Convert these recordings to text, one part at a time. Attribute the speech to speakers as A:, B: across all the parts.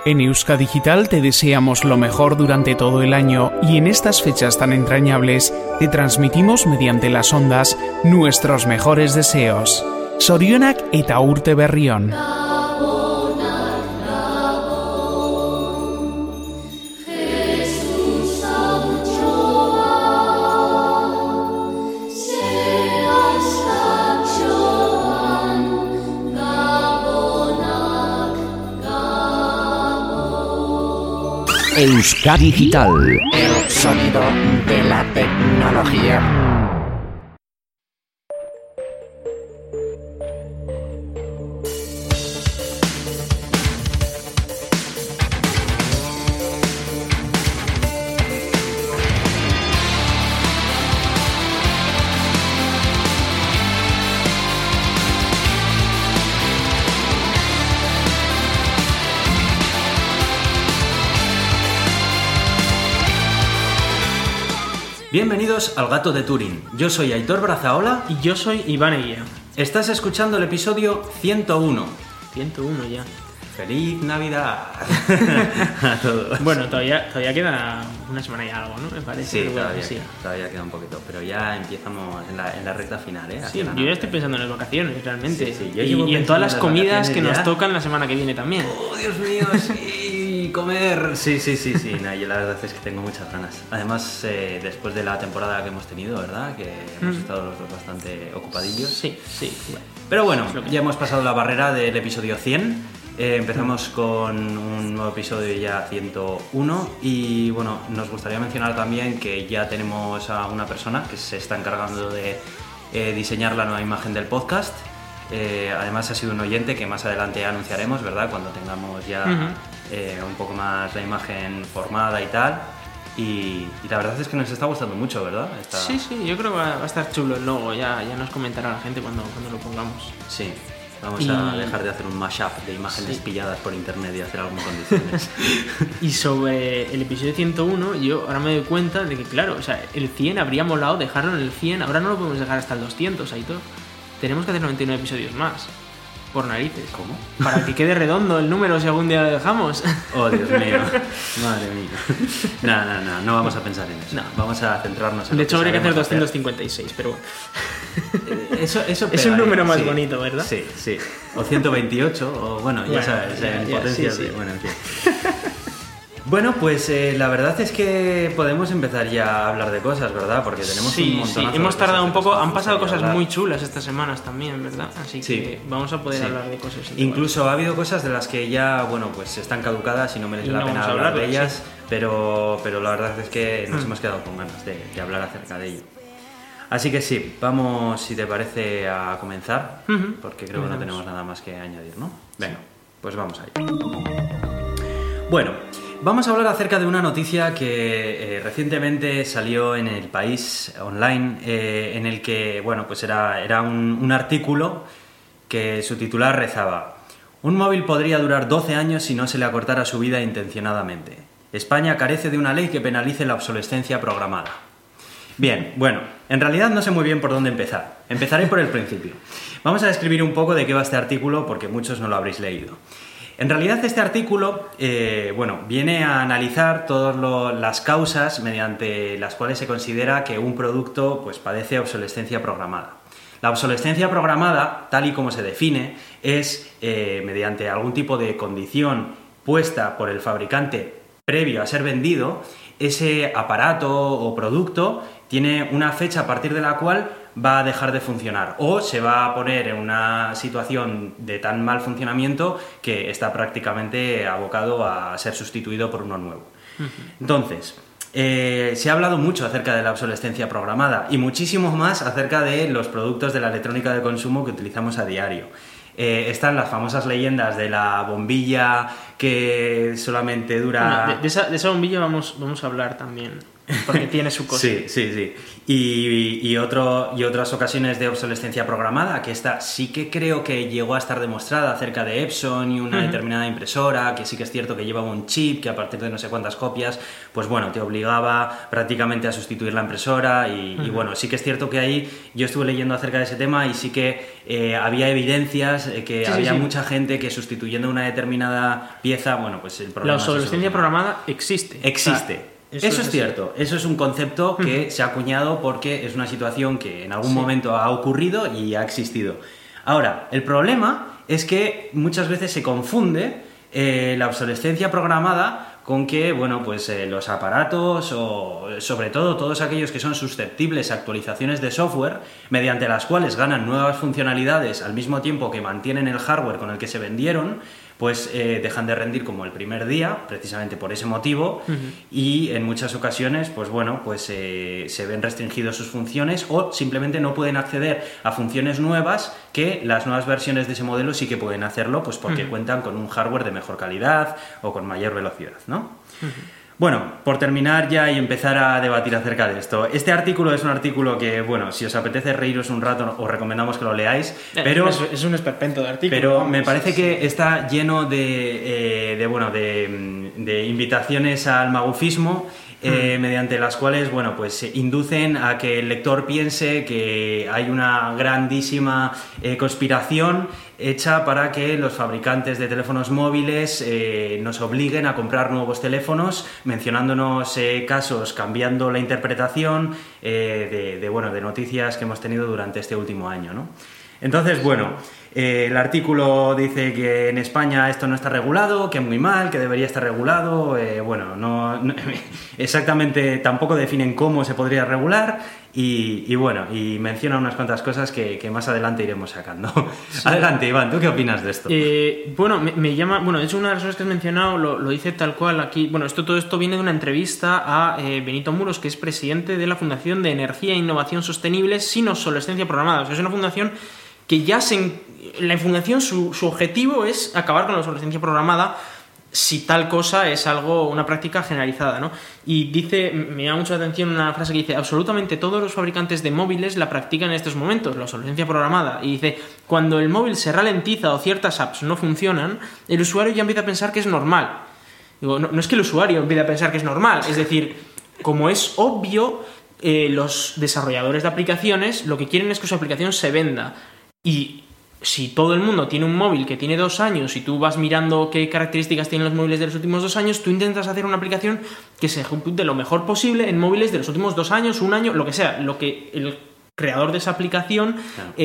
A: En Euska Digital te deseamos lo mejor durante todo el año y en estas fechas tan entrañables te transmitimos mediante las ondas nuestros mejores deseos. Zorionak eta urte berrion.
B: Euska Digital,
C: el sonido de la tecnología.
D: Bienvenidos al Gato de Turing. Yo soy Aitor Brazaola
E: y yo soy Iván Eguía.
D: Estás escuchando el episodio 101.
E: 101 ya.
D: ¡Feliz Navidad! A todos.
E: Bueno, todavía queda una semana y algo, ¿no? Me parece.
D: Sí, todavía queda un poquito, pero ya empezamos en la recta final, ¿eh?
E: Sí, yo ya estoy pensando en las vacaciones, realmente.
D: Sí,
E: y en todas las comidas que nos tocan la semana que viene también.
D: ¡Oh, Dios mío, sí! ¡Comer! Sí. No, yo la verdad es que tengo muchas ganas. Además, después de la temporada que hemos tenido, ¿verdad? Que hemos estado los dos bastante ocupadillos.
E: Sí.
D: Pero bueno, ya hemos pasado la barrera del episodio 100. Empezamos con un nuevo episodio ya 101 y bueno, nos gustaría mencionar también que ya tenemos a una persona que se está encargando de diseñar la nueva imagen del podcast. Además ha sido un oyente que más adelante anunciaremos, ¿verdad? Cuando tengamos ya un poco más la imagen formada y tal. Y la verdad es que nos está gustando mucho, ¿verdad?
E: Sí, yo creo que va a estar chulo el logo, ya nos comentará la gente cuando lo pongamos.
D: Sí. Vamos a dejar de hacer un mashup de imágenes pilladas por internet y hacer algo en condiciones.
E: Y sobre el episodio 101, yo ahora me doy cuenta de que, claro, o sea, el 100 habría molado dejarlo en el 100, ahora no lo podemos dejar hasta el 200, Aitor. Tenemos que hacer 99 episodios más. Por narices.
D: ¿Cómo?
E: Para que quede redondo el número si algún día lo dejamos.
D: Oh, Dios mío. Madre mía. No vamos a pensar en eso. No. Vamos a centrarnos en
E: de hecho, habría que hacer 256, pero bueno.
D: Eso
E: es un número más bonito, ¿verdad?
D: Sí. O 128, o bueno, ya sabes, en potencias de... Bueno, en fin. Bueno, pues la verdad es que podemos empezar ya a hablar de cosas, ¿verdad? Porque tenemos un montón.
E: Sí, hemos tardado un poco, han pasado cosas muy chulas estas semanas también, ¿verdad? Así que vamos a poder hablar de cosas.
D: Incluso ha habido cosas de las que ya, bueno, pues están caducadas y no merece la pena hablar de ellas, pero la verdad es que nos hemos quedado con ganas de hablar acerca de ello. Así que sí, vamos, si te parece, a comenzar, porque creo que no tenemos nada más que añadir, ¿no? Venga, pues vamos ahí. Bueno, vamos a hablar acerca de una noticia que recientemente salió en El País online, en el que, bueno, pues era un artículo que su titular rezaba: un móvil podría durar 12 años si no se le acortara su vida intencionadamente. España carece de una ley que penalice la obsolescencia programada. Bien, bueno, en realidad no sé muy bien por dónde empezar. Empezaré por el principio. Vamos a describir un poco de qué va este artículo porque muchos no lo habréis leído. En realidad este artículo viene a analizar todas las causas mediante las cuales se considera que un producto pues, padece obsolescencia programada. La obsolescencia programada, tal y como se define, es mediante algún tipo de condición puesta por el fabricante previo a ser vendido, ese aparato o producto tiene una fecha a partir de la cual va a dejar de funcionar o se va a poner en una situación de tan mal funcionamiento que está prácticamente abocado a ser sustituido por uno nuevo. Entonces, se ha hablado mucho acerca de la obsolescencia programada y muchísimo más acerca de los productos de la electrónica de consumo que utilizamos a diario. Están las famosas leyendas de la bombilla que solamente dura...
E: Bueno, de esa bombilla vamos a hablar también. porque tiene su cosa.
D: Sí. Y otras ocasiones de obsolescencia programada, que esta sí que creo que llegó a estar demostrada acerca de Epson y una determinada impresora, que sí que es cierto que llevaba un chip que a partir de no sé cuántas copias, pues bueno, te obligaba prácticamente a sustituir la impresora y bueno, sí que es cierto que ahí yo estuve leyendo acerca de ese tema y sí que había evidencias que había mucha gente que sustituyendo una determinada pieza, bueno, pues el problema...
E: La obsolescencia programada existe.
D: Existe. Eso es cierto, eso es un concepto que se ha acuñado porque es una situación que en algún momento ha ocurrido y ha existido. Ahora, el problema es que muchas veces se confunde la obsolescencia programada con que, bueno, pues los aparatos o sobre todo todos aquellos que son susceptibles a actualizaciones de software mediante las cuales ganan nuevas funcionalidades al mismo tiempo que mantienen el hardware con el que se vendieron, pues dejan de rendir como el primer día, precisamente por ese motivo, y en muchas ocasiones, pues bueno, pues se ven restringidos sus funciones o simplemente no pueden acceder a funciones nuevas que las nuevas versiones de ese modelo sí que pueden hacerlo, pues porque cuentan con un hardware de mejor calidad o con mayor velocidad, ¿no? Bueno, por terminar ya y empezar a debatir acerca de esto. Este artículo es un artículo que, bueno, si os apetece reíros un rato, os recomendamos que lo leáis, pero...
E: Es un esperpento de artículo.
D: Pero vamos, me parece que está lleno de invitaciones al magufismo, mediante las cuales, bueno, pues inducen a que el lector piense que hay una grandísima conspiración hecha para que los fabricantes de teléfonos móviles nos obliguen a comprar nuevos teléfonos, mencionándonos casos, cambiando la interpretación de noticias que hemos tenido durante este último año, ¿no? Entonces, bueno, el artículo dice que en España esto no está regulado, que es muy mal, que debería estar regulado. No exactamente tampoco definen cómo se podría regular y menciona unas cuantas cosas que más adelante iremos sacando. Sí. Adelante, Iván, ¿tú qué opinas de esto?
E: Me llama... Bueno, de hecho, una de las cosas que has mencionado lo dice tal cual aquí. Bueno, todo esto viene de una entrevista a Benito Muros, que es presidente de la Fundación de Energía e Innovación Sostenible sin obsolescencia programada. O sea, es una fundación que la fundación su objetivo es acabar con la obsolescencia programada si tal cosa es una práctica generalizada, ¿no? Y dice, me llama mucho la atención una frase que dice: absolutamente todos los fabricantes de móviles la practican en estos momentos, la obsolescencia programada. Y dice, cuando el móvil se ralentiza o ciertas apps no funcionan, el usuario ya empieza a pensar que es normal. Digo, no es que el usuario empiece a pensar que es normal, es decir, como es obvio, los desarrolladores de aplicaciones lo que quieren es que su aplicación se venda. Y si todo el mundo tiene un móvil que tiene 2 años y tú vas mirando qué características tienen los móviles de los últimos 2 años, tú intentas hacer una aplicación que se ejecute lo mejor posible en móviles de los últimos 2 años, 1 año, lo que sea, lo que el creador de esa aplicación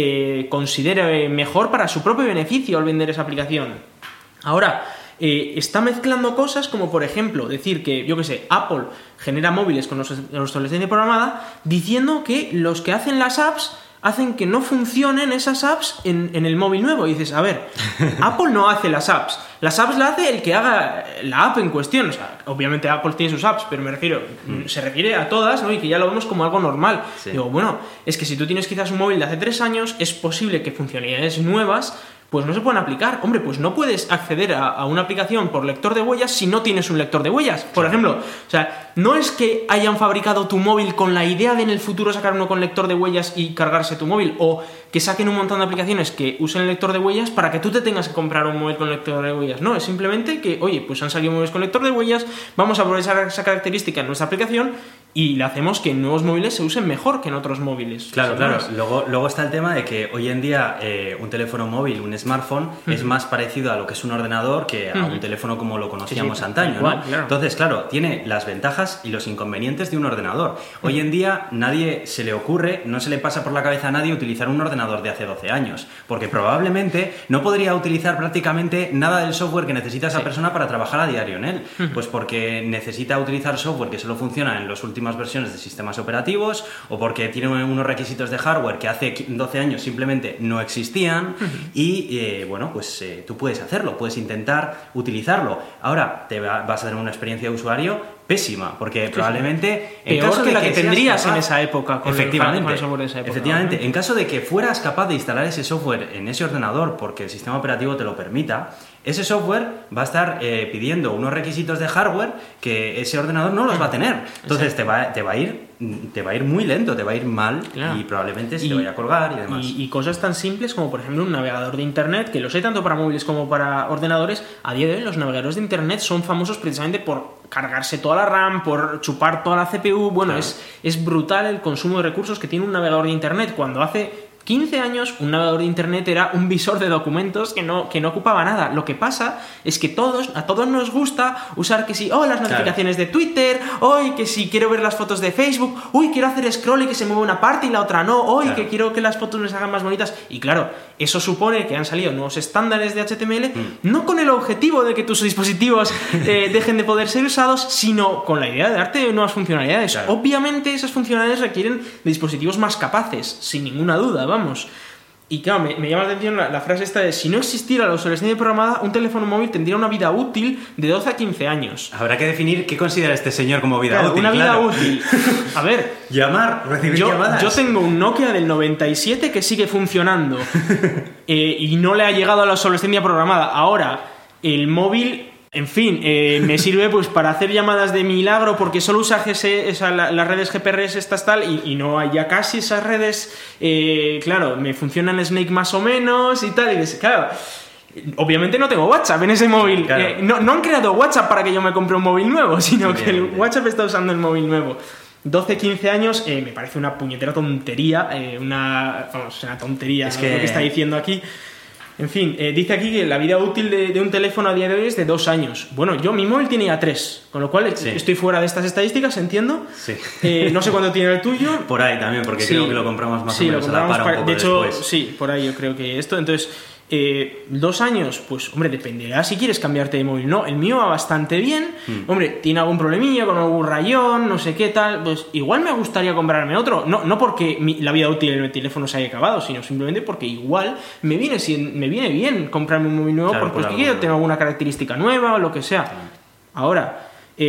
E: considere mejor para su propio beneficio al vender esa aplicación. Ahora, está mezclando cosas como, por ejemplo, decir que, yo qué sé, Apple genera móviles con obsolescencia programada, diciendo que los que hacen las apps hacen que no funcionen esas apps en el móvil nuevo. Y dices, a ver, Apple no hace las apps la hace el que haga la app en cuestión. O sea, obviamente Apple tiene sus apps, pero me refiero, se refiere a todas, ¿no? Y que ya lo vemos como algo normal. Sí. Digo, bueno, es que si tú tienes quizás un móvil de hace 3 años, es posible que funcionalidades nuevas pues no se pueden aplicar. Hombre, pues no puedes acceder a una aplicación por lector de huellas si no tienes un lector de huellas, por ejemplo. O sea, no es que hayan fabricado tu móvil con la idea de en el futuro sacar uno con lector de huellas y cargarse tu móvil, o que saquen un montón de aplicaciones que usen el lector de huellas para que tú te tengas que comprar un móvil con lector de huellas. No, es simplemente que, oye, pues han salido móviles con lector de huellas, vamos a aprovechar esa característica en nuestra aplicación y le hacemos que en nuevos móviles se usen mejor que en otros móviles.
D: Claro, claro. Luego está el tema de que hoy en día un teléfono móvil, un smartphone, es más parecido a lo que es un ordenador que a un teléfono como lo conocíamos antaño, ¿no? Igual, claro. Entonces, claro, tiene las ventajas y los inconvenientes de un ordenador. Hoy en día nadie se le ocurre, no se le pasa por la cabeza a nadie utilizar un ordenador de hace 12 años, porque probablemente no podría utilizar prácticamente nada del software que necesita esa persona para trabajar a diario en él. Pues porque necesita utilizar software que solo funciona en las últimas versiones de sistemas operativos, o porque tiene unos requisitos de hardware que hace 12 años simplemente no existían, y bueno, pues tú puedes hacerlo, puedes intentar utilizarlo. Ahora vas a tener una experiencia de usuario pésima, porque probablemente
E: en caso que la que tendrías en esa época con
D: efectivamente,
E: el software de esa época,
D: efectivamente,
E: ¿no?
D: En caso de que fueras capaz de instalar ese software en ese ordenador porque el sistema operativo te lo permita, ese software va a estar pidiendo unos requisitos de hardware que ese ordenador no los va a tener. Entonces te va a ir muy lento, te va a ir mal, claro, y probablemente se te vaya a colgar y demás.
E: Y cosas tan simples como, por ejemplo, un navegador de internet, que los hay tanto para móviles como para ordenadores. A día de hoy los navegadores de internet son famosos precisamente por cargarse toda la RAM, por chupar toda la CPU. Bueno, claro, es brutal el consumo de recursos que tiene un navegador de internet, cuando hace 15 años un navegador de internet era un visor de documentos que no ocupaba nada. Lo que pasa es que a todos nos gusta usar que si, las notificaciones, claro, de Twitter, hoy que si quiero ver las fotos de Facebook, quiero hacer scroll y que se mueva una parte y la otra no, claro, que quiero que las fotos me salgan más bonitas. Y claro, eso supone que han salido nuevos estándares de HTML, no con el objetivo de que tus dispositivos dejen de poder ser usados, sino con la idea de darte nuevas funcionalidades. Claro. Obviamente esas funcionalidades requieren de dispositivos más capaces, sin ninguna duda, vamos. Y claro, me llama la atención la frase esta de: si no existiera la obsolescencia programada, un teléfono móvil tendría una vida útil de 12 a 15 años.
D: Habrá que definir qué considera este señor como vida útil.
E: Una vida útil. A ver,
D: recibir llamadas.
E: Yo tengo un Nokia del 97 que sigue funcionando y no le ha llegado a la obsolescencia programada. Ahora, el móvil, en fin, me sirve pues para hacer llamadas de milagro, porque solo usa las redes GPRS estas tal, y no hay ya casi esas redes. Claro, me funciona en Snake más o menos y tal, y claro, obviamente no tengo WhatsApp en ese móvil. Claro. No han creado WhatsApp para que yo me compre un móvil nuevo, sino que el WhatsApp está usando el móvil nuevo. 12, 15 años, me parece una puñetera tontería, una tontería, es lo que está diciendo aquí. En fin, dice aquí que la vida útil de un teléfono a día de hoy es de 2 años. Bueno, mi móvil tiene ya 3, con lo cual estoy fuera de estas estadísticas, entiendo.
D: Sí.
E: No sé cuánto tiene el tuyo.
D: Por ahí también, porque creo que lo compramos más o menos a la par un poco
E: de hecho,
D: después.
E: Sí, por ahí yo creo que esto. Entonces, 2 años, pues hombre, dependerá si quieres cambiarte de móvil. No, el mío va bastante bien. Hombre, tiene algún problemilla con algún rayón, no sé qué tal. Pues igual me gustaría comprarme otro. No porque la vida útil del teléfono se haya acabado, sino simplemente porque igual me viene bien comprarme un móvil nuevo, claro, porque quiero tener alguna característica nueva o lo que sea. Ahora,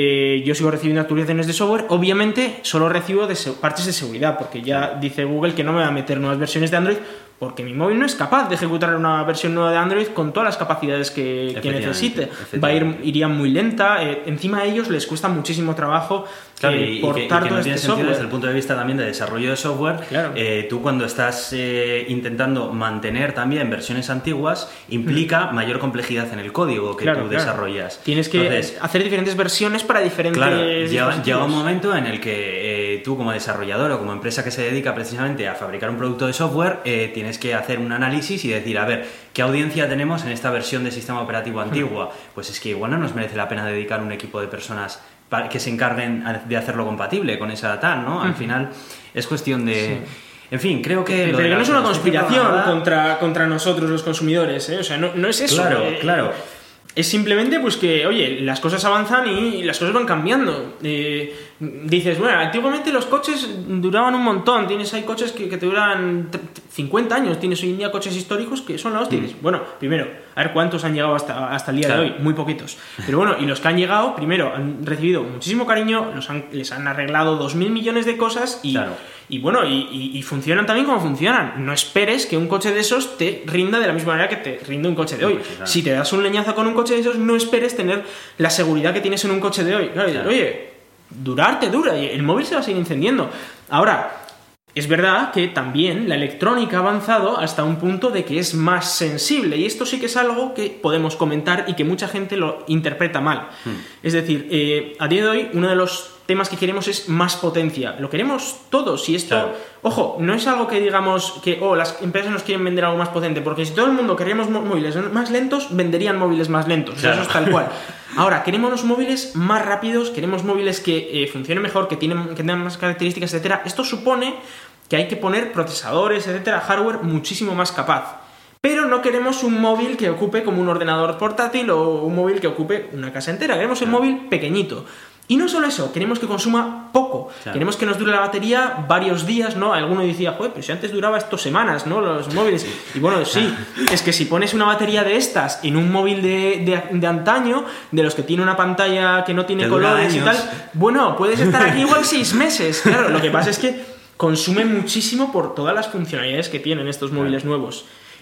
E: yo sigo recibiendo actualizaciones de software. Obviamente solo recibo parches de seguridad, porque ya dice Google que no me va a meter nuevas versiones de Android, porque mi móvil no es capaz de ejecutar una versión nueva de Android con todas las capacidades que necesite. Iría muy lenta. Encima a ellos les cuesta muchísimo trabajo,
D: claro,
E: portar todo este software.
D: Desde el punto de vista también de desarrollo de software, claro, tú cuando estás intentando mantener también versiones antiguas, implica mayor complejidad en el código que tú desarrollas.
E: Tienes que hacer diferentes versiones para diferentes...
D: Claro, llega un momento en el que tú como desarrollador o como empresa que se dedica precisamente a fabricar un producto de software, tienes que hacer un análisis y decir, a ver, ¿qué audiencia tenemos en esta versión de sistema operativo antigua? Pues es que igual no nos merece la pena dedicar un equipo de personas que se encarguen de hacerlo compatible con esa data, ¿no? Al final es cuestión de... Sí. En fin, creo que...
E: Pero no es una conspiración contra nosotros los consumidores, ¿eh? O sea, no es eso.
D: Claro.
E: Es simplemente pues que, oye, las cosas avanzan y las cosas van cambiando. Dices, bueno, antiguamente los coches duraban un montón. Hay coches que te duran 50 años. Tienes hoy en día coches históricos que son la hostia. Bueno, primero, a ver cuántos han llegado hasta el día de hoy. Muy poquitos. Pero bueno, y los que han llegado, primero, han recibido muchísimo cariño, les han arreglado 2.000 millones de cosas y bueno, y funcionan también como funcionan. No esperes que un coche de esos te rinda de la misma manera que te rinde un coche de hoy. Claro. Si te das un leñazo con un coche de esos, no esperes tener la seguridad que tienes en un coche de hoy. Claro. Oye, te dura y el móvil se va a seguir encendiendo. Ahora, es verdad que también la electrónica ha avanzado hasta un punto de que es más sensible, y esto sí que es algo que podemos comentar y que mucha gente lo interpreta mal. Es decir, a día de hoy uno de los temas que queremos es más potencia. Lo queremos todos, y esto, claro, ojo, no es algo que digamos que las empresas nos quieren vender algo más potente, porque si todo el mundo queríamos móviles más lentos, venderían móviles más lentos. Claro. Eso es tal cual. Ahora, queremos los móviles más rápidos, queremos móviles que funcionen mejor, que tengan más características, etcétera. Esto supone que hay que poner procesadores, etcétera, hardware muchísimo más capaz. Pero no queremos un móvil que ocupe como un ordenador portátil o un móvil que ocupe una casa entera. Queremos el móvil pequeñito. Y no solo eso, queremos que consuma poco. Claro. Queremos que nos dure la batería varios días, ¿no? Alguno decía, joder, pero si antes duraba esto semanas, ¿no? Los móviles. Y bueno, sí, es que si pones una batería de estas en un móvil de antaño, de los que tiene una pantalla que no tiene colores y tal, bueno, puedes estar aquí igual 6 meses. Claro, lo que pasa es que consume muchísimo por todas las funcionalidades que tienen estos móviles nuevos.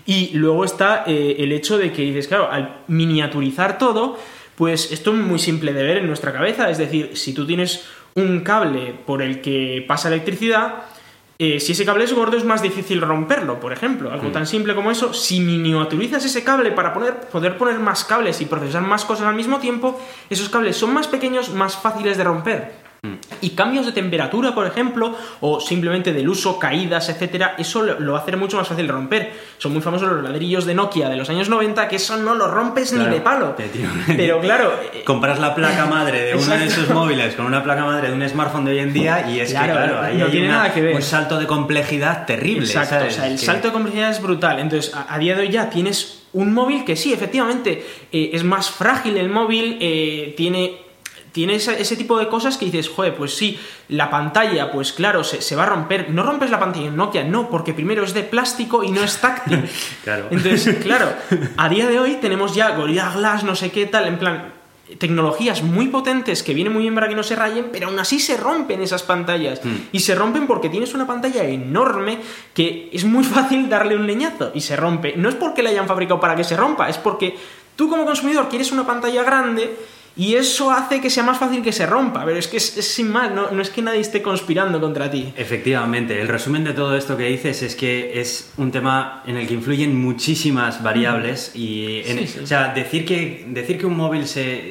E: Y luego está el hecho de que dices, claro, al miniaturizar todo, pues esto es muy simple de ver en nuestra cabeza. Es decir, si tú tienes un cable por el que pasa electricidad, si ese cable es gordo es más difícil romperlo, por ejemplo. Algo tan simple como eso, si miniaturizas ese cable para poder poner más cables y procesar más cosas al mismo tiempo, esos cables son más pequeños, más fáciles de romper. Y cambios de temperatura, por ejemplo, o simplemente del uso, caídas, etcétera, eso lo va a hacer mucho más fácil de romper. Son muy famosos los ladrillos de Nokia de los años 90, que eso no lo rompes ni de palo. Pero claro,
D: compras la placa madre de uno de esos móviles con una placa madre de un smartphone de hoy en día y es que ahí
E: no
D: hay
E: tiene nada que ver.
D: Un salto de complejidad terrible.
E: Exacto,
D: ¿sabes?
E: o sea, el salto de complejidad es brutal. Entonces, a día de hoy ya tienes un móvil que sí, efectivamente, es más frágil el móvil, tiene ese tipo de cosas que dices, joder, pues sí, la pantalla, pues claro, se va a romper. No rompes la pantalla en Nokia, no, porque primero es de plástico y no es táctil.
D: Claro.
E: Entonces, claro, a día de hoy tenemos ya Gorilla Glass, no sé qué tal, en plan, tecnologías muy potentes que vienen muy bien para que no se rayen, pero aún así se rompen esas pantallas. Y se rompen porque tienes una pantalla enorme que es muy fácil darle un leñazo y se rompe. No es porque la hayan fabricado para que se rompa, es porque tú como consumidor quieres una pantalla grande y eso hace que sea más fácil que se rompa, pero es que es sin más, no es que nadie esté conspirando contra ti.
D: Efectivamente, el resumen de todo esto que dices es que es un tema en el que influyen muchísimas variables y o sea, decir que un móvil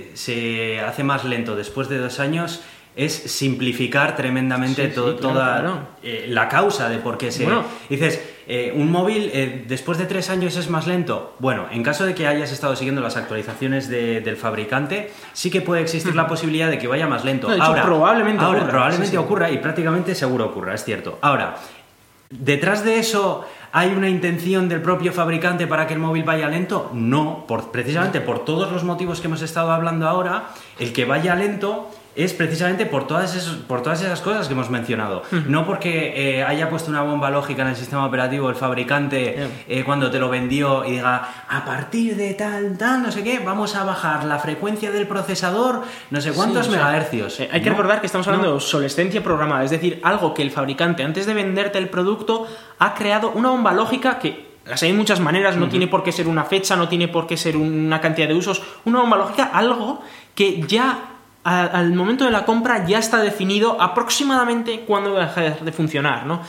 D: se hace más lento después de 2 años es simplificar tremendamente toda la causa de por qué se...
E: Bueno,
D: dices, un móvil después de 3 años es más lento. Bueno, en caso de que hayas estado siguiendo las actualizaciones del fabricante, sí que puede existir la posibilidad de que vaya más lento.
E: No, de hecho, probablemente
D: ocurra y prácticamente seguro ocurra, es cierto. Ahora, ¿detrás de eso hay una intención del propio fabricante para que el móvil vaya lento? No, precisamente por todos los motivos que hemos estado hablando ahora, el que vaya lento es precisamente por todas esas cosas que hemos mencionado. No porque haya puesto una bomba lógica en el sistema operativo el fabricante cuando te lo vendió y diga, a partir de tal, no sé qué, vamos a bajar la frecuencia del procesador no sé cuántos megahercios.
E: Hay que recordar que estamos hablando de obsolescencia programada, es decir, algo que el fabricante, antes de venderte el producto, ha creado una bomba lógica que... Las hay de muchas maneras, no tiene por qué ser una fecha, no tiene por qué ser una cantidad de usos. Una bomba lógica, algo que ya al momento de la compra ya está definido aproximadamente cuándo va a dejar de funcionar, ¿no?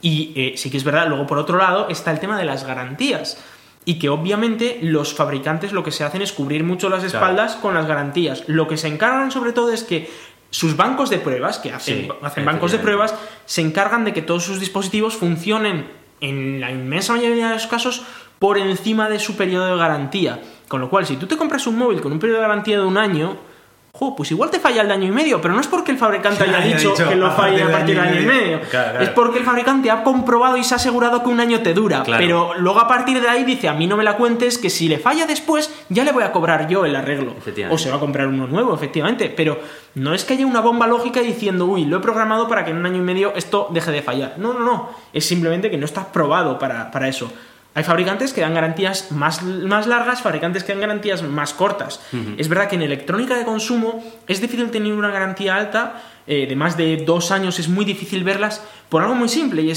E: Y sí que es verdad, luego por otro lado está el tema de las garantías. Y que obviamente los fabricantes lo que se hacen es cubrir mucho las espaldas con las garantías. Lo que se encargan sobre todo es que sus bancos de pruebas, que hacen bancos de pruebas, se encargan de que todos sus dispositivos funcionen en la inmensa mayoría de los casos por encima de su periodo de garantía. Con lo cual, si tú te compras un móvil con un periodo de garantía de 1 año, pues igual te falla el de año y medio, pero no es porque el fabricante haya dicho que lo falle a partir del año y medio. Claro. Es porque el fabricante ha comprobado y se ha asegurado que 1 año te dura. Claro. Pero luego a partir de ahí dice, a mí no me la cuentes, que si le falla después ya le voy a cobrar yo el arreglo. O se va a comprar uno nuevo, efectivamente. Pero no es que haya una bomba lógica diciendo, uy, lo he programado para que en 1 año y medio esto deje de fallar. No. Es simplemente que no está probado para eso. Hay fabricantes que dan garantías más largas, fabricantes que dan garantías más cortas. Es verdad que en electrónica de consumo es difícil tener una garantía alta, de más de 2 años es muy difícil verlas, por algo muy simple, y es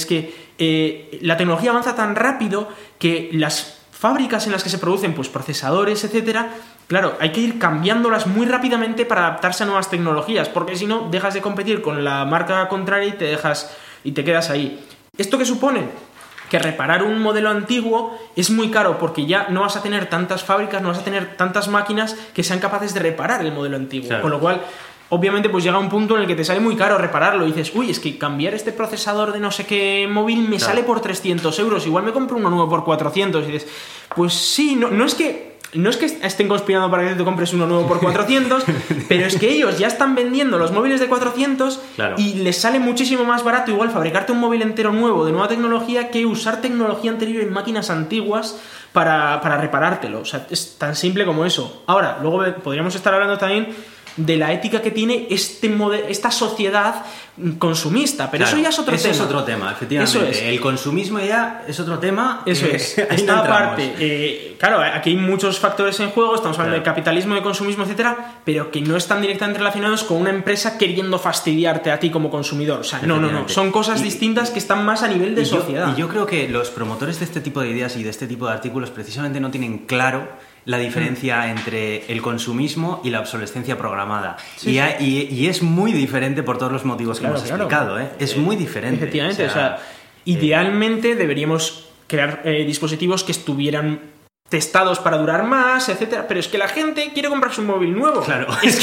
E: que la tecnología avanza tan rápido que las fábricas en las que se producen pues, procesadores, etcétera, claro, hay que ir cambiándolas muy rápidamente para adaptarse a nuevas tecnologías, porque si no, dejas de competir con la marca contraria y te quedas ahí. ¿Esto qué supone? Que reparar un modelo antiguo es muy caro porque ya no vas a tener tantas fábricas, no vas a tener tantas máquinas que sean capaces de reparar el modelo antiguo. Claro. Con lo cual, obviamente, pues llega un punto en el que te sale muy caro repararlo y dices, uy, es que cambiar este procesador de no sé qué móvil me sale por 300 euros, igual me compro uno nuevo por 400. Y dices, pues sí, no es que estén conspirando para que te compres uno nuevo por 400, pero es que ellos ya están vendiendo los móviles de 400 y les sale muchísimo más barato igual fabricarte un móvil entero nuevo de nueva tecnología que usar tecnología anterior en máquinas antiguas para reparártelo. O sea, es tan simple como eso. Ahora, luego podríamos estar hablando también de la ética que tiene esta sociedad consumista. Pero
D: claro,
E: eso ya es otro tema.
D: Es otro tema, efectivamente. Eso es. El consumismo ya es otro tema.
E: Eso es. Esta parte. Claro, aquí hay muchos factores en juego. Estamos hablando de capitalismo, de consumismo, etcétera, pero que no están directamente relacionados con una empresa queriendo fastidiarte a ti como consumidor. O sea, no. Son cosas distintas que están más a nivel de sociedad.
D: Y yo creo que los promotores de este tipo de ideas y de este tipo de artículos precisamente no tienen claro la diferencia entre el consumismo y la obsolescencia programada. Sí, y es muy diferente por todos los motivos que hemos explicado. Es muy diferente.
E: Efectivamente, o sea, idealmente deberíamos crear dispositivos que estuvieran testados para durar más, etcétera, pero es que la gente quiere comprarse un móvil nuevo.
D: Claro.
E: Es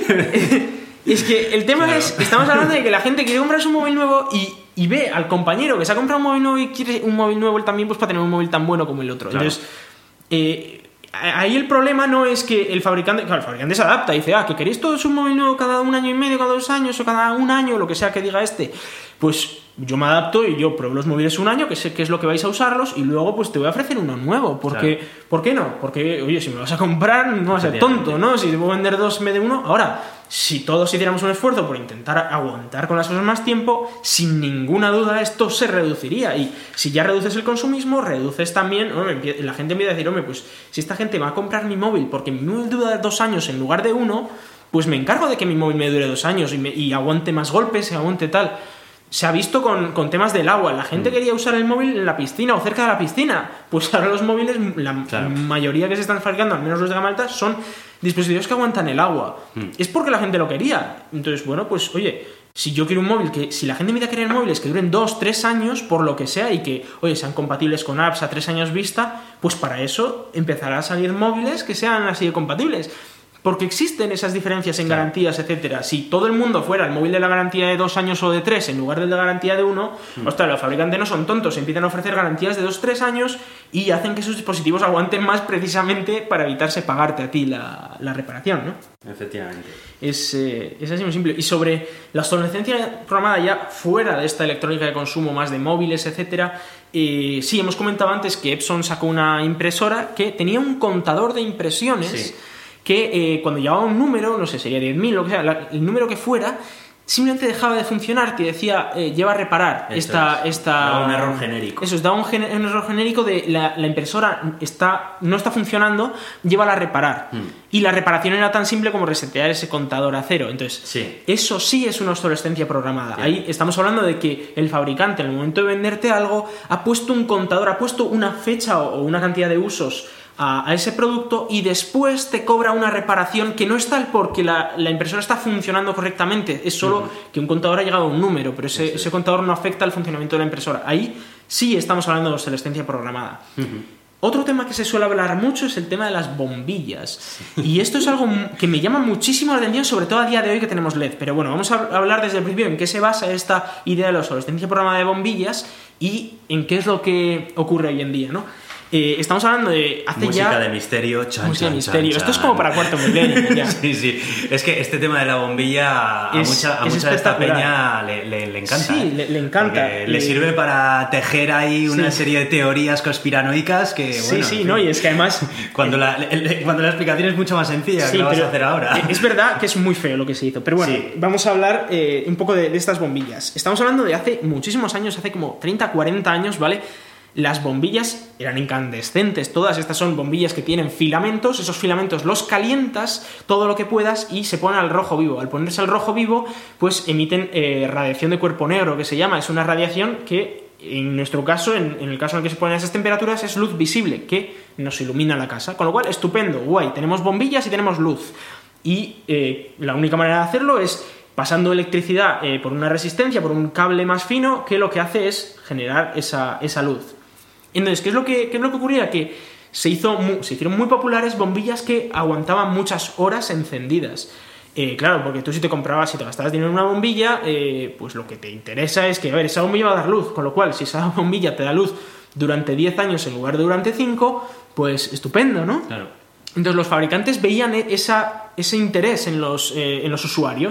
E: que el tema es, estamos hablando de que la gente quiere comprarse un móvil nuevo y ve al compañero que se ha comprado un móvil nuevo y quiere un móvil nuevo él también, pues para tener un móvil tan bueno como el otro. Claro. Entonces, ahí el problema no es que el fabricante se adapta y dice, que queréis todos un móvil nuevo cada 1 año y medio, cada 2 años o cada 1 año, lo que sea que diga pues yo me adapto y yo pruebo los móviles 1 año, que sé qué es lo que vais a usarlos, y luego pues te voy a ofrecer uno nuevo, porque claro. ¿Por qué no? Porque, oye, si me lo vas a comprar no vas a ser tonto, ¿no? Si debo vender 2 en vez de 1. Ahora, si todos hiciéramos un esfuerzo por intentar aguantar con las cosas más tiempo, sin ninguna duda esto se reduciría, y si ya reduces el consumismo, reduces también, la gente empieza a decir, pues si esta gente va a comprar mi móvil porque mi móvil dura 2 años en lugar de 1, pues me encargo de que mi móvil me dure 2 años y aguante más golpes, y aguante tal. Se ha visto con temas del agua. La gente quería usar el móvil en la piscina o cerca de la piscina. Pues ahora los móviles, la mayoría que se están fabricando, al menos los de gama alta, son dispositivos que aguantan el agua. Es porque la gente lo quería. Entonces, pues oye, si yo quiero un móvil si la gente me da querer móviles que duren 2, 3 años, por lo que sea, y que, oye, sean compatibles con apps a 3 años vista, pues para eso empezará a salir móviles que sean así de compatibles. Porque existen esas diferencias en garantías, etcétera. Si todo el mundo fuera el móvil de la garantía de 2 años o de 3 en lugar del de la garantía de 1, ostras, los fabricantes no son tontos, empiezan a ofrecer garantías de 2-3 años y hacen que sus dispositivos aguanten más precisamente para evitarse pagarte a ti la reparación, ¿no?
D: Efectivamente.
E: Es así muy simple. Y sobre la obsolescencia programada ya fuera de esta electrónica de consumo, más de móviles, etcétera, sí, hemos comentado antes que Epson sacó una impresora que tenía un contador de impresiones. Sí. Que cuando llegaba un número, no sé, sería 10.000, lo que sea, el número que fuera, simplemente dejaba de funcionar, te decía, lleva a reparar esta...
D: Daba un error genérico.
E: Eso, daba un error genérico de la impresora no está funcionando, llévala a reparar. Y la reparación era tan simple como resetear ese contador a 0. Entonces, eso sí es una obsolescencia programada. Ahí estamos hablando de que el fabricante, en el momento de venderte algo, ha puesto un contador, ha puesto una fecha o una cantidad de usos a ese producto, y después te cobra una reparación que no es tal porque la impresora está funcionando correctamente, es solo que un contador ha llegado a un número, pero ese contador no afecta al funcionamiento de la impresora. Ahí sí estamos hablando de obsolescencia programada. Otro tema que se suele hablar mucho es el tema de las bombillas. Y esto es algo que me llama muchísimo la atención, sobre todo a día de hoy que tenemos LED. Pero bueno, vamos a hablar desde el principio en qué se basa esta idea de la obsolescencia programada de bombillas y en qué es lo que ocurre hoy en día, ¿no? Estamos hablando de
D: música de misterio,
E: música de misterio. Esto es como para cuarto milenio ya.
D: Sí. Es que este tema de la bombilla a mucha de esta peña le encanta.
E: Sí, le encanta.
D: Le sirve para tejer ahí una serie de teorías conspiranoicas que, bueno...
E: Sí, ¿no? Y es que además...
D: Cuando la explicación es mucho más sencilla que la vas a hacer ahora.
E: Es verdad que es muy feo lo que se hizo. Pero bueno, vamos a hablar un poco de estas bombillas. Estamos hablando de hace muchísimos años, hace como 30, 40 años, ¿vale? Las bombillas eran incandescentes, todas estas son bombillas que tienen filamentos, esos filamentos los calientas todo lo que puedas y se ponen al rojo vivo. Al ponerse al rojo vivo, pues emiten radiación de cuerpo negro, que se llama. Es una radiación que, en nuestro caso, en el caso en el que se ponen a esas temperaturas, es luz visible, que nos ilumina la casa. Con lo cual, estupendo, guay, tenemos bombillas y tenemos luz. Y la única manera de hacerlo es pasando electricidad por una resistencia, por un cable más fino, que lo que hace es generar esa luz. Entonces, ¿qué es lo que ocurría? Que se hicieron muy populares bombillas que aguantaban muchas horas encendidas. Claro, porque tú si te gastabas dinero en una bombilla, pues lo que te interesa es que, a ver, esa bombilla va a dar luz, con lo cual, si esa bombilla te da luz durante 10 años en lugar de durante 5, pues estupendo, ¿no?
D: Claro.
E: Entonces los fabricantes veían ese interés en los usuarios.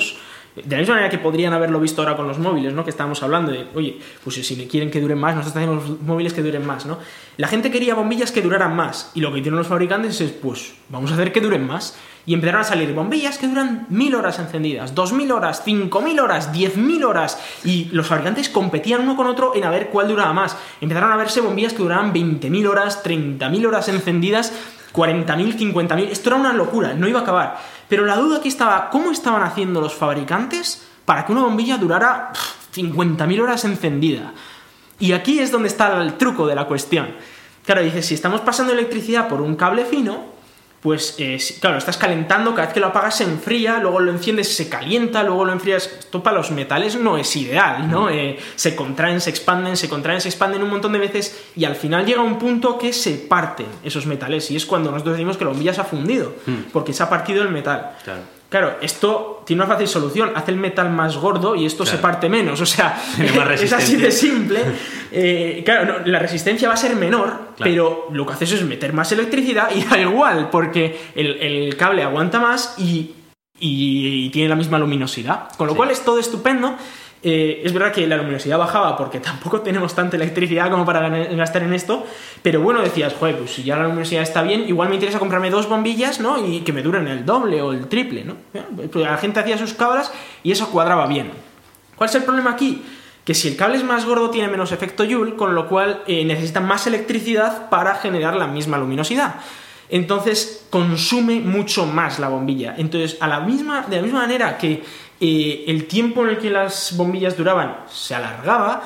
E: De la misma manera que podrían haberlo visto ahora con los móviles, ¿no? Que estábamos hablando de, oye, pues si quieren que duren más, nosotros hacemos los móviles que duren más, ¿no? La gente quería bombillas que duraran más, y lo que hicieron los fabricantes es, pues, vamos a hacer que duren más. Y empezaron a salir bombillas que duran 1000 horas encendidas, 2000 horas, 5000 horas, 10.000 horas. Y los fabricantes competían uno con otro en a ver cuál duraba más. Empezaron a verse bombillas que duraban 20.000 horas, 30.000 horas encendidas, 40.000, 50.000. Esto era una locura, no iba a acabar. Pero la duda aquí estaba, ¿cómo estaban haciendo los fabricantes para que una bombilla durara 50.000 horas encendida? Y aquí es donde está el truco de la cuestión. Claro, dices, si estamos pasando electricidad por un cable fino, pues claro, estás calentando, cada vez que lo apagas se enfría, luego lo enciendes, se calienta, luego lo enfrías. Esto para los metales no es ideal, ¿no? Se contraen, se expanden un montón de veces y al final llega un punto que se parten esos metales y es cuando nosotros decimos que la bombilla se ha fundido, porque se ha partido el metal. Claro, esto tiene una fácil solución, hace el metal más gordo y esto se parte menos, o sea, es así de simple. Claro, no, la resistencia va a ser menor, pero lo que haces es meter más electricidad y da igual, porque el cable aguanta más y tiene la misma luminosidad, con lo cual es todo estupendo. Es verdad que la luminosidad bajaba porque tampoco tenemos tanta electricidad como para gastar en esto, pero bueno, decías, joder, pues si ya la luminosidad está bien, igual me interesa comprarme 2 bombillas, ¿no? Y que me duren el doble o el triple, ¿no? Pues la gente hacía sus cábalas y eso cuadraba bien. ¿Cuál es el problema aquí? Que si el cable es más gordo tiene menos efecto Joule, con lo cual necesita más electricidad para generar la misma luminosidad. Entonces consume mucho más la bombilla. Entonces, de la misma manera que el tiempo en el que las bombillas duraban se alargaba,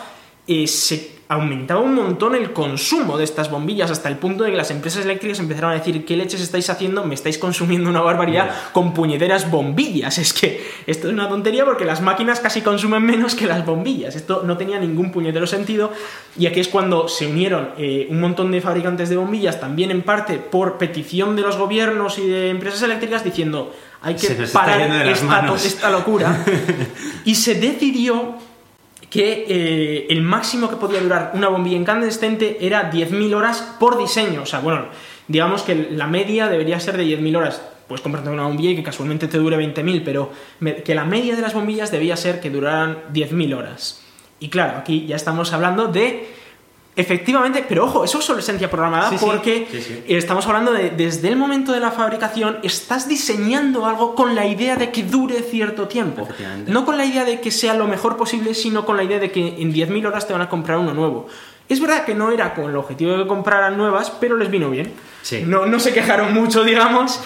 E: se aumentaba un montón el consumo de estas bombillas, hasta el punto de que las empresas eléctricas empezaron a decir, ¿qué leches estáis haciendo? Me estáis consumiendo una barbaridad con puñeteras bombillas. Es que esto es una tontería porque las máquinas casi consumen menos que las bombillas. Esto no tenía ningún puñetero sentido y aquí es cuando se unieron un montón de fabricantes de bombillas, también en parte por petición de los gobiernos y de empresas eléctricas, diciendo, hay que parar esta locura. Y se decidió que el máximo que podía durar una bombilla incandescente era 10.000 horas por diseño. O sea, bueno, digamos que la media debería ser de 10.000 horas. Puedes comprarte una bombilla y que casualmente te dure 20.000, pero que la media de las bombillas debía ser que duraran 10.000 horas. Y claro, aquí ya estamos hablando de... Efectivamente, pero ojo, eso es obsolescencia programada porque estamos hablando de desde el momento de la fabricación estás diseñando algo con la idea de que dure cierto tiempo, no con la idea de que sea lo mejor posible, sino con la idea de que en 10.000 horas te van a comprar uno nuevo. Es verdad que no era con el objetivo de que compraran nuevas, pero les vino bien. No se quejaron mucho, digamos.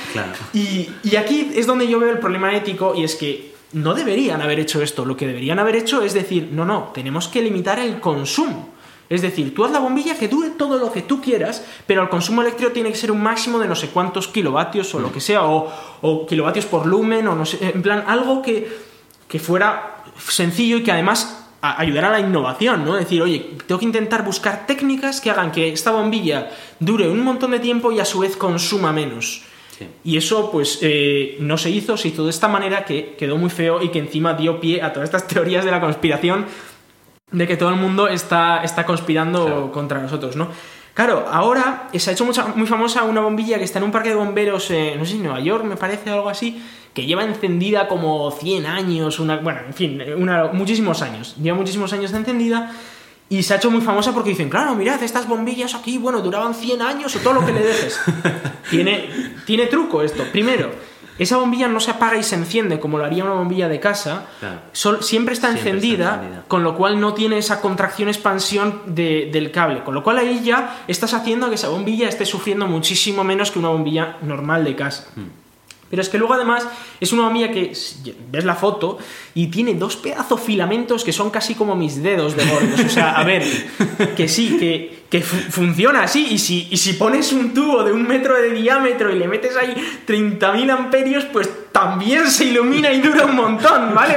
E: Y aquí es donde yo veo el problema ético, y es que no deberían haber hecho esto. Lo que deberían haber hecho es decir, no, tenemos que limitar el consumo. Es decir, tú haz la bombilla que dure todo lo que tú quieras, pero el consumo eléctrico tiene que ser un máximo de no sé cuántos kilovatios o lo que sea, o kilovatios por lumen, o no sé, en plan, algo que fuera sencillo y que además ayudara a la innovación, ¿no? Es decir, oye, tengo que intentar buscar técnicas que hagan que esta bombilla dure un montón de tiempo y a su vez consuma menos. Y eso, pues, no se hizo de esta manera que quedó muy feo y que encima dio pie a todas estas teorías de la conspiración de que todo el mundo está conspirando contra nosotros, ¿no? Claro, ahora se ha hecho muy famosa una bombilla que está en un parque de bomberos, no sé si en Nueva York, me parece, algo así, que lleva encendida como 100 años, muchísimos años. Lleva muchísimos años de encendida y se ha hecho muy famosa porque dicen, claro, mirad, estas bombillas aquí, bueno, duraban 100 años o todo lo que le dejes. Tiene truco esto. Primero, esa bombilla no se apaga y se enciende como lo haría una bombilla de casa. Siempre está encendida, con lo cual no tiene esa contracción-expansión del cable. Con lo cual ahí ya estás haciendo que esa bombilla esté sufriendo muchísimo menos que una bombilla normal de casa. Pero es que luego además es una bombilla que ves la foto y tiene 2 pedazos filamentos que son casi como mis dedos de gordos. O sea, a ver, que sí, que funciona así. Y si pones un tubo de 1 metro de diámetro y le metes ahí 30.000 amperios, pues también se ilumina y dura un montón, ¿vale?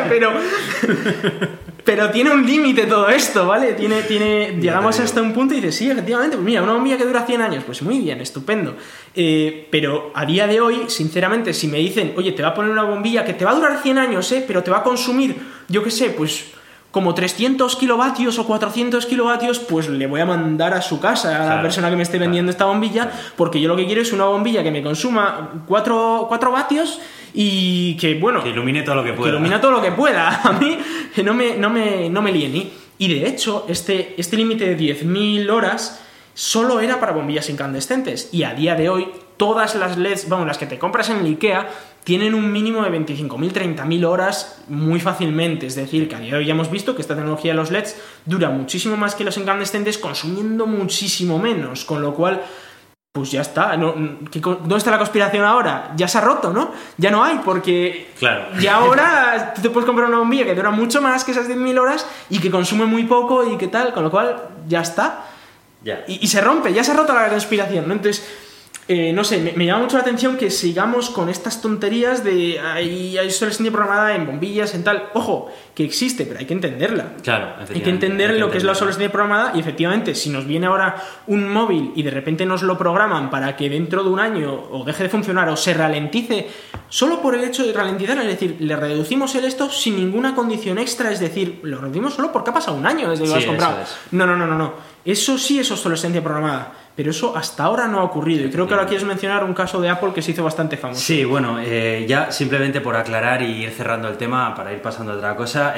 E: Pero tiene un límite todo esto, ¿vale? Llegamos hasta un punto y dices, sí, efectivamente, pues mira, una bombilla que dura 100 años, pues muy bien, estupendo. Pero a día de hoy, sinceramente, si me dicen, oye, te va a poner una bombilla que te va a durar 100 años, pero te va a consumir, yo qué sé, pues como 300 kilovatios o 400 kilovatios, pues le voy a mandar a su casa a la persona que me esté vendiendo esta bombilla, porque yo lo que quiero es una bombilla que me consuma 4 vatios y que, bueno...
D: Que ilumine todo lo que pueda.
E: Que ilumine todo lo que pueda. A mí, que no me líe ni. Y de hecho, este límite de 10.000 horas solo era para bombillas incandescentes. Y a día de hoy, todas las LEDs, las que te compras en el IKEA, tienen un mínimo de 25.000, 30.000 horas muy fácilmente. Es decir, que a día de hoy ya hemos visto que esta tecnología de los LEDs dura muchísimo más que los incandescentes, consumiendo muchísimo menos. Con lo cual, pues ya está. ¿Dónde está la conspiración ahora? Ya se ha roto, ¿no? Ya no hay, porque
D: claro.
E: Ya ahora tú te puedes comprar una bombilla que dura mucho más que esas 10.000 horas y que consume muy poco y que tal, con lo cual ya está.
D: Ya.
E: Y se rompe, ya se ha roto la conspiración, ¿no? Entonces... no sé, me llama mucho la atención que sigamos con estas tonterías de hay obsolescencia programada en bombillas, en tal. Ojo, que existe, pero hay que entenderla.
D: Claro,
E: hay que entender lo que es la obsolescencia programada y efectivamente, si nos viene ahora un móvil y de repente nos lo programan para que dentro de un año o deje de funcionar o se ralentice, solo por el hecho de ralentizar, es decir, le reducimos el esto sin ninguna condición extra, es decir, lo reducimos solo porque ha pasado un año desde que lo has comprado. No. Eso sí es obsolescencia programada. Pero eso hasta ahora no ha ocurrido. Y creo que ahora quieres mencionar un caso de Apple que se hizo bastante famoso.
D: Sí, bueno, ya simplemente por aclarar y ir cerrando el tema para ir pasando a otra cosa,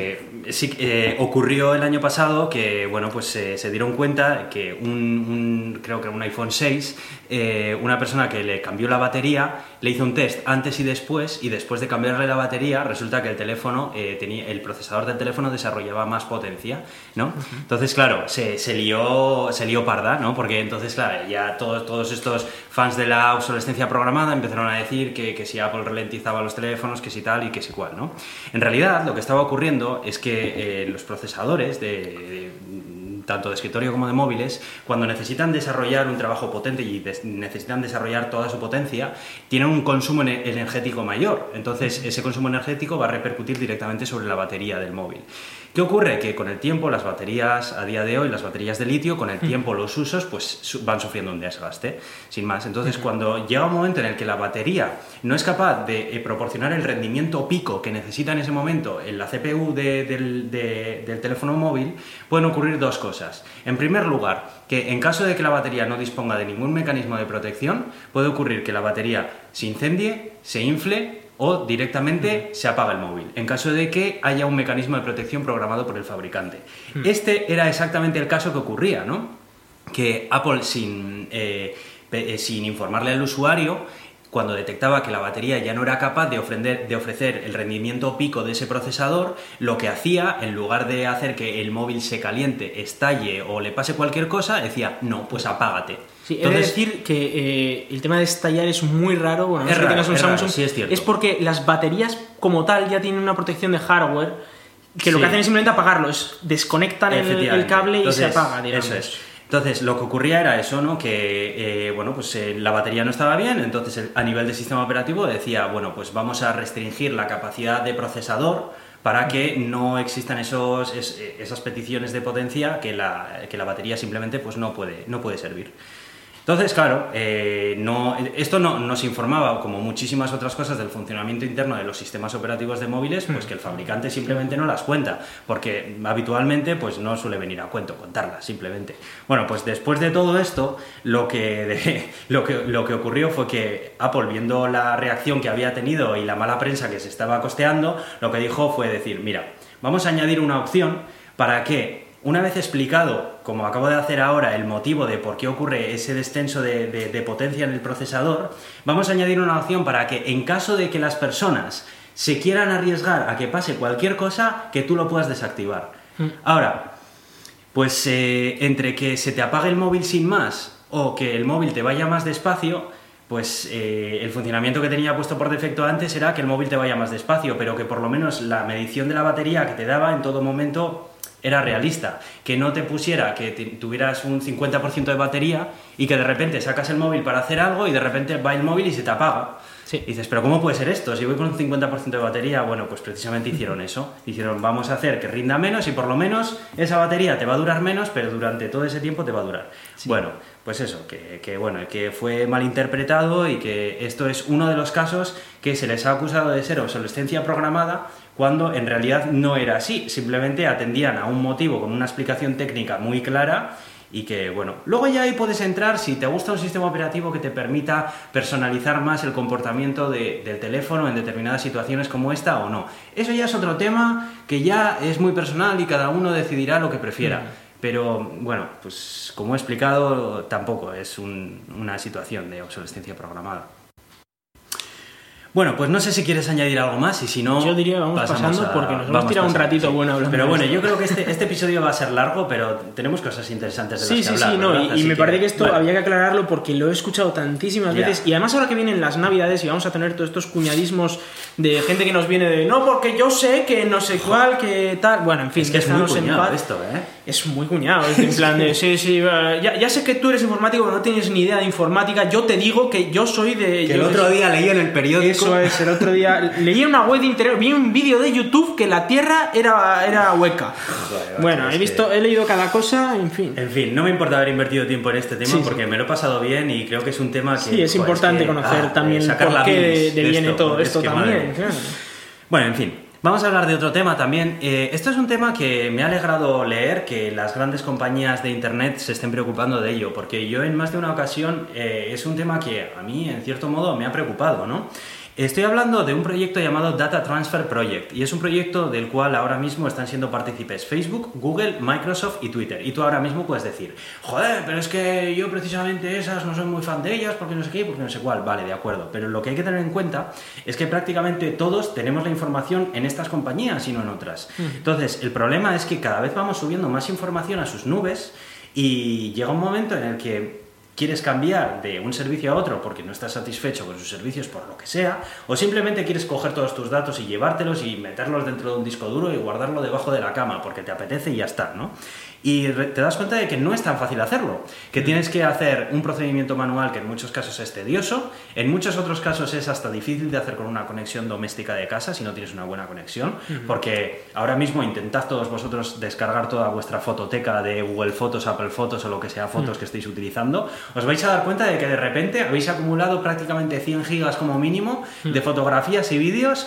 D: ocurrió el año pasado que, bueno, pues se dieron cuenta que creo que un iPhone 6, una persona que le cambió la batería, le hizo un test antes y después de cambiarle la batería, resulta que el teléfono, el procesador del teléfono desarrollaba más potencia, ¿no? Uh-huh. Entonces, claro, se lió parda, ¿no? Porque entonces, claro, ya todos estos fans de la obsolescencia programada empezaron a decir que si Apple ralentizaba los teléfonos, que si tal y que si cual, ¿no? En realidad, lo que estaba ocurriendo es que los procesadores tanto de escritorio como de móviles, cuando necesitan desarrollar un trabajo potente y necesitan desarrollar toda su potencia, tienen un consumo energético mayor. Entonces, ese consumo energético va a repercutir directamente sobre la batería del móvil. ¿Qué ocurre? Que con el tiempo las baterías, a día de hoy, las baterías de litio, con el tiempo los usos, pues van sufriendo un desgaste, sin más. Entonces, cuando llega un momento en el que la batería no es capaz de proporcionar el rendimiento pico que necesita en ese momento en la CPU del teléfono móvil, pueden ocurrir dos cosas. En primer lugar, que en caso de que la batería no disponga de ningún mecanismo de protección, puede ocurrir que la batería se incendie, se infle o directamente se apaga el móvil, en caso de que haya un mecanismo de protección programado por el fabricante. Este era exactamente el caso que ocurría, ¿no? Que Apple, sin informarle al usuario, cuando detectaba que la batería ya no era capaz de ofrecer el rendimiento pico de ese procesador, lo que hacía, en lugar de hacer que el móvil se caliente, estalle o le pase cualquier cosa, decía, no, pues apágate.
E: Sí, entonces, he de decir que el tema de estallar es muy raro. Bueno, no sé que tengas un Samsung,
D: sí, es cierto.
E: Es porque las baterías como tal ya tienen una protección de hardware que lo que hacen es simplemente apagarlo, desconectan el cable y se apaga, digamos.
D: Eso es. Entonces, lo que ocurría era eso, ¿no? Que, la batería no estaba bien, entonces a nivel de sistema operativo decía, bueno, pues vamos a restringir la capacidad de procesador para que no existan esas peticiones de potencia que la batería simplemente pues no puede servir. Entonces, claro, esto no nos informaba, como muchísimas otras cosas, del funcionamiento interno de los sistemas operativos de móviles, pues que el fabricante simplemente no las cuenta, porque habitualmente pues no suele venir a cuento contarlas, simplemente. Bueno, pues después de todo esto, lo que ocurrió fue que Apple, viendo la reacción que había tenido y la mala prensa que se estaba costeando, lo que dijo fue decir, mira, vamos a añadir una opción para que, una vez explicado, como acabo de hacer ahora, el motivo de por qué ocurre ese descenso de potencia en el procesador, vamos a añadir una opción para que, en caso de que las personas se quieran arriesgar a que pase cualquier cosa, que tú lo puedas desactivar. Ahora, pues entre que se te apague el móvil sin más o que el móvil te vaya más despacio, pues el funcionamiento que tenía puesto por defecto antes era que el móvil te vaya más despacio, pero que por lo menos la medición de la batería que te daba en todo momento era realista, que no te pusiera que tuvieras un 50% de batería y que de repente sacas el móvil para hacer algo y de repente va el móvil y se te apaga. Sí. Y dices, ¿pero cómo puede ser esto? Si voy con un 50% de batería, bueno, pues precisamente hicieron eso. Dijeron, vamos a hacer que rinda menos y por lo menos esa batería te va a durar menos, pero durante todo ese tiempo te va a durar. Sí. Bueno, pues eso, que fue malinterpretado y que esto es uno de los casos que se les ha acusado de ser obsolescencia programada cuando en realidad no era así, simplemente atendían a un motivo con una explicación técnica muy clara y que, bueno, luego ya ahí puedes entrar si te gusta un sistema operativo que te permita personalizar más el comportamiento del teléfono en determinadas situaciones como esta o no. Eso ya es otro tema que ya es muy personal y cada uno decidirá lo que prefiera. Pero, bueno, pues como he explicado, tampoco es una situación de obsolescencia programada. Bueno, pues no sé si quieres añadir algo más y si no...
E: Yo diría vamos pasando porque nos hemos tirado un ratito
D: sí.
E: bueno hablando.
D: Pero bueno, yo creo que este episodio va a ser largo, pero tenemos cosas interesantes de las que hablar.
E: No, y me parece que esto había que aclararlo porque lo he escuchado tantísimas veces y además ahora que vienen las Navidades y vamos a tener todos estos cuñadismos de gente que nos viene de no, porque yo sé que no sé cuál, que tal... Bueno, en fin,
D: es que es muy cuñado esto, ¿eh?
E: Es muy cuñado, es en plan de sí, ya sé que tú eres informático, pero no tienes ni idea de informática, yo te digo que yo soy de...
D: Que el otro día leí en el periódico...
E: Eso es, el otro día leí una web de interior, vi un vídeo de YouTube que la Tierra era hueca. Bueno, he leído cada cosa, en fin.
D: En fin, no me importa haber invertido tiempo en este tema porque me lo he pasado bien y creo que es un tema que...
E: Sí, es importante conocer también por qué viene todo esto también. Claro.
D: Bueno, en fin. Vamos a hablar de otro tema también. Esto es un tema que me ha alegrado leer, que las grandes compañías de Internet se estén preocupando de ello, porque yo en más de una ocasión es un tema que a mí, en cierto modo, me ha preocupado, ¿no? Estoy hablando de un proyecto llamado Data Transfer Project y es un proyecto del cual ahora mismo están siendo partícipes Facebook, Google, Microsoft y Twitter. Y tú ahora mismo puedes decir, joder, pero es que yo precisamente esas no soy muy fan de ellas porque no sé qué, porque no sé cuál. Vale, de acuerdo. Pero lo que hay que tener en cuenta es que prácticamente todos tenemos la información en estas compañías y no en otras. Entonces, el problema es que cada vez vamos subiendo más información a sus nubes y llega un momento en el que quieres cambiar de un servicio a otro porque no estás satisfecho con sus servicios por lo que sea, o simplemente quieres coger todos tus datos y llevártelos y meterlos dentro de un disco duro y guardarlo debajo de la cama porque te apetece y ya está, ¿no? Y te das cuenta de que no es tan fácil hacerlo, que tienes que hacer un procedimiento manual que en muchos casos es tedioso, en muchos otros casos es hasta difícil de hacer con una conexión doméstica de casa si no tienes una buena conexión, porque ahora mismo intentad todos vosotros descargar toda vuestra fototeca de Google Fotos, Apple Fotos o lo que sea fotos que estéis utilizando, os vais a dar cuenta de que de repente habéis acumulado prácticamente 100 gigas como mínimo de fotografías y vídeos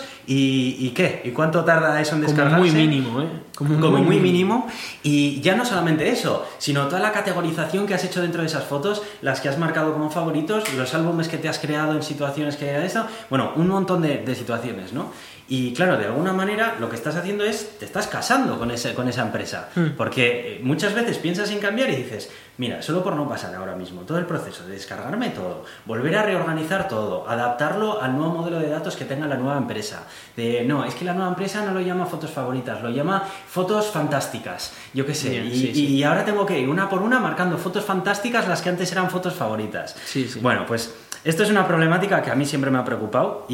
D: y ¿qué? ¿Y cuánto tarda eso en descargarse?
E: Como muy mínimo, ¿eh?
D: Como muy mínimo. Y ya no solamente eso, sino toda la categorización que has hecho dentro de esas fotos, las que has marcado como favoritos, los álbumes que te has creado en situaciones que hay eso, bueno, un montón de situaciones, ¿no? Y claro, de alguna manera lo que estás haciendo es, te estás casando con esa empresa, porque muchas veces piensas en cambiar y dices, mira, solo por no pasar ahora mismo todo el proceso de descargarme todo, volver a reorganizar todo, adaptarlo al nuevo modelo de datos que tenga la nueva empresa, no, es que la nueva empresa no lo llama fotos favoritas, lo llama fotos fantásticas, yo qué sé, bien, y ahora tengo que ir una por una marcando fotos fantásticas las que antes eran fotos favoritas. Bueno, pues esto es una problemática que a mí siempre me ha preocupado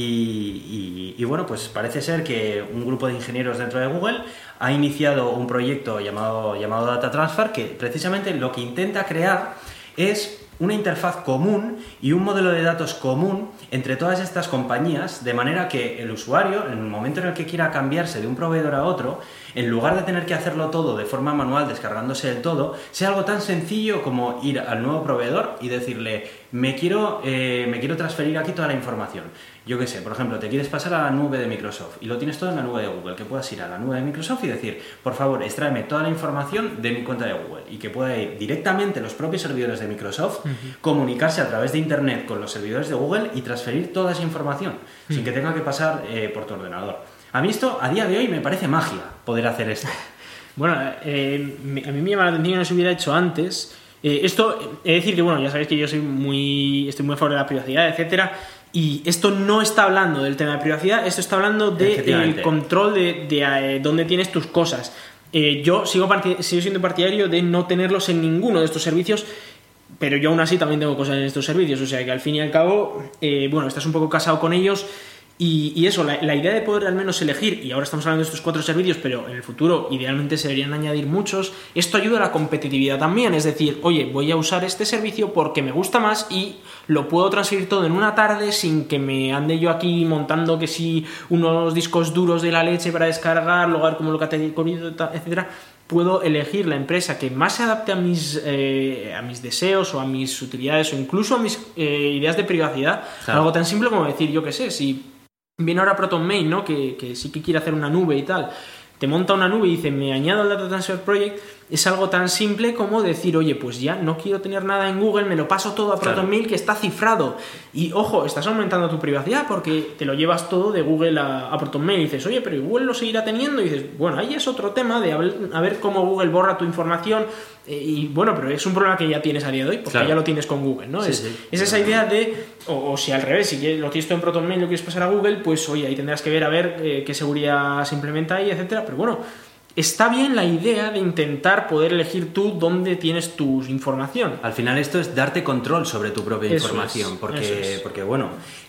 D: y bueno, pues parece ser que un grupo de ingenieros dentro de Google ha iniciado un proyecto llamado Data Transfer que precisamente lo que intenta crear es una interfaz común y un modelo de datos común entre todas estas compañías, de manera que el usuario, en el momento en el que quiera cambiarse de un proveedor a otro, en lugar de tener que hacerlo todo de forma manual, descargándose el todo, sea algo tan sencillo como ir al nuevo proveedor y decirle, me quiero transferir aquí toda la información. Yo qué sé, por ejemplo, te quieres pasar a la nube de Microsoft y lo tienes todo en la nube de Google, que puedas ir a la nube de Microsoft y decir, por favor, extráeme toda la información de mi cuenta de Google y que pueda ir directamente los propios servidores de Microsoft, comunicarse a través de Internet con los servidores de Google y transferir toda esa información sin que tenga que pasar por tu ordenador. A mí esto, a día de hoy, me parece magia poder hacer esto.
E: Bueno, a mí me llama la atención que no se hubiera hecho antes. Esto, es decir que, bueno, ya sabéis que yo estoy muy a favor de la privacidad, etcétera. Y esto no está hablando del tema de privacidad, esto está hablando del control de dónde tienes tus cosas. Yo sigo siendo partidario de no tenerlos en ninguno de estos servicios, pero yo aún así también tengo cosas en estos servicios, o sea que al fin y al cabo, bueno, estás un poco casado con ellos. Y eso, la idea de poder al menos elegir, y ahora estamos hablando de estos 4 servicios, pero en el futuro idealmente se deberían añadir muchos, esto ayuda a la competitividad también, es decir, oye, voy a usar este servicio porque me gusta más y lo puedo transferir todo en una tarde sin que me ande yo aquí montando que si unos discos duros de la leche para descargar, luego como lo categorizo, etcétera. Puedo elegir la empresa que más se adapte a mis deseos o a mis utilidades o incluso a mis ideas de privacidad. Claro. Algo tan simple como decir, yo qué sé, si Viene ahora ProtonMail, ¿no? Que sí que quiere hacer una nube y tal. Te monta una nube y dice, me añado al Data Transfer Project. Es algo tan simple como decir, oye, pues ya no quiero tener nada en Google, me lo paso todo a ProtonMail, que está cifrado. Y ojo, estás aumentando tu privacidad porque te lo llevas todo de Google a ProtonMail. Y dices, oye, pero Google lo seguirá teniendo. Y dices, bueno, ahí es otro tema de a ver cómo Google borra tu información. Y bueno, pero es un problema que ya tienes a día de hoy porque ya lo tienes con Google, ¿no?
D: Sí,
E: es esa idea de, o si al revés, si lo tienes todo en ProtonMail y lo quieres pasar a Google, pues oye, ahí tendrás que ver a ver qué seguridad se implementa ahí, etcétera. Pero bueno, está bien la idea de intentar poder elegir tú dónde tienes tu información.
D: Al final esto es darte control sobre tu propia información, porque bueno,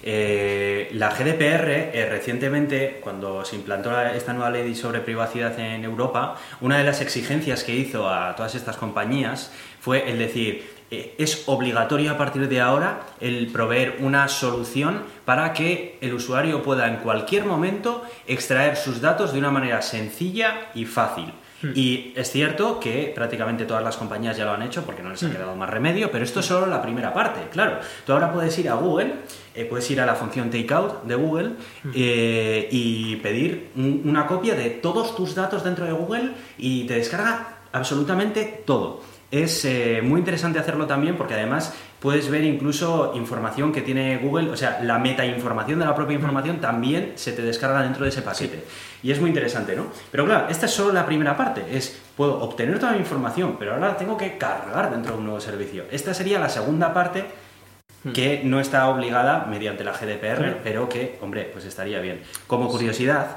D: la GDPR recientemente, cuando se implantó esta nueva ley sobre privacidad en Europa, una de las exigencias que hizo a todas estas compañías fue el decir, es obligatorio a partir de ahora el proveer una solución para que el usuario pueda en cualquier momento extraer sus datos de una manera sencilla y fácil. Y es cierto que prácticamente todas las compañías ya lo han hecho porque no les ha quedado más remedio, pero esto es solo la primera parte. Claro, tú ahora puedes ir a Google, puedes ir a la función Takeout de Google y pedir una copia de todos tus datos dentro de Google y te descarga absolutamente todo. Es muy interesante hacerlo también porque además puedes ver incluso información que tiene Google, o sea, la metainformación de la propia información también se te descarga dentro de ese paquete. Sí. Y es muy interesante, ¿no? Pero claro, esta es solo la primera parte, puedo obtener toda mi información, pero ahora la tengo que cargar dentro de un nuevo servicio. Esta sería la segunda parte que no está obligada mediante la GDPR, pero que, hombre, pues estaría bien. Como curiosidad,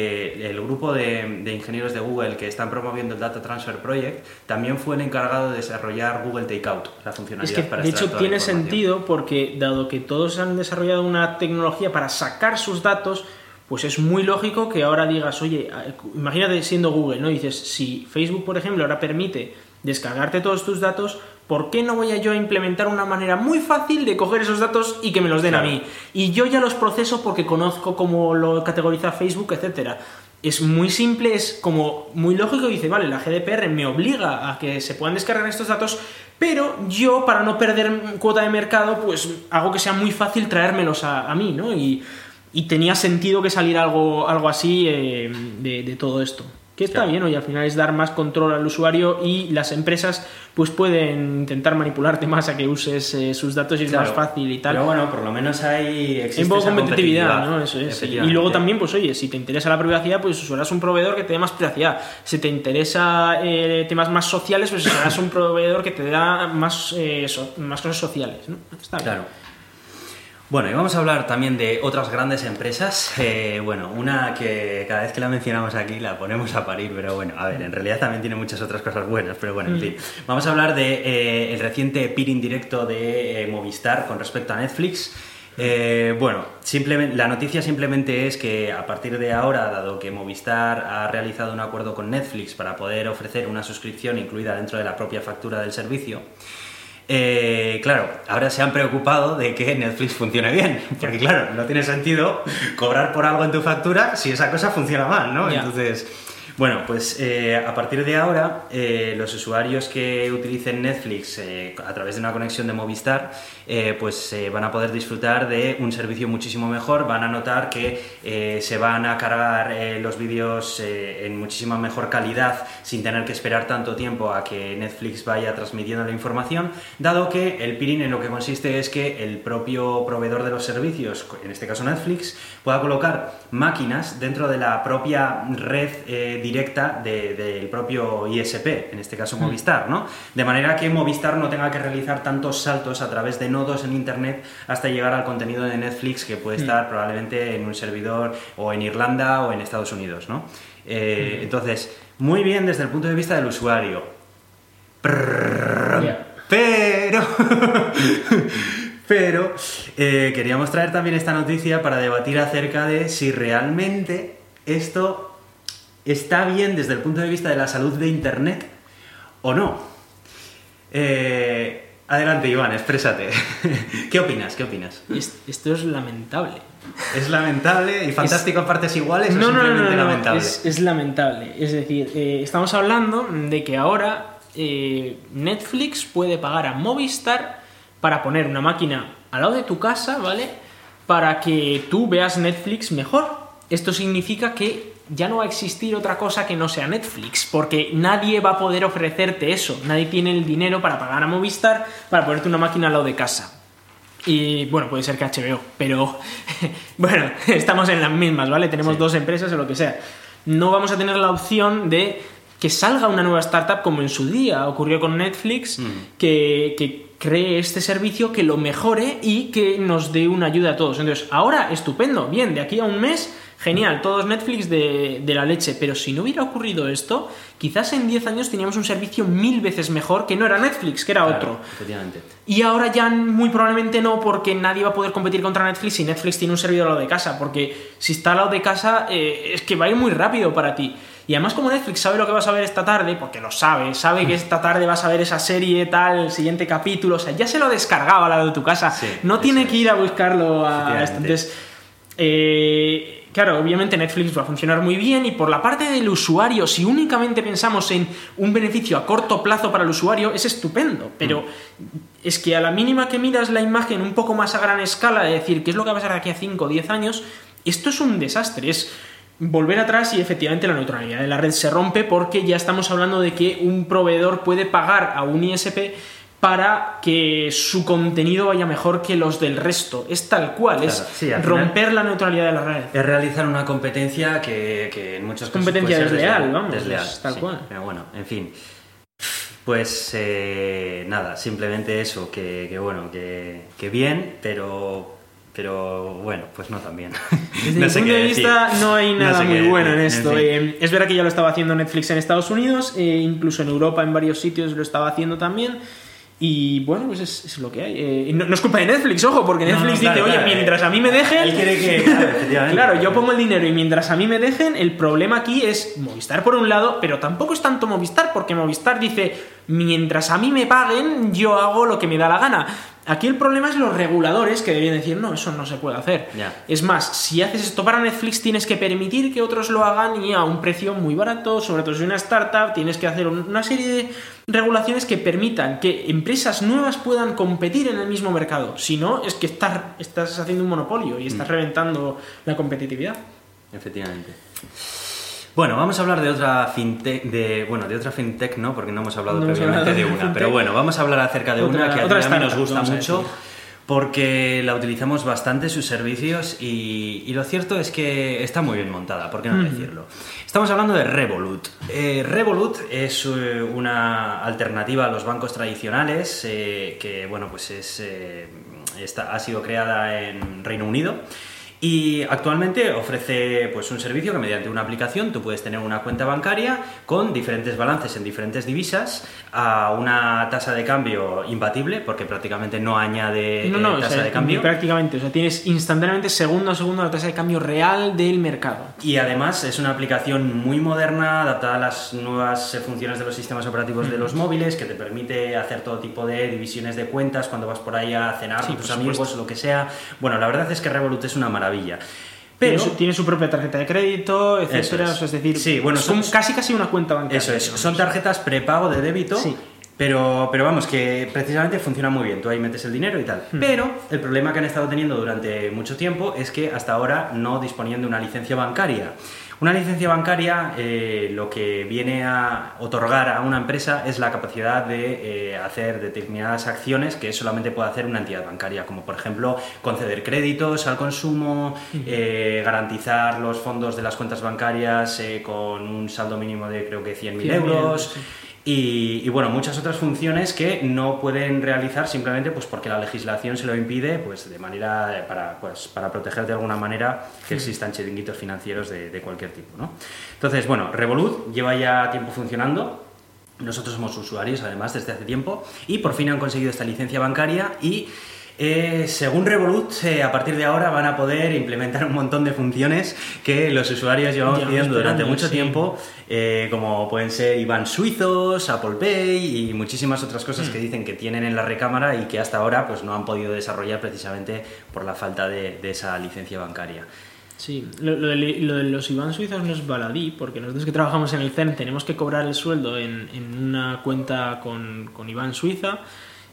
D: el grupo de ingenieros de Google que están promoviendo el Data Transfer Project también fue el encargado de desarrollar Google Takeout, la funcionalidad para
E: de hecho tiene sentido porque dado que todos han desarrollado una tecnología para sacar sus datos, pues es muy lógico que ahora digas, oye, imagínate siendo Google, ¿no? Y dices, si Facebook, por ejemplo, ahora permite descargarte todos tus datos, ¿por qué no voy a yo a implementar una manera muy fácil de coger esos datos y que me los den a mí? Y yo ya los proceso porque conozco cómo lo categoriza Facebook, etcétera. Es muy simple, es como muy lógico y dice, vale, la GDPR me obliga a que se puedan descargar estos datos, pero yo, para no perder cuota de mercado, pues hago que sea muy fácil traérmelos a mí, ¿no? Y tenía sentido que saliera algo así de todo esto. Que está bien, oye, al final es dar más control al usuario y las empresas pues pueden intentar manipularte más a que uses sus datos y es más fácil y tal.
D: Pero bueno, por lo menos existe
E: un poco
D: esa
E: competitividad, ¿no? Eso es. Y luego también, pues oye, si te interesa la privacidad, pues usarás un proveedor que te dé más privacidad. Si te interesa temas más sociales, pues usarás un proveedor que te da más cosas sociales, ¿no? Está bien.
D: Claro. Bueno, y vamos a hablar también de otras grandes empresas. Bueno, una que cada vez que la mencionamos aquí la ponemos a parir, pero bueno, a ver, en realidad también tiene muchas otras cosas buenas, pero bueno, en fin. Vamos a hablar de el reciente peering directo de Movistar con respecto a Netflix. Bueno, simplemente, la noticia simplemente es que a partir de ahora, dado que Movistar ha realizado un acuerdo con Netflix para poder ofrecer una suscripción incluida dentro de la propia factura del servicio, claro, ahora se han preocupado de que Netflix funcione bien, porque claro, no tiene sentido cobrar por algo en tu factura si esa cosa funciona mal, ¿no?
E: Yeah.
D: Entonces, bueno, pues a partir de ahora los usuarios que utilicen Netflix a través de una conexión de Movistar pues van a poder disfrutar de un servicio muchísimo mejor, van a notar que se van a cargar los vídeos en muchísima mejor calidad sin tener que esperar tanto tiempo a que Netflix vaya transmitiendo la información, dado que el peering en lo que consiste es que el propio proveedor de los servicios, en este caso Netflix, pueda colocar máquinas dentro de la propia red directa del propio ISP, en este caso Movistar, ¿no? De manera que Movistar no tenga que realizar tantos saltos a través de nodos en internet hasta llegar al contenido de Netflix que puede estar probablemente en un servidor o en Irlanda o en Estados Unidos, ¿no? Entonces, muy bien desde el punto de vista del usuario. Pero queríamos traer también esta noticia para debatir acerca de si realmente esto está bien desde el punto de vista de la salud de Internet o no. Adelante, Iván, exprésate. ¿Qué opinas?
E: Esto es lamentable.
D: ¿Es lamentable y fantástico a partes iguales o simplemente lamentable?
E: Es lamentable. Es decir, estamos hablando de que ahora Netflix puede pagar a Movistar para poner una máquina al lado de tu casa, ¿vale? para que tú veas Netflix mejor. Esto significa que ya no va a existir otra cosa que no sea Netflix, porque nadie va a poder ofrecerte eso. Nadie tiene el dinero para pagar a Movistar para ponerte una máquina al lado de casa. Y bueno, puede ser que HBO, pero bueno, estamos en las mismas, ¿vale? Tenemos dos empresas o lo que sea. No vamos a tener la opción de que salga una nueva startup como en su día ocurrió con Netflix, que cree este servicio, que lo mejore y que nos dé una ayuda a todos. Entonces, ahora, estupendo, bien, de aquí a un mes, genial, todos Netflix de la leche. Pero si no hubiera ocurrido esto, quizás en 10 años teníamos un servicio 1000 veces mejor, que no era Netflix, que era otro.
D: Efectivamente.
E: Y ahora ya muy probablemente no, porque nadie va a poder competir contra Netflix si Netflix tiene un servidor al lado de casa, porque si está al lado de casa es que va a ir muy rápido para ti. Y además, como Netflix sabe lo que vas a ver esta tarde, porque lo sabe que esta tarde vas a ver esa serie, tal, el siguiente capítulo, o sea, ya se lo ha descargado al lado de tu casa, no tiene que ir a buscarlo a esto. Entonces, claro, obviamente Netflix va a funcionar muy bien, y por la parte del usuario, si únicamente pensamos en un beneficio a corto plazo para el usuario, es estupendo, pero es que a la mínima que miras la imagen un poco más a gran escala, de decir qué es lo que va a pasar de aquí a 5 o 10 años, esto es un desastre, es volver atrás, y efectivamente la neutralidad de la red se rompe, porque ya estamos hablando de que un proveedor puede pagar a un ISP para que su contenido vaya mejor que los del resto. Es tal cual, claro, es romper la neutralidad de la red.
D: Es realizar una competencia que en muchos casos
E: competencia
D: puede ser
E: desleal, vamos.
D: Desleal,
E: es tal cual.
D: Pero bueno, en fin. Pues nada, simplemente eso, que bueno, que bien, pero bueno, pues no tan bien.
E: Desde mi punto de vista no hay nada muy bueno en esto. Es verdad que ya lo estaba haciendo Netflix en Estados Unidos, incluso en Europa en varios sitios lo estaba haciendo también. Y bueno, pues es lo que hay. No es culpa de Netflix, ojo, porque Netflix dice, oye, mientras a mí me dejen...
D: Él quiere que...
E: Claro, yo pongo el dinero y mientras a mí me dejen, el problema aquí es Movistar por un lado, pero tampoco es tanto Movistar, porque Movistar dice, mientras a mí me paguen, yo hago lo que me da la gana. Aquí el problema es los reguladores, que deberían decir, no, eso no se puede hacer. Es más, si haces esto para Netflix, tienes que permitir que otros lo hagan, y a un precio muy barato, sobre todo si es una startup, tienes que hacer una serie de regulaciones que permitan que empresas nuevas puedan competir en el mismo mercado. Si no, es que estás haciendo un monopolio y estás reventando la competitividad.
D: Efectivamente. Bueno, vamos a hablar de otra fintech, de otra fintech, ¿no? Porque no hemos hablado previamente de una. Pero bueno, vamos a hablar acerca de una que a mí nos gusta mucho, porque la utilizamos bastante, sus servicios, y lo cierto es que está muy bien montada, ¿por qué no decirlo? Estamos hablando de Revolut. Revolut es una alternativa a los bancos tradicionales, que bueno, pues ha sido creada en Reino Unido. Y actualmente ofrece pues un servicio que mediante una aplicación tú puedes tener una cuenta bancaria con diferentes balances en diferentes divisas a una tasa de cambio imbatible, porque prácticamente no añade tasa de cambio.
E: Prácticamente, o sea, tienes instantáneamente segundo a segundo la tasa de cambio real del mercado.
D: Y además es una aplicación muy moderna, adaptada a las nuevas funciones de los sistemas operativos de los móviles, que te permite hacer todo tipo de divisiones de cuentas cuando vas por ahí a cenar con tus amigos, lo que sea. Bueno, la verdad es que Revolut es una maravilla. Pero
E: tiene su propia tarjeta de crédito, etcétera. Es decir,
D: sí, bueno,
E: es casi una cuenta bancaria.
D: Eso es, son tarjetas prepago de débito, pero vamos, que precisamente funciona muy bien. Tú ahí metes el dinero y tal. Pero el problema que han estado teniendo durante mucho tiempo es que hasta ahora no disponían de una licencia bancaria. Una licencia bancaria lo que viene a otorgar a una empresa es la capacidad de hacer determinadas acciones que solamente puede hacer una entidad bancaria, como por ejemplo conceder créditos al consumo, garantizar los fondos de las cuentas bancarias con un saldo mínimo de creo que 100.000 euros. Y bueno, muchas otras funciones que no pueden realizar simplemente pues porque la legislación se lo impide, pues de manera para proteger de alguna manera que existan chiringuitos financieros de cualquier tipo, ¿no? Entonces, bueno, Revolut lleva ya tiempo funcionando. Nosotros somos usuarios además desde hace tiempo, y por fin han conseguido esta licencia bancaria, y según Revolut, a partir de ahora van a poder implementar un montón de funciones que los usuarios llevamos pidiendo durante mucho tiempo, como pueden ser IBAN suizos, Apple Pay y muchísimas otras cosas que dicen que tienen en la recámara y que hasta ahora pues no han podido desarrollar precisamente por la falta de esa licencia bancaria.
E: Sí, lo de los IBAN suizos no es baladí, porque nosotros que trabajamos en el CERN tenemos que cobrar el sueldo en una cuenta con IBAN suiza.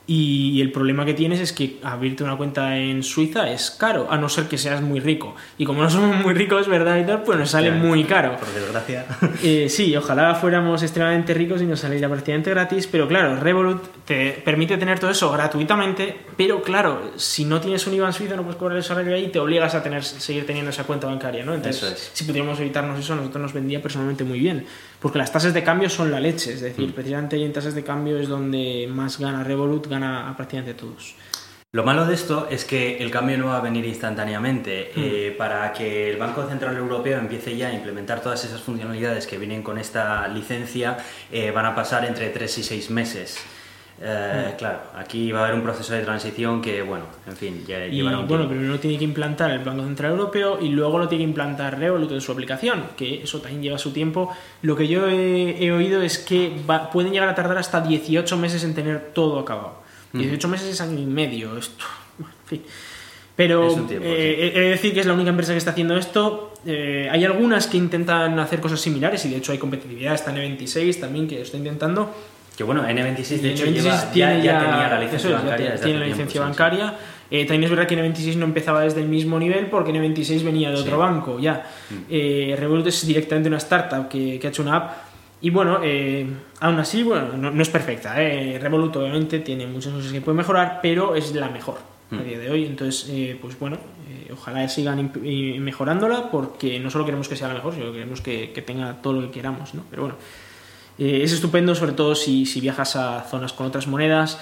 E: Y el problema que tienes es que abrirte una cuenta en Suiza es caro, a no ser que seas muy rico. Y como no somos muy ricos, ¿verdad? Y tal, pues nos sale muy caro.
D: Por desgracia.
E: Sí, ojalá fuéramos extremadamente ricos y nos saliera prácticamente gratis. Pero claro, Revolut te permite tener todo eso gratuitamente. Pero claro, si no tienes un IBAN suizo, no puedes cobrar el salario ahí y te obligas a seguir teniendo esa cuenta bancaria, ¿no? Entonces, si pudiéramos evitarnos eso, a nosotros nos vendría personalmente muy bien. Porque las tasas de cambio son la leche. Es decir, precisamente en tasas de cambio es donde más gana Revolut, gana a prácticamente todos.
D: Lo malo de esto es que el cambio no va a venir instantáneamente. Para que el Banco Central Europeo empiece ya a implementar todas esas funcionalidades que vienen con esta licencia, van a pasar entre 3 y 6 meses. Claro, aquí va a haber un proceso de transición que, bueno, en fin, ya llevará un tiempo.
E: Bueno, primero lo tiene que implantar el Banco Central Europeo y luego lo tiene que implantar Revolut en su aplicación, que eso también lleva su tiempo. Lo que yo he oído es que pueden llegar a tardar hasta 18 meses en tener todo acabado. 18 meses es año y medio, esto, en fin. Pero
D: es un tiempo,
E: he de decir que es la única empresa que está haciendo esto. Hay algunas que intentan hacer cosas similares y de hecho hay competitividad, está N26 también que está intentando.
D: Que bueno, N26 de hecho
E: N26
D: ya tenía la licencia bancaria.
E: Tiene la licencia bancaria. También es verdad que N26 no empezaba desde el mismo nivel porque N26 venía de otro banco ya. Revolut es directamente una startup que ha hecho una app. Y bueno, aún así, bueno, no es perfecta. Revolut obviamente tiene muchas cosas que puede mejorar, pero es la mejor a día de hoy. Entonces, pues bueno, ojalá sigan mejorándola porque no solo queremos que sea la mejor, sino que queremos que tenga todo lo que queramos, ¿no? Pero bueno, es estupendo, sobre todo si viajas a zonas con otras monedas,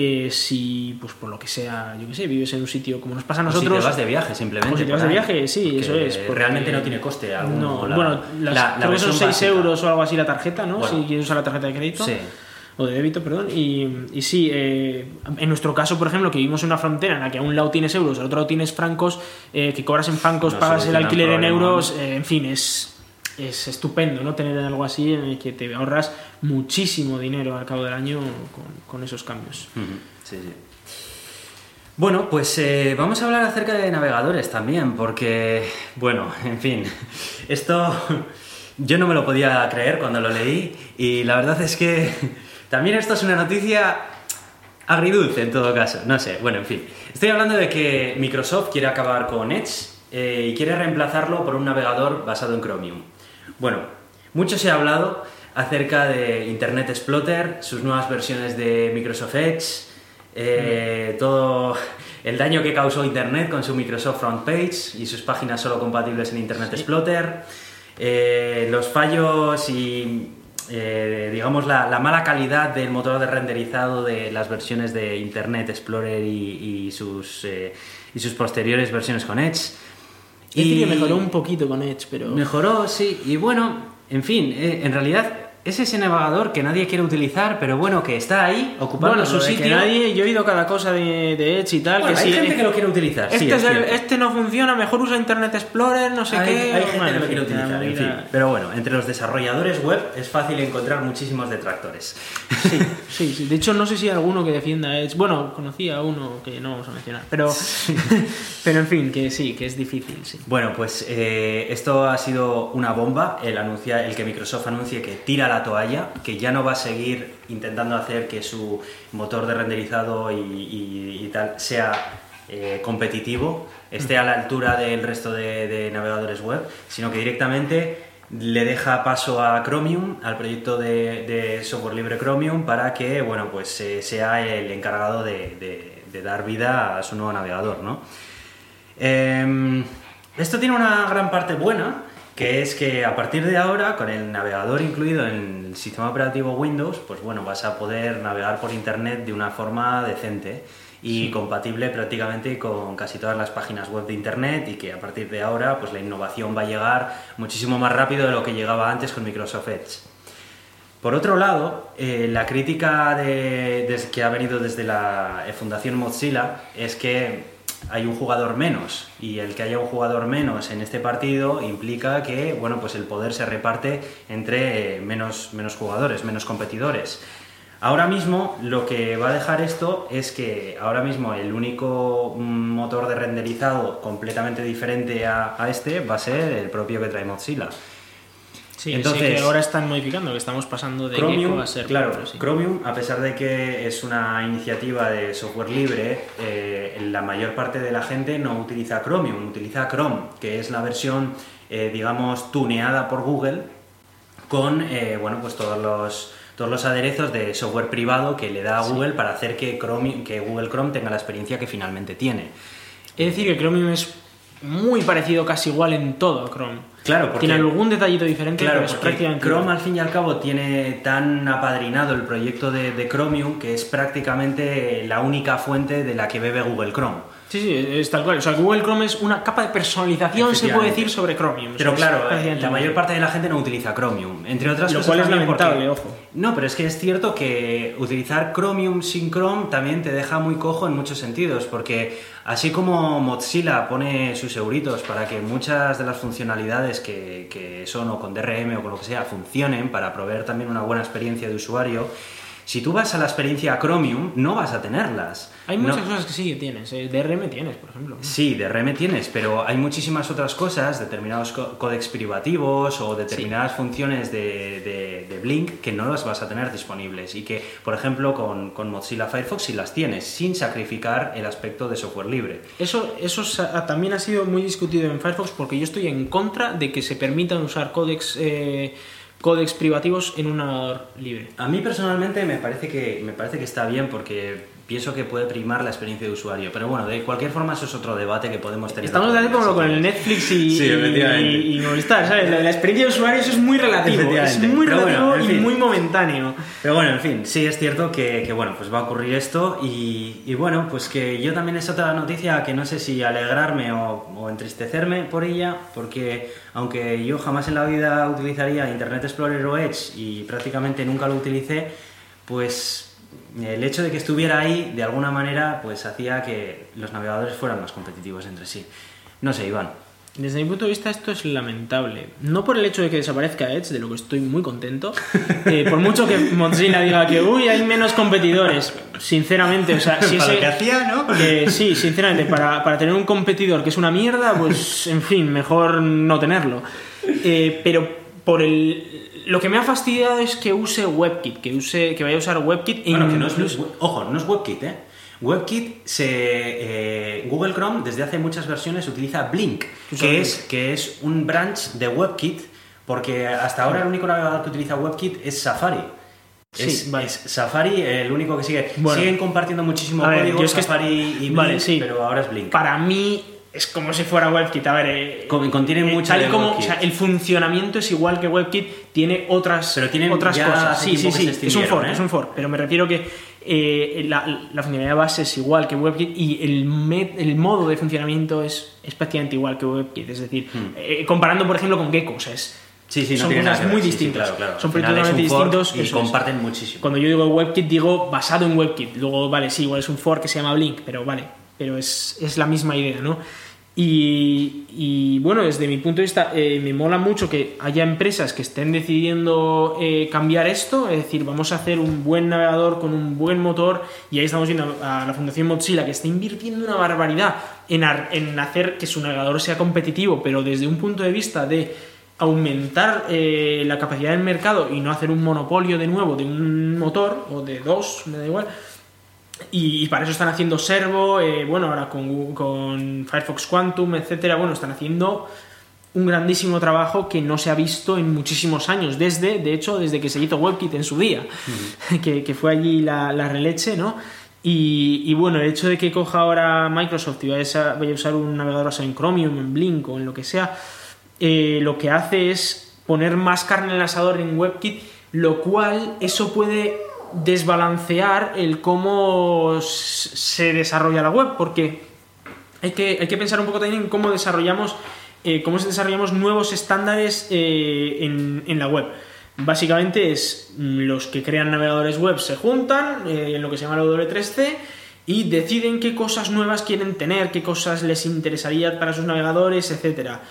E: si, pues por lo que sea, yo qué sé, vives en un sitio como nos pasa a nosotros.
D: O si te vas de viaje, simplemente.
E: O si te vas de viaje, sí, eso es.
D: Realmente no tiene coste alguno.
E: No, creo que son 6 euros o algo así la tarjeta, ¿no?
D: Bueno,
E: si quieres usar la tarjeta de crédito.
D: Sí.
E: O de débito, perdón. Y sí, en nuestro caso, por ejemplo, que vivimos en una frontera en la que a un lado tienes euros, al otro lado tienes francos, que cobras en francos, pagas el alquiler en euros, en fin, es estupendo, ¿no? Tener algo así en el que te ahorras muchísimo dinero al cabo del año con esos cambios.
D: Sí. Bueno, pues vamos a hablar acerca de navegadores también, porque, bueno, en fin, esto yo no me lo podía creer cuando lo leí y la verdad es que también esto es una noticia agridulce en todo caso, no sé, bueno, en fin. Estoy hablando de que Microsoft quiere acabar con Edge y quiere reemplazarlo por un navegador basado en Chromium. Bueno, mucho se ha hablado acerca de Internet Explorer, sus nuevas versiones de Microsoft Edge, todo el daño que causó Internet con su Microsoft Frontpage y sus páginas solo compatibles en Internet Explorer, los fallos y digamos la mala calidad del motor de renderizado de las versiones de Internet Explorer y sus posteriores versiones con Edge.
E: Y mejoró un poquito con Edge, pero...
D: Mejoró, sí, y bueno, en fin, en realidad es ese navegador que nadie quiere utilizar, pero bueno, que está ahí, ocupando su sitio.
E: Yo he oído cada cosa de Edge y tal.
D: Bueno,
E: que
D: hay gente que lo quiere utilizar,
E: este no funciona, mejor usa Internet Explorer, no sé qué...
D: Hay gente que lo quiere utilizar, en fin. Pero bueno, entre los desarrolladores web es fácil encontrar muchísimos detractores.
E: Sí. De hecho, no sé si hay alguno que defienda Edge. Bueno, conocía a uno que no vamos a mencionar, pero en fin, que sí, que es difícil, sí.
D: Bueno, pues esto ha sido una bomba, el que Microsoft anuncie que tira la toalla, que ya no va a seguir intentando hacer que su motor de renderizado y tal sea competitivo, esté a la altura del resto de navegadores web, sino que directamente le deja paso a Chromium, al proyecto de software libre Chromium, para que, bueno, pues sea el encargado de dar vida a su nuevo navegador, ¿no? Esto tiene una gran parte buena, que es que a partir de ahora, con el navegador incluido en el sistema operativo Windows, pues bueno, vas a poder navegar por internet de una forma decente y compatible prácticamente con casi todas las páginas web de internet, y que a partir de ahora pues la innovación va a llegar muchísimo más rápido de lo que llegaba antes con Microsoft Edge. Por otro lado, la crítica que ha venido desde la Fundación Mozilla es que hay un jugador menos, y el que haya un jugador menos en este partido implica que, bueno, pues el poder se reparte entre menos jugadores, menos competidores. Ahora mismo lo que va a dejar esto es que ahora mismo el único motor de renderizado completamente diferente a este va a ser el propio que trae Mozilla.
E: Sí, entonces, sí, que ahora están modificando, que estamos pasando de Chromium a ser...
D: Claro, sí. Chromium, a pesar de que es una iniciativa de software libre, la mayor parte de la gente no utiliza Chromium, utiliza Chrome, que es la versión, digamos, tuneada por Google con, pues todos los aderezos de software privado que le da a Google para hacer que Google Chrome tenga la experiencia que finalmente tiene.
E: Es decir, que Chromium es muy parecido, casi igual en todo a Chrome.
D: Claro, porque,
E: tiene algún detallito diferente, pero es prácticamente
D: Chrome igual. Al fin y al cabo tiene tan apadrinado el proyecto de Chromium que es prácticamente la única fuente de la que bebe Google Chrome.
E: Sí, es tal cual. O sea, Google Chrome es una capa de personalización, se puede decir, sobre Chromium.
D: Pero claro, la mayor parte de la gente no utiliza Chromium, entre otras cosas.
E: Lo cual es lamentable, ojo.
D: No, pero es que es cierto que utilizar Chromium sin Chrome también te deja muy cojo en muchos sentidos, porque así como Mozilla pone sus euritos para que muchas de las funcionalidades que son o con DRM o con lo que sea funcionen para proveer también una buena experiencia de usuario, si tú vas a la experiencia Chromium no vas a tenerlas.
E: Hay muchas cosas que sí que tienes, DRM tienes, por ejemplo.
D: Sí, DRM tienes, pero hay muchísimas otras cosas, determinados códecs privativos o determinadas funciones de Blink que no las vas a tener disponibles y que, por ejemplo, con Mozilla Firefox sí las tienes, sin sacrificar el aspecto de software libre.
E: Eso también ha sido muy discutido en Firefox porque yo estoy en contra de que se permitan usar códecs privativos en un navegador libre.
D: A mí personalmente me parece que está bien porque pienso que puede primar la experiencia de usuario, pero bueno, de cualquier forma eso es otro debate que podemos tener.
E: Estamos hablando como con el Netflix y Movistar, ¿sabes? La experiencia de usuario eso es muy relativo, es muy relativo y muy momentáneo.
D: Pero bueno, en fin, sí es cierto que bueno, pues va a ocurrir esto y bueno, pues que yo también es otra noticia que no sé si alegrarme o entristecerme por ella, porque aunque yo jamás en la vida utilizaría Internet Explorer o Edge y prácticamente nunca lo utilicé, pues el hecho de que estuviera ahí de alguna manera pues hacía que los navegadores fueran más competitivos entre sí. No sé, Iván.
E: Desde mi punto de vista esto es lamentable. No por el hecho de que desaparezca Edge, de lo que estoy muy contento, por mucho que Mozilla diga que hay menos competidores, sinceramente, o sea, si
D: para lo que hacía, ¿no?
E: Sí, sinceramente, para tener un competidor que es una mierda, pues en fin, mejor no tenerlo. Pero lo que me ha fastidiado es que use WebKit, que vaya a usar WebKit.
D: Bueno, que no es WebKit, ¿eh? WebKit, Google Chrome desde hace muchas versiones utiliza Blink, que es un branch de WebKit, porque hasta ahora el único navegador que utiliza WebKit es Safari. Es Safari el único que sigue. Bueno, siguen compartiendo muchísimo código Safari y Blink, pero ahora es Blink.
E: Para mí es como si fuera WebKit. A ver,
D: contiene mucha de WebKit.
E: O sea, el funcionamiento es igual que WebKit, tiene otras cosas. Sí, es un fork, pero me refiero que la funcionalidad base es igual que WebKit y el modo de funcionamiento es prácticamente igual que WebKit. Es decir, comparando por ejemplo con Gecko, o sea, son cosas muy distintas.
D: Claro.
E: Son totalmente distintos
D: y comparten muchísimo.
E: Cuando yo digo WebKit digo basado en WebKit. Luego, vale, sí, igual es un fork que se llama Blink, pero es la misma idea, ¿no? Y bueno, desde mi punto de vista me mola mucho que haya empresas que estén decidiendo cambiar esto, es decir, vamos a hacer un buen navegador con un buen motor, y ahí estamos viendo a la Fundación Mozilla que está invirtiendo una barbaridad en hacer que su navegador sea competitivo, pero desde un punto de vista de aumentar la capacidad del mercado y no hacer un monopolio de nuevo de un motor o de dos, me da igual. Y para eso están haciendo Servo, ahora con Firefox Quantum, etcétera. Bueno, están haciendo un grandísimo trabajo que no se ha visto en muchísimos años, desde que se hizo WebKit en su día, que fue allí la releche, ¿no? Y bueno, el hecho de que coja ahora Microsoft y vaya a usar un navegador basado en Chromium, en Blink o en lo que sea, lo que hace es poner más carne en el asador en WebKit, lo cual eso puede desbalancear el cómo se desarrolla la web, porque hay que pensar un poco también en cómo desarrollamos nuevos estándares en la web. Básicamente es los que crean navegadores web se juntan en lo que se llama la W3C y deciden qué cosas nuevas quieren tener, qué cosas les interesaría para sus navegadores, etcétera.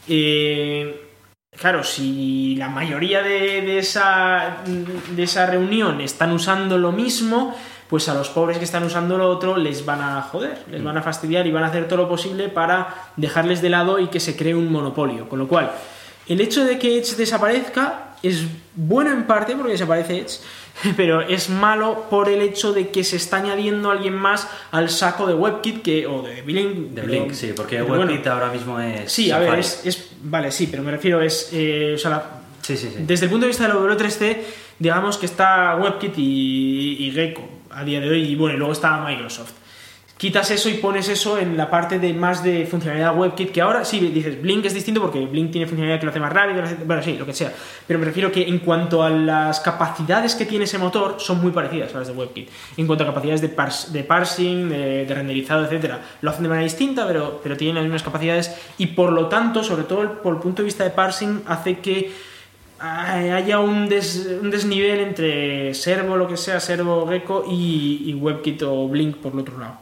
E: Claro, si la mayoría de esa reunión están usando lo mismo, pues a los pobres que están usando lo otro les van a joder, les van a fastidiar y van a hacer todo lo posible para dejarles de lado y que se cree un monopolio. Con lo cual, el hecho de que Edge desaparezca es bueno en parte porque desaparece Edge, pero es malo por el hecho de que se está añadiendo alguien más al saco de WebKit o de Blink.
D: De Blink, sí, porque WebKit ahora mismo es...
E: Sí,
D: Safari.
E: A ver, vale, sí, pero me refiero o sea,
D: sí.
E: Desde el punto de vista de la W3C, digamos que está WebKit y Gecko a día de hoy, y bueno, y luego está Microsoft. Quitas eso y pones eso en la parte de más de funcionalidad WebKit, que ahora sí dices Blink es distinto porque Blink tiene funcionalidad que lo hace más rápido, bueno, sí, lo que sea, pero me refiero que en cuanto a las capacidades que tiene ese motor son muy parecidas a las de WebKit. En cuanto a capacidades de parsing, de renderizado, etcétera, lo hacen de manera distinta, pero tienen las mismas capacidades, y por lo tanto, sobre todo por el punto de vista de parsing, hace que haya un desnivel entre Servo, lo que sea, Servo, Gecko y WebKit o Blink por el otro lado.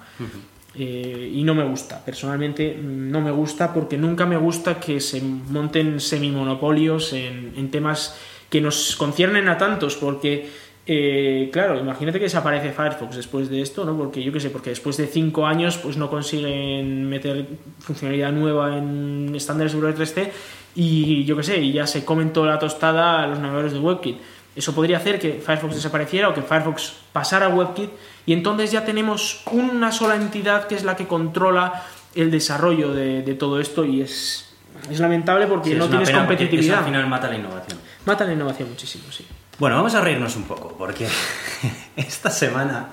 E: Y no me gusta, personalmente no me gusta, porque nunca me gusta que se monten semimonopolios en temas que nos conciernen a tantos, porque claro, imagínate que desaparece Firefox después de esto, ¿no? Porque yo qué sé, porque después de 5 años pues no consiguen meter funcionalidad nueva en estándares de W3C y yo qué sé, y ya se comen toda la tostada a los navegadores de WebKit. Eso podría hacer que Firefox desapareciera o que Firefox pasara a WebKit, y entonces ya tenemos una sola entidad que es la que controla el desarrollo de todo esto, y es lamentable porque
D: sí,
E: no tienes competitividad.
D: Eso al final mata la innovación.
E: Mata la innovación muchísimo, sí.
D: Bueno, vamos a reírnos un poco, porque esta semana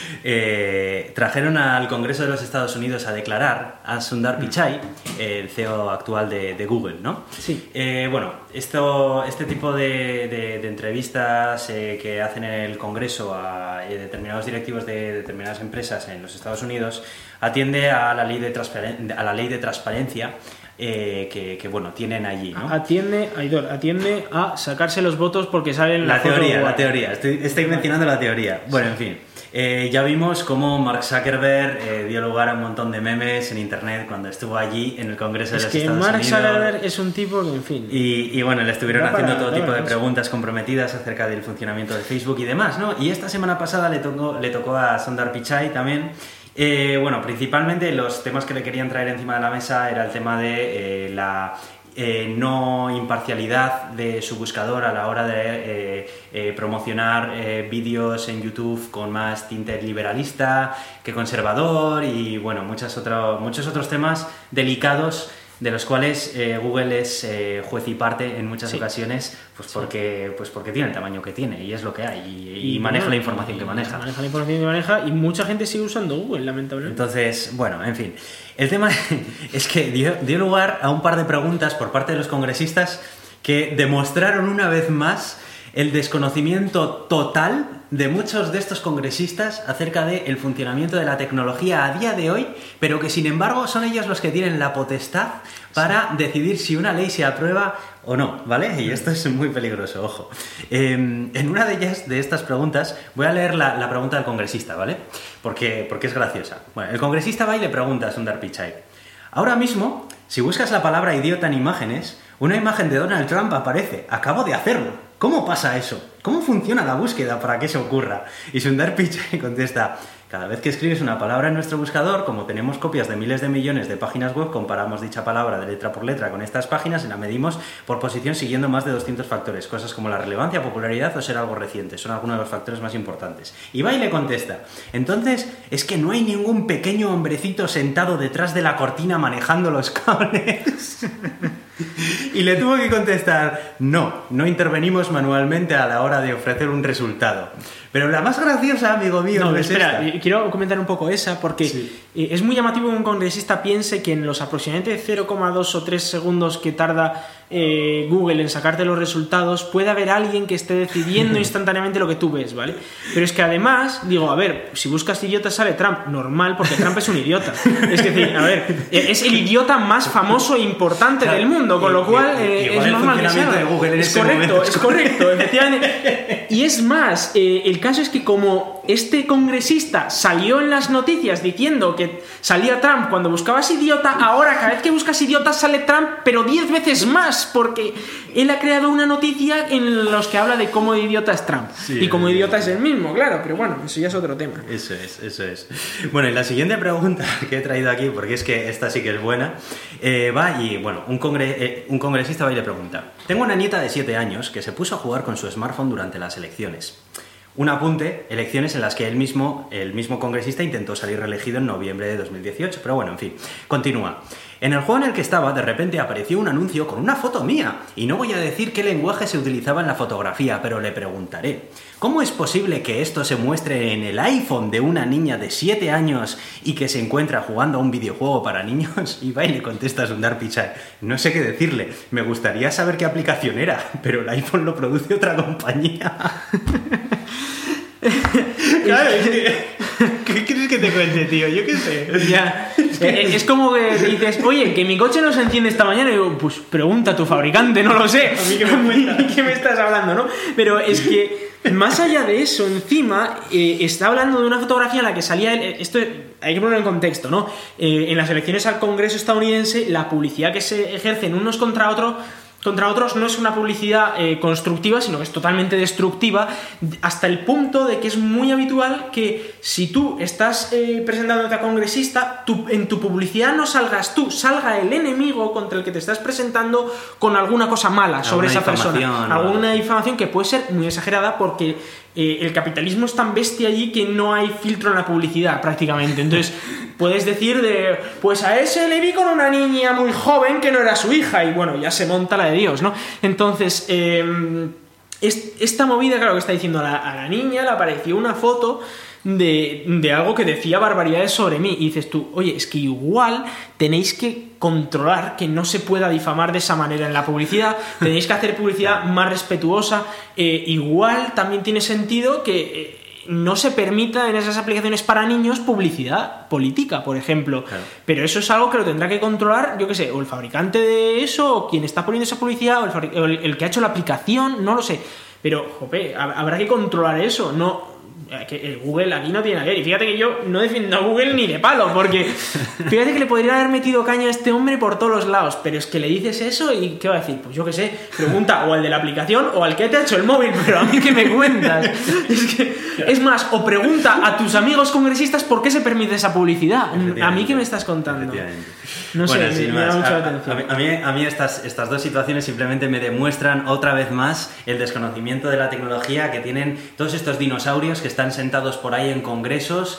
D: trajeron al Congreso de los Estados Unidos a declarar a Sundar Pichai, el CEO actual de Google, ¿no?
E: Sí.
D: Bueno, este tipo de entrevistas que hacen en el Congreso a determinados directivos de determinadas empresas en los Estados Unidos atiende a la ley de transparencia que bueno, tienen allí, ¿no?
E: Atiende a sacarse los votos porque salen
D: la teoría. Estoy mencionando la teoría. Bueno, en fin. Ya vimos cómo Mark Zuckerberg dio lugar a un montón de memes en internet cuando estuvo allí en el Congreso de los Estados Unidos.
E: Es que Mark Zuckerberg es un tipo que, en fin...
D: Y bueno, le estuvieron haciendo todo tipo de preguntas comprometidas acerca del funcionamiento de Facebook y demás, ¿no? Y esta semana pasada le tocó a Sundar Pichai también. Bueno, principalmente los temas que le querían traer encima de la mesa era el tema de la no imparcialidad de su buscador a la hora de promocionar vídeos en YouTube con más tinte liberalista que conservador, y bueno, muchos otros temas delicados de los cuales Google es juez y parte en muchas ocasiones, pues porque tiene el tamaño que tiene y es lo que hay, y maneja la información que maneja.
E: Maneja la información que maneja, y mucha gente sigue usando Google, lamentablemente.
D: Entonces, bueno, en fin. El tema es que dio lugar a un par de preguntas por parte de los congresistas que demostraron una vez más el desconocimiento total de muchos de estos congresistas acerca del funcionamiento de la tecnología a día de hoy, pero que sin embargo son ellos los que tienen la potestad para decidir si una ley se aprueba o no, ¿vale? Y esto es muy peligroso, ojo. En una de estas preguntas, voy a leer la pregunta del congresista, ¿vale? Porque es graciosa. Bueno, el congresista va y le pregunta a Sundar Pichai: ahora mismo, si buscas la palabra idiota en imágenes, una imagen de Donald Trump aparece. Acabo de hacerlo. ¿Cómo pasa eso? ¿Cómo funciona la búsqueda para que eso ocurra? Y Sundar Pichai contesta: cada vez que escribes una palabra en nuestro buscador, como tenemos copias de miles de millones de páginas web, comparamos dicha palabra de letra por letra con estas páginas y la medimos por posición siguiendo más de 200 factores. Cosas como la relevancia, popularidad o ser algo reciente son algunos de los factores más importantes. Y va y le contesta: entonces, ¿es que no hay ningún pequeño hombrecito sentado detrás de la cortina manejando los cables? Y le tuvo que contestar: no intervenimos manualmente a la hora de ofrecer un resultado. Pero la más graciosa, amigo mío,
E: no es espera, esta. Quiero comentar un poco esa, porque es muy llamativo que un congresista piense que en los aproximadamente 0,2 o 3 segundos que tarda Google en sacarte los resultados, puede haber alguien que esté decidiendo instantáneamente lo que tú ves, ¿vale? Pero es que además, digo, a ver, si buscas idiota sale Trump, normal, porque Trump es un idiota. Es decir, a ver, es el idiota más famoso e importante del mundo, con lo cual es normal que sea.
D: De Google en
E: es correcto, efectivamente. Y es más, el caso es que como este congresista salió en las noticias diciendo que salía Trump cuando buscabas idiota, ahora cada vez que buscas idiota sale Trump, pero 10 veces más, porque él ha creado una noticia en los que habla de cómo idiota es Trump. Sí, y cómo idiota es él mismo, claro, pero bueno, eso ya es otro tema.
D: Eso es. Bueno, y la siguiente pregunta que he traído aquí, porque es que esta sí que es buena, va y, bueno, un congresista va y le pregunta: tengo una nieta de 7 años que se puso a jugar con su smartphone durante las elecciones. Un apunte, elecciones en las que el mismo congresista intentó salir reelegido en noviembre de 2018. Pero bueno, en fin, continúa. En el juego en el que estaba, de repente apareció un anuncio con una foto mía. Y no voy a decir qué lenguaje se utilizaba en la fotografía, pero le preguntaré: ¿cómo es posible que esto se muestre en el iPhone de una niña de 7 años y que se encuentra jugando a un videojuego para niños? Y va y le contesta Sundar Pichai: no sé qué decirle, me gustaría saber qué aplicación era, pero el iPhone lo produce otra compañía. Claro, es que... ¿Qué quieres que te cuente, tío? Yo qué sé.
E: Ya. Es como que dices: oye, que mi coche no se enciende esta mañana. Y digo: pues pregunta a tu fabricante, no lo sé.
D: A mí que me
E: ¿Qué me estás hablando, no? Pero es que, más allá de eso, encima, está hablando de una fotografía en la que salía él. Esto hay que ponerlo en contexto, ¿no? En las elecciones al Congreso estadounidense, la publicidad que se ejercen unos contra otros no es una publicidad constructiva, sino que es totalmente destructiva, hasta el punto de que es muy habitual que si tú estás presentándote a congresista, en tu publicidad no salgas tú, salga el enemigo contra el que te estás presentando con alguna cosa mala sobre esa persona. Alguna difamación que puede ser muy exagerada, porque el capitalismo es tan bestia allí que no hay filtro en la publicidad prácticamente. Entonces puedes decir pues a ese le vi con una niña muy joven que no era su hija, y bueno, ya se monta la de Dios, ¿no? Entonces esta movida, claro, que está diciendo a la niña le apareció una foto de algo que decía barbaridades sobre mí, y dices tú: oye, es que igual tenéis que controlar que no se pueda difamar de esa manera en la publicidad, tenéis que hacer publicidad más respetuosa. Igual también tiene sentido que no se permita en esas aplicaciones para niños publicidad política, por ejemplo. Claro. Pero eso es algo que lo tendrá que controlar, yo qué sé, o el fabricante de eso, o quien está poniendo esa publicidad, o el que ha hecho la aplicación, no lo sé. Pero, jope, habrá que controlar eso, no... que el Google aquí no tiene nada que ver. Y fíjate que yo no defiendo a Google ni de palo, porque fíjate que le podría haber metido caña a este hombre por todos los lados, pero es que le dices eso y ¿qué va a decir? Pues yo qué sé, pregunta o al de la aplicación o al que te ha hecho el móvil, pero a mí ¿qué me cuentas? Es más, o pregunta a tus amigos congresistas por qué se permite esa publicidad. A mí ¿qué me estás contando? No sé,
D: bueno,
E: me da mucha atención.
D: A mí estas dos situaciones simplemente me demuestran otra vez más el desconocimiento de la tecnología que tienen todos estos dinosaurios que están sentados por ahí en congresos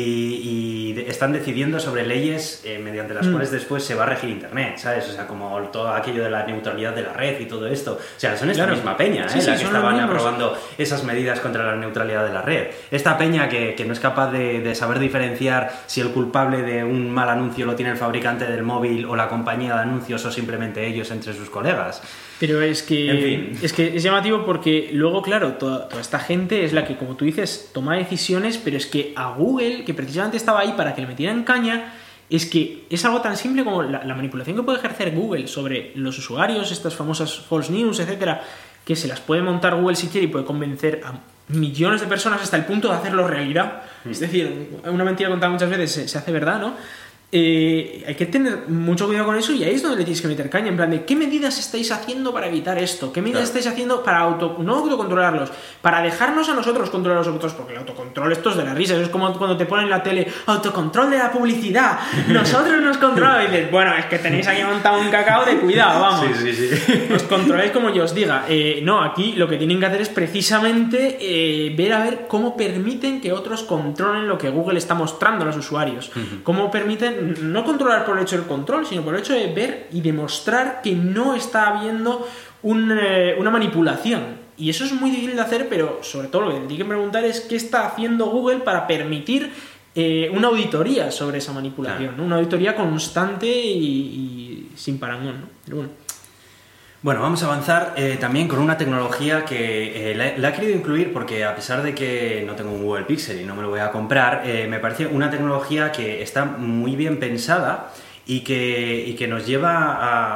D: y están decidiendo sobre leyes mediante las cuales después se va a regir Internet, ¿sabes? O sea, como todo aquello de la neutralidad de la red y todo esto. O sea, son esta misma peña, la que estaban aprobando esas medidas contra la neutralidad de la red. Esta peña que no es capaz de saber diferenciar si el culpable de un mal anuncio lo tiene el fabricante del móvil o la compañía de anuncios o simplemente ellos entre sus colegas.
E: Pero es que, en fin, es llamativo porque luego, claro, toda esta gente es la que, como tú dices, toma decisiones, pero es que a Google, que precisamente estaba ahí para que le metieran caña, es que es algo tan simple como la manipulación que puede ejercer Google sobre los usuarios, estas famosas false news, etcétera, que se las puede montar Google si quiere y puede convencer a millones de personas hasta el punto de hacerlo realidad. Es decir, una mentira contada muchas veces se hace verdad, ¿no? Hay que tener mucho cuidado con eso, y ahí es donde le tienes que meter caña, en plan de ¿qué medidas estáis haciendo para evitar esto? ¿Qué medidas estáis haciendo para no autocontrolarlos? Para dejarnos a nosotros controlar a los otros, porque el autocontrol esto es de la risa, eso es como cuando te ponen en la tele autocontrol de la publicidad, nosotros nos controlamos, y dices, bueno, es que tenéis aquí montado un cacao de cuidado, vamos. Sí. Os controláis como yo os diga. No, aquí lo que tienen que hacer es precisamente ver a ver cómo permiten que otros controlen lo que Google está mostrando a los usuarios. Cómo permiten no controlar por el hecho del control, sino por el hecho de ver y demostrar que no está habiendo una manipulación. Y eso es muy difícil de hacer, pero sobre todo lo que te tiene que preguntar es qué está haciendo Google para permitir una auditoría sobre esa manipulación, ¿no? Una auditoría constante y sin parangón, ¿no? Pero
D: bueno, vamos a avanzar también con una tecnología que la he querido incluir porque, a pesar de que no tengo un Google Pixel y no me lo voy a comprar, me parece una tecnología que está muy bien pensada y que nos lleva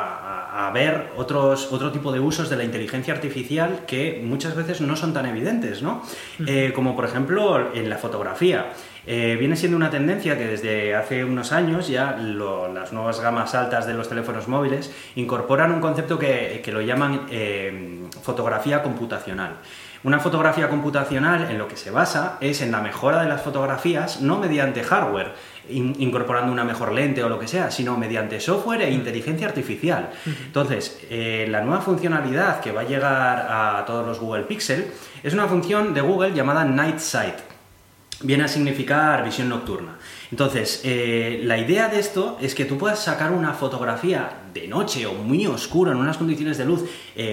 D: a ver otro tipo de usos de la inteligencia artificial que muchas veces no son tan evidentes, ¿no? Como por ejemplo en la fotografía. Viene siendo una tendencia que desde hace unos años ya las nuevas gamas altas de los teléfonos móviles incorporan un concepto que lo llaman fotografía computacional. Una fotografía computacional en lo que se basa es en la mejora de las fotografías, no mediante hardware, incorporando una mejor lente o lo que sea, sino mediante software e inteligencia artificial. Entonces, la nueva funcionalidad que va a llegar a todos los Google Pixel es una función de Google llamada Night Sight. Viene a significar visión nocturna. Entonces, la idea de esto es que tú puedas sacar una fotografía de noche o muy oscura en unas condiciones de luz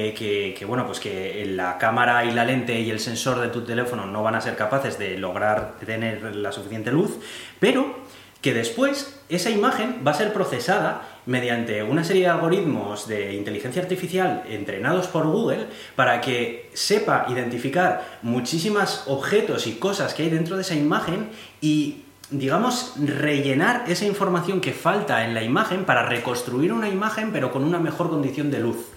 D: que la cámara y la lente y el sensor de tu teléfono no van a ser capaces de lograr tener la suficiente luz, pero que después esa imagen va a ser procesada mediante una serie de algoritmos de inteligencia artificial entrenados por Google para que sepa identificar muchísimos objetos y cosas que hay dentro de esa imagen y, digamos, rellenar esa información que falta en la imagen para reconstruir una imagen pero con una mejor condición de luz.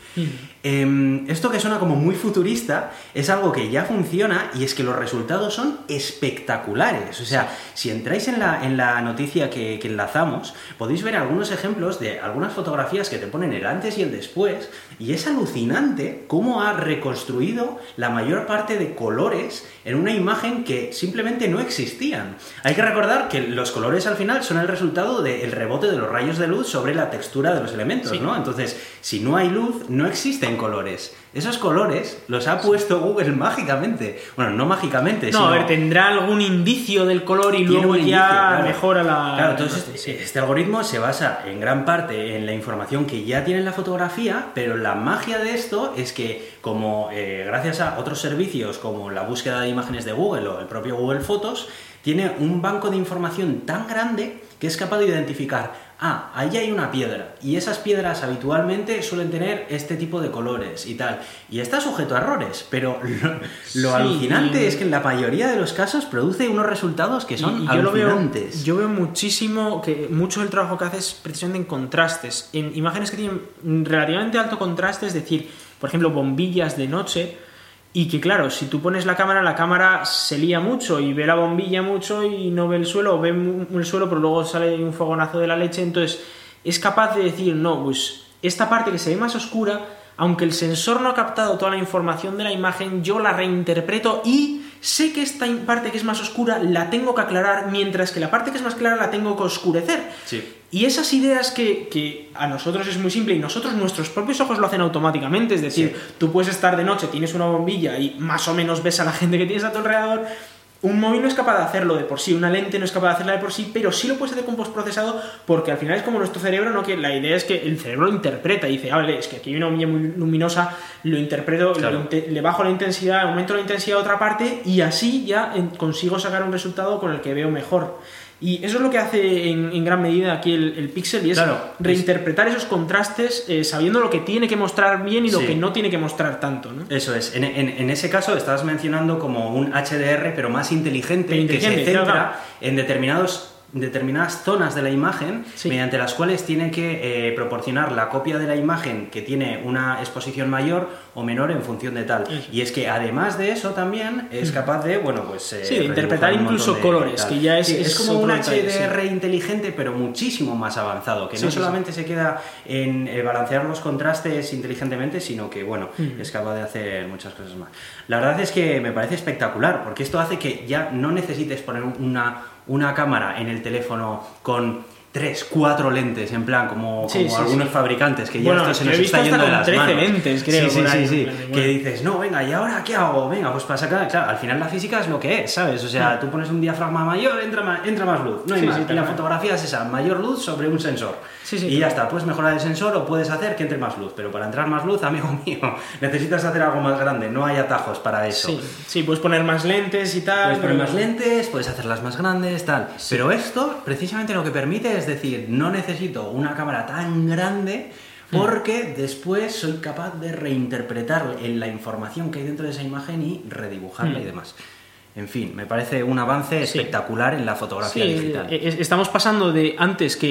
D: Esto que suena como muy futurista es algo que ya funciona y es que los resultados son espectaculares. O sea, si entráis en la noticia que enlazamos, podéis ver algunos ejemplos de algunas fotografías que te ponen el antes y el después y es alucinante cómo ha reconstruido la mayor parte de colores en una imagen que simplemente no existían. Hay que recordar que los colores al final son el resultado del rebote de los rayos de luz sobre la textura de los elementos, ¿no? Entonces, si no hay luz, no existen colores. Esos colores los ha puesto Google mágicamente. Bueno, no mágicamente,
E: sino... No, a ver, tendrá algún indicio del color y luego ya mejora la...
D: Claro, entonces este algoritmo se basa en gran parte en la información que ya tiene en la fotografía, pero la magia de esto es que como gracias a otros servicios como la búsqueda de imágenes de Google o el propio Google Fotos, tiene un banco de información tan grande que es capaz de identificar ahí hay una piedra y esas piedras habitualmente suelen tener este tipo de colores y tal. Y está sujeto a errores, pero lo alucinante es que en la mayoría de los casos produce unos resultados que son alucinantes.
E: Yo veo muchísimo que mucho del trabajo que hace es precisamente en contrastes, en imágenes que tienen relativamente alto contraste, es decir, por ejemplo, bombillas de noche. Y que claro, si tú pones la cámara se lía mucho y ve la bombilla mucho y no ve el suelo, o ve el suelo pero luego sale un fogonazo de la leche, entonces es capaz de decir, no, pues esta parte que se ve más oscura, aunque el sensor no ha captado toda la información de la imagen, yo la reinterpreto y sé que esta parte que es más oscura la tengo que aclarar, mientras que la parte que es más clara la tengo que oscurecer.
D: Sí.
E: Y esas ideas que a nosotros es muy simple y nuestros propios ojos lo hacen automáticamente, es decir, tú puedes estar de noche, tienes una bombilla y más o menos ves a la gente que tienes a tu alrededor. Un móvil no es capaz de hacerlo de por sí, una lente no es capaz de hacerla de por sí, pero sí lo puedes hacer con postprocesado porque al final es como nuestro cerebro, ¿no? Que la idea es que el cerebro lo interpreta y dice, vale, es que aquí hay una bombilla muy luminosa, lo interpreto, claro. Le bajo la intensidad, aumento la intensidad a otra parte y así ya consigo sacar un resultado con el que veo mejor. Y eso es lo que hace en gran medida aquí el Pixel y es reinterpretar esos contrastes sabiendo lo que tiene que mostrar bien y lo que no tiene que mostrar tanto, ¿no?
D: Eso es. En ese caso estabas mencionando como un HDR pero más inteligente que se centra en determinadas zonas de la imagen mediante las cuales tiene que proporcionar la copia de la imagen que tiene una exposición mayor o menor en función de tal. Y es que además de eso también es capaz de,
E: interpretar incluso colores, que ya es
D: como un HDR inteligente pero muchísimo más avanzado, que no solamente se queda en balancear los contrastes inteligentemente, sino que es capaz de hacer muchas cosas más. La verdad es que me parece espectacular, porque esto hace que ya no necesites poner una cámara en el teléfono con 3, 4 lentes, en plan, como algunos fabricantes, que ya esto se nos está yendo de las manos.
E: 13 lentes, creo.
D: Sí. Que dices, no, venga, ¿y ahora qué hago? Venga, pues para sacar... Claro, al final la física es lo que es, ¿sabes? O sea, tú pones un diafragma mayor, entra más luz, no hay más. Y la fotografía es esa, mayor luz sobre un sensor. Y ya está, puedes mejorar el sensor o puedes hacer que entre más luz, pero para entrar más luz, amigo mío, necesitas hacer algo más grande, no hay atajos para eso.
E: Sí, puedes poner más lentes y tal.
D: Puedes poner más lentes, puedes hacerlas más grandes, tal. Pero esto, precisamente lo que permite es decir, no necesito una cámara tan grande porque después soy capaz de reinterpretar la información que hay dentro de esa imagen y redibujarla y demás. En fin, me parece un avance espectacular en la fotografía digital.
E: Estamos pasando de antes que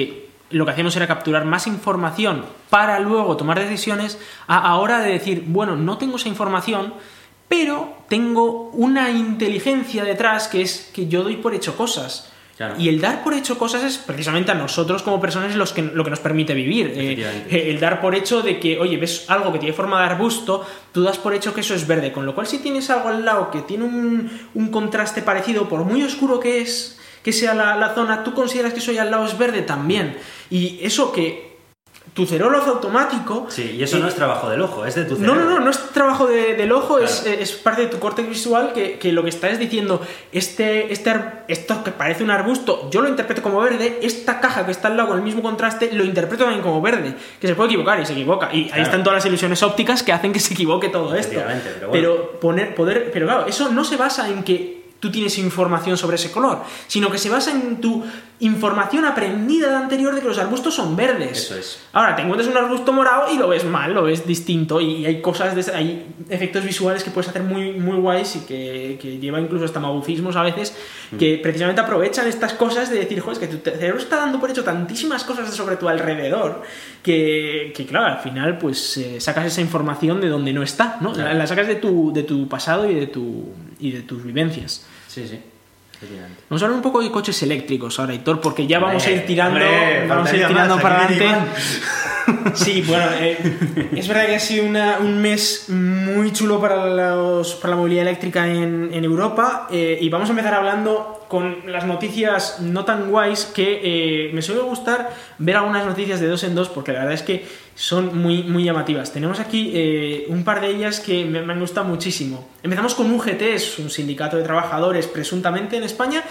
E: lo que hacíamos era capturar más información para luego tomar decisiones, a ahora de decir, bueno, no tengo esa información, pero tengo una inteligencia detrás que es que yo doy por hecho cosas.
D: Claro.
E: Y el dar por hecho cosas es precisamente a nosotros como personas lo que nos permite vivir. El dar por hecho de que, oye, ves algo que tiene forma de arbusto, tú das por hecho que eso es verde. Con lo cual, si tienes algo al lado que tiene un contraste parecido, por muy oscuro que sea la zona, tú consideras que eso ya al lado es verde también. Y eso que tu cerebro lo hace automático.
D: Sí, y eso no es trabajo del ojo, es de tu cerebro.
E: No es trabajo del ojo, claro. es parte de tu córtex visual que lo que está es diciendo, esto que parece un arbusto, yo lo interpreto como verde, esta caja que está al lado con el mismo contraste, lo interpreto también como verde, que se puede equivocar y se equivoca. Y claro, ahí están todas las ilusiones ópticas que hacen que se equivoque todo esto. Pero claro, eso no se basa en que tú tienes información sobre ese color, sino que se basa en tu información aprendida de anterior de que los arbustos son verdes.
D: Eso es.
E: Ahora, te encuentras un arbusto morado y lo ves mal, lo ves distinto, y hay hay efectos visuales que puedes hacer muy, muy guays y que lleva incluso hasta magufismos a veces, que precisamente aprovechan estas cosas de decir, joder, es que tu cerebro está dando por hecho tantísimas cosas sobre tu alrededor que claro, al final pues sacas esa información de donde no está, ¿no? Claro. La sacas de tu pasado y de tus vivencias.
D: Sí.
E: Vamos a hablar un poco de coches eléctricos ahora, Hitor, porque ya vamos a ir tirando para adelante. Sí, bueno, es verdad que ha sido un mes muy chulo para la movilidad eléctrica en Europa, y vamos a empezar hablando con las noticias no tan guays, que me suele gustar ver algunas noticias de dos en dos, porque la verdad es que son muy, muy llamativas. Tenemos aquí un par de ellas que me han gustado muchísimo. Empezamos con UGT, es un sindicato de trabajadores presuntamente en España,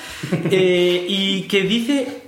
E: y que dice...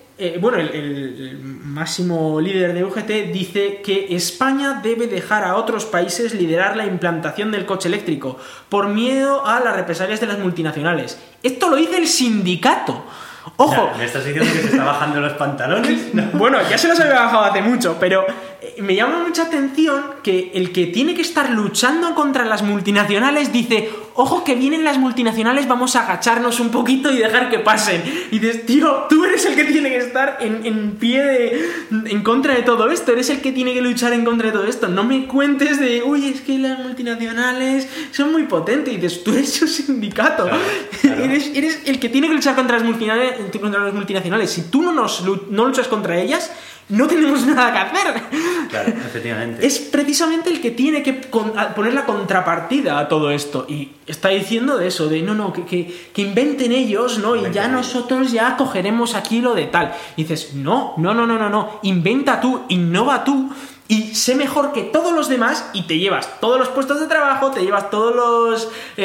E: el máximo líder de UGT dice que España debe dejar a otros países liderar la implantación del coche eléctrico por miedo a las represalias de las multinacionales. Esto lo dice el sindicato. ¡Ojo!
D: ¿Me estás diciendo que se está bajando los pantalones? No.
E: Bueno, ya se los había bajado hace mucho, pero me llama mucha atención que el que tiene que estar luchando contra las multinacionales dice, ojo que vienen las multinacionales, vamos a agacharnos un poquito y dejar que pasen. Y dices, tío, tú eres el que tiene que estar en pie en contra de todo esto, eres el que tiene que luchar en contra de todo esto. No me cuentes de, uy, es que las multinacionales son muy potentes. Y dices, tú eres su sindicato. Claro. Eres el que tiene que luchar contra las multinacionales. Si tú no luchas contra ellas, no tenemos nada que hacer.
D: Claro, efectivamente.
E: Es precisamente el que tiene que poner la contrapartida a todo esto. Y está diciendo de eso, de que inventen ellos, ¿no? Y ya nosotros ya cogeremos aquí lo de tal. Y dices, no. Inventa tú, innova tú. Y sé mejor que todos los demás y te llevas todos los puestos de trabajo, te llevas toda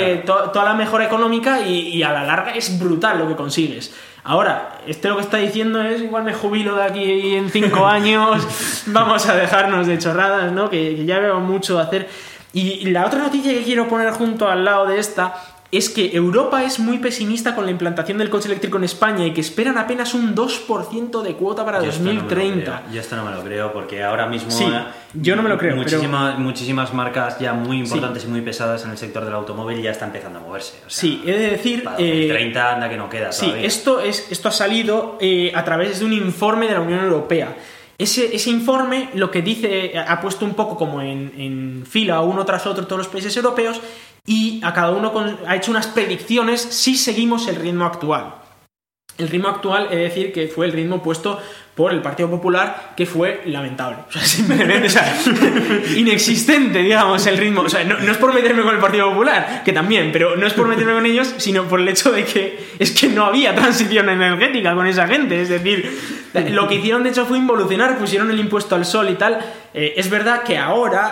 E: la mejora económica y a la larga es brutal lo que consigues. Ahora, lo que está diciendo es, igual me jubilo de aquí en 5 años, vamos a dejarnos de chorradas, ¿no? Que ya veo mucho hacer. Y la otra noticia que quiero poner junto al lado de esta es que Europa es muy pesimista con la implantación del coche eléctrico en España y que esperan apenas un 2% de cuota para 2030.
D: Yo esto no me lo creo, porque ahora mismo
E: sí, yo no me lo creo,
D: muchísimas marcas ya muy importantes y muy pesadas en el sector del automóvil ya están empezando a moverse. O sea,
E: sí, he de decir...
D: Para 2030 anda que no queda todavía.
E: Sí, esto ha salido a través de un informe de la Unión Europea. Ese informe lo que dice, ha puesto un poco como en fila uno tras otro todos los países europeos, y a cada uno ha hecho unas predicciones si seguimos el ritmo actual. El ritmo actual, es decir, que fue el ritmo puesto por el Partido Popular, que fue lamentable. O sea, simplemente, inexistente, digamos, el ritmo. O sea, no es por meterme con el Partido Popular, que también, pero no es por meterme con ellos, sino por el hecho de que es que no había transición energética con esa gente. Es decir, lo que hicieron de hecho fue involucionar, pusieron el impuesto al sol y tal. Es verdad que ahora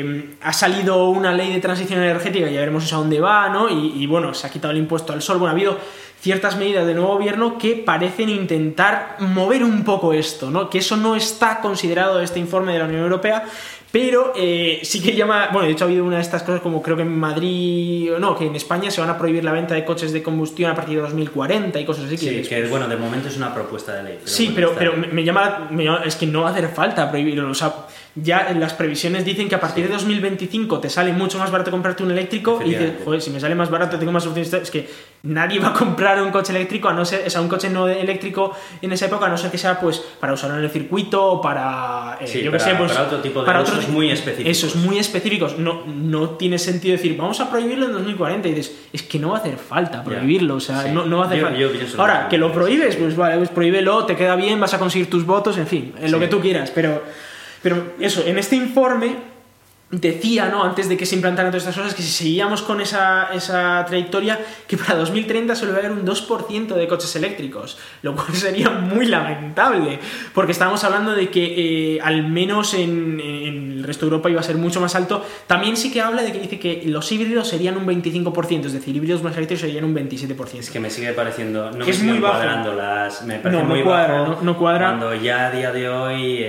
E: ha salido una ley de transición energética, ya veremos eso a dónde va, ¿no? Y bueno, se ha quitado el impuesto al sol. Bueno, ha habido ciertas medidas del nuevo gobierno que parecen intentar mover un poco esto, ¿no? Que eso no está considerado en este informe de la Unión Europea, Pero sí que llama... Bueno, de hecho ha habido una de estas cosas como creo que en Madrid... No, que en España se van a prohibir la venta de coches de combustión a partir de 2040 y cosas así.
D: Sí, que bueno, de momento es una propuesta de ley.
E: Pero sí, bueno, pero me llama... Es que no va a hacer falta prohibirlo. O sea, ya las previsiones dicen que a partir de 2025 te sale mucho más barato comprarte un eléctrico y dices, joder, si me sale más barato tengo más opciones. Es que nadie va a comprar un coche eléctrico, a no ser... O sea, un coche no eléctrico en esa época, a no ser que sea pues para usarlo en el circuito o para... yo qué sé, pues...
D: Para otro tipo de usos muy específicos.
E: Eso es muy específicos. No tiene sentido decir, vamos a prohibirlo en 2040. Y dices, es que no va a hacer falta prohibirlo. O sea, no va a hacer falta. Ahora, que lo prohíbes, pues vale, pues prohíbelo, te queda bien, vas a conseguir tus votos, en fin, lo que tú quieras. Pero eso, en este informe decía, ¿no?, antes de que se implantaran todas estas cosas, que si seguíamos con esa trayectoria, que para 2030 solo va a haber un 2% de coches eléctricos, lo cual sería muy lamentable, porque estábamos hablando de que al menos en el resto de Europa iba a ser mucho más alto. También sí que habla de que dice que los híbridos serían un 25%, es decir, híbridos más eléctricos serían un 27%.
D: Es que me sigue pareciendo, no
E: que
D: me
E: es muy bajo.
D: Me parece muy
E: cuadra,
D: bajo,
E: no cuadra.
D: Cuando ya a día de hoy,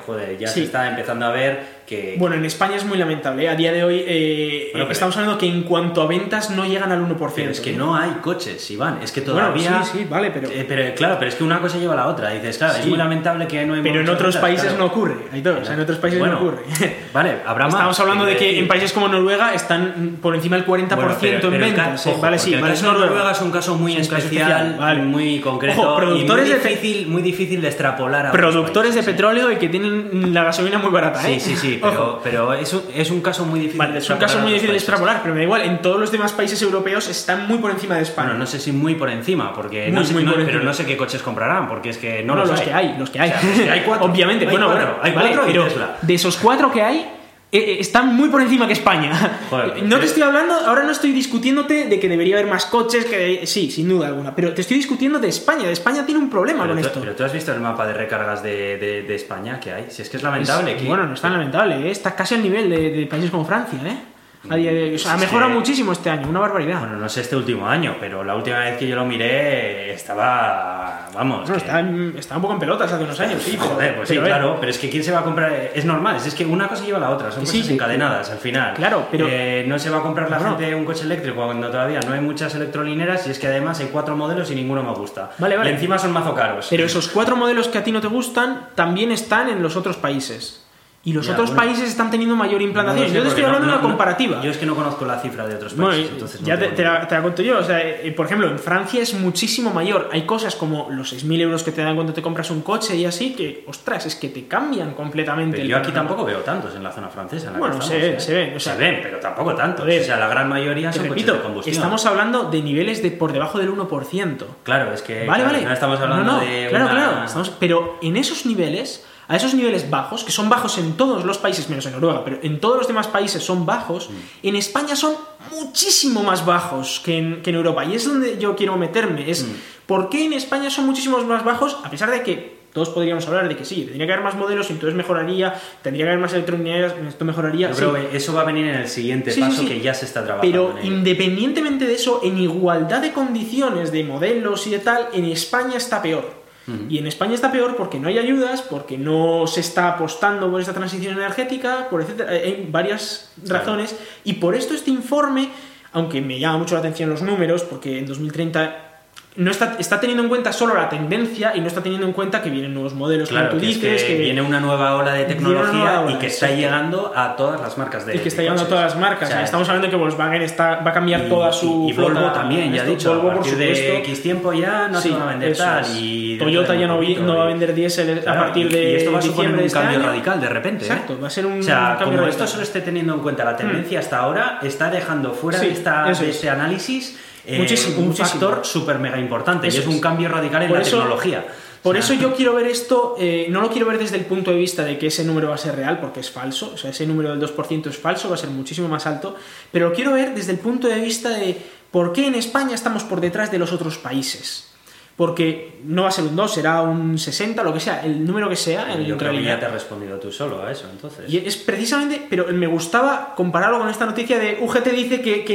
D: se está empezando a ver que...
E: Bueno, en España es muy lamentable, A día de hoy estamos hablando que en cuanto a ventas no llegan al 1%.
D: Pero es que no hay coches, Iván, es que todavía...
E: Bueno, sí, vale, pero...
D: pero es que una cosa lleva a la otra. Dices, claro, es muy lamentable que no hay...
E: Pero en otros países no ocurre, o sea, en otros países no ocurre.
D: Vale, habrá más.
E: Estamos hablando de que en países como Noruega están por encima del 40% en ventas.
D: Vale, sí, el caso de Noruega es un caso muy especial, vale, muy concreto.
E: Ojo, productores
D: muy difícil de extrapolar a
E: productores de petróleo y que tienen la gasolina muy barata,
D: Sí, pero es un caso muy difícil.
E: Vale, es un caso muy difícil de extrapolar, pero me da igual. En todos los demás países europeos están muy por encima de España.
D: Bueno, no sé si muy por encima, porque pero no sé qué coches comprarán, porque es que no los hay.
E: Los que hay.
D: O sea, hay 4.
E: Obviamente,
D: hay 4
E: pero de esos 4 que hay, están muy por encima que España.
D: Joder,
E: no te estoy hablando, ahora no estoy discutiéndote de que debería haber más coches, sí, sin duda alguna, pero te estoy discutiendo de España. España tiene un problema con esto.
D: Pero tú has visto el mapa de recargas de España que hay. Si es que es lamentable.
E: Bueno, no es tan lamentable, está casi al nivel de países como Francia, A día de hoy. O sea, ha mejorado muchísimo este año, una barbaridad.
D: Bueno, no sé este último año, pero la última vez que yo lo miré estaba... Vamos.
E: Bueno, estaba un poco en pelotas hace unos años, sí.
D: Joder, pues sí, claro. Pero es que ¿quién se va a comprar? Es normal, es que una cosa lleva a la otra, son cosas encadenadas al final.
E: Claro, pero...
D: no se va a comprar la gente un coche eléctrico cuando todavía no hay muchas electrolineras, y es que además hay 4 modelos y ninguno me gusta.
E: Vale.
D: Y encima son mazo caros.
E: Pero esos 4 modelos que a ti no te gustan también están en los otros países. Y los otros países están teniendo mayor implantación. Yo te estoy hablando de una comparativa.
D: Yo es que no conozco la cifra de otros países.
E: Bueno, entonces ya te la cuento yo. O sea, por ejemplo, en Francia es muchísimo mayor. Hay cosas como los 6.000 euros que te dan cuando te compras un coche y así, que, ostras, es que te cambian completamente.
D: Pero yo aquí tampoco veo tantos en la zona francesa.
E: Bueno, se ven. O sea,
D: se ven, pero tampoco tantos. O sea, la gran mayoría son coches de combustión.
E: Estamos hablando de niveles de por debajo del 1%.
D: Claro, es que
E: vale.
D: No estamos hablando de
E: Claro. Pero en esos niveles... A esos niveles bajos, que son bajos en todos los países, menos en Noruega, pero en todos los demás países son bajos, en España son muchísimo más bajos que en Europa. Y es donde yo quiero meterme. ¿Por qué en España son muchísimos más bajos? A pesar de que todos podríamos hablar de que sí, tendría que haber más modelos y entonces mejoraría, tendría que haber más electrónicas, esto mejoraría.
D: Pero eso va a venir en el siguiente paso que ya se está trabajando.
E: Pero independientemente de eso, en igualdad de condiciones de modelos y de tal, en España está peor. Y en España está peor porque no hay ayudas, porque no se está apostando por esta transición energética, por etcétera. Hay varias razones. Y por esto este informe, aunque me llama mucho la atención los números, porque en 2030 no está teniendo en cuenta solo la tendencia y no está teniendo en cuenta que vienen nuevos modelos,
D: claro, como tú dices, que viene una nueva ola de tecnología y que está llegando a todas las marcas de...
E: Y que está llegando a todas las marcas. O sea, estamos hablando de que Volkswagen va a cambiar toda su
D: y Volvo
E: flota,
D: también, ya he dicho,
E: Volvo,
D: a partir de X tiempo ya no se van a vender tal. Y
E: Toyota ya no va a vender diésel a partir de...
D: Y esto va a suponer un cambio
E: año
D: radical de repente.
E: Exacto, va a ser un
D: cambio
E: como
D: radical. Esto solo esté teniendo en cuenta la tendencia hasta ahora, está dejando fuera de este análisis un factor súper mega importante, y es un cambio radical en la tecnología.
E: Por eso yo quiero ver esto, no lo quiero ver desde el punto de vista de que ese número va a ser real, porque es falso, o sea, ese número del 2% es falso, va a ser muchísimo más alto, pero lo quiero ver desde el punto de vista de por qué en España estamos por detrás de los otros países. Porque no va a ser un 2, será un 60, lo que sea, el número que sea.
D: Yo creo que ya te has respondido tú solo a eso, entonces.
E: Y es precisamente, pero me gustaba compararlo con esta noticia de UGT dice que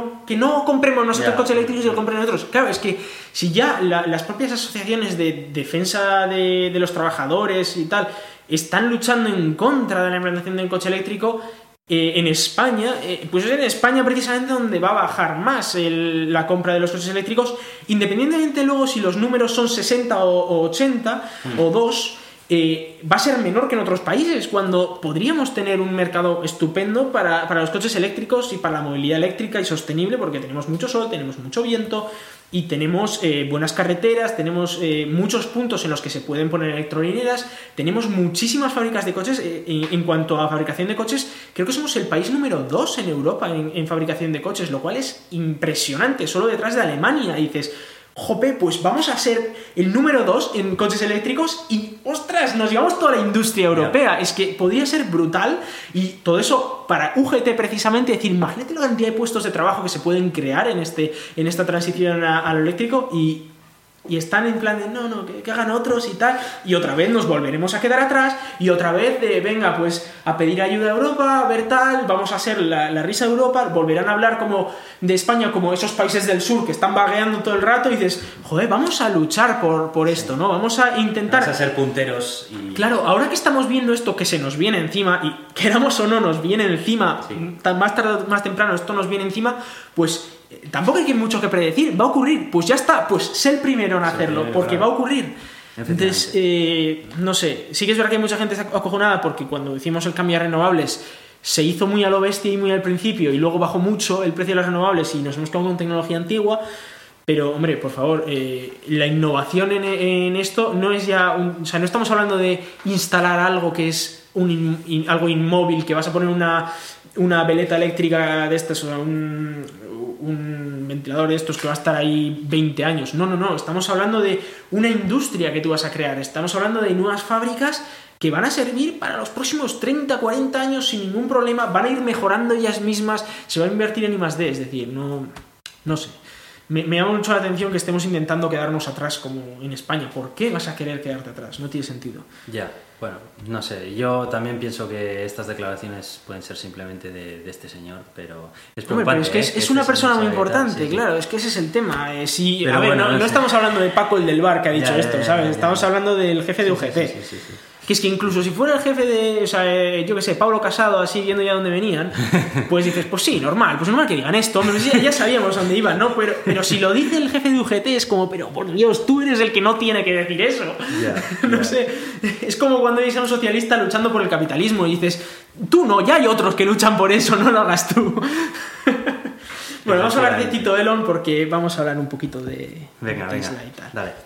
E: no compremos nosotros coches eléctricos y lo compren nosotros. Claro, es que si ya las propias asociaciones de defensa de los trabajadores y tal están luchando en contra de la implantación del coche eléctrico. En España, pues es en España precisamente donde va a bajar más la compra de los coches eléctricos, independientemente luego si los números son 60 o 80 o 2, va a ser menor que en otros países, cuando podríamos tener un mercado estupendo para los coches eléctricos y para la movilidad eléctrica y sostenible, porque tenemos mucho sol, tenemos mucho viento y tenemos buenas carreteras, tenemos muchos puntos en los que se pueden poner electrolineras, tenemos muchísimas fábricas de coches. En cuanto a fabricación de coches, creo que somos el país número 2 en Europa en fabricación de coches, lo cual es impresionante, solo detrás de Alemania. Y dices, jope, pues vamos a ser el número 2 en coches eléctricos y, ostras, nos llevamos toda la industria europea. Es que podría ser brutal, y todo eso para UGT precisamente. Decir, imagínate la cantidad de puestos de trabajo que se pueden crear en esta transición a lo eléctrico, y están en plan de no, que hagan otros y tal, y otra vez nos volveremos a quedar atrás, y otra vez de venga, pues a pedir ayuda a Europa, a ver tal, vamos a ser la risa de Europa, volverán a hablar como de España, como esos países del sur que están vagueando todo el rato, y dices, joder, vamos a luchar por esto, ¿no? Vamos a intentar...
D: Vamos a ser punteros y...
E: Claro, ahora que estamos viendo esto que se nos viene encima, y queramos o no nos viene encima, más tarde o más temprano esto nos viene encima, pues... tampoco hay mucho que predecir, va a ocurrir, pues ya está, pues sé el primero en hacerlo, porque va a ocurrir. Entonces, no sé, sí que es verdad que hay mucha gente acojonada porque cuando hicimos el cambio a renovables se hizo muy a lo bestia y muy al principio, y luego bajó mucho el precio de las renovables y nos hemos quedado con tecnología antigua. Pero, hombre, por favor, la innovación en esto no es ya... o sea, no estamos hablando de instalar algo que es algo inmóvil, que vas a poner una veleta eléctrica de estas, o sea, un ventilador de estos que va a estar ahí 20 años. No. Estamos hablando de una industria que tú vas a crear. Estamos hablando de nuevas fábricas que van a servir para los próximos 30, 40 años sin ningún problema. Van a ir mejorando ellas mismas. Se va a invertir en I+D. Es decir, no sé. Me llama mucho la atención que estemos intentando quedarnos atrás como en España. ¿Por qué vas a querer quedarte atrás? No tiene sentido.
D: Ya, bueno, no sé. Yo también pienso que estas declaraciones pueden ser simplemente de este señor, pero es preocupante.
E: Hombre, pero es que es una persona muy importante, claro. Es que ese es el tema. A ver, bueno, no estamos hablando de Paco, el del bar, que ha dicho esto, ¿sabes? Estamos hablando del jefe de UGT. Sí. Que es que incluso si fuera el jefe de, o sea, yo qué sé, Pablo Casado, así viendo ya dónde venían, pues dices, pues sí, normal que digan esto, ya sabíamos dónde iban, ¿no? Pero si lo dice el jefe de UGT es como, pero por Dios, tú eres el que no tiene que decir eso. No sé, es como cuando veis a un socialista luchando por el capitalismo y dices, tú no, ya hay otros que luchan por eso, no lo hagas tú. Bueno, vamos a hablar de Tito Elon porque vamos a hablar un poquito de Tesla y tal.
D: Dale.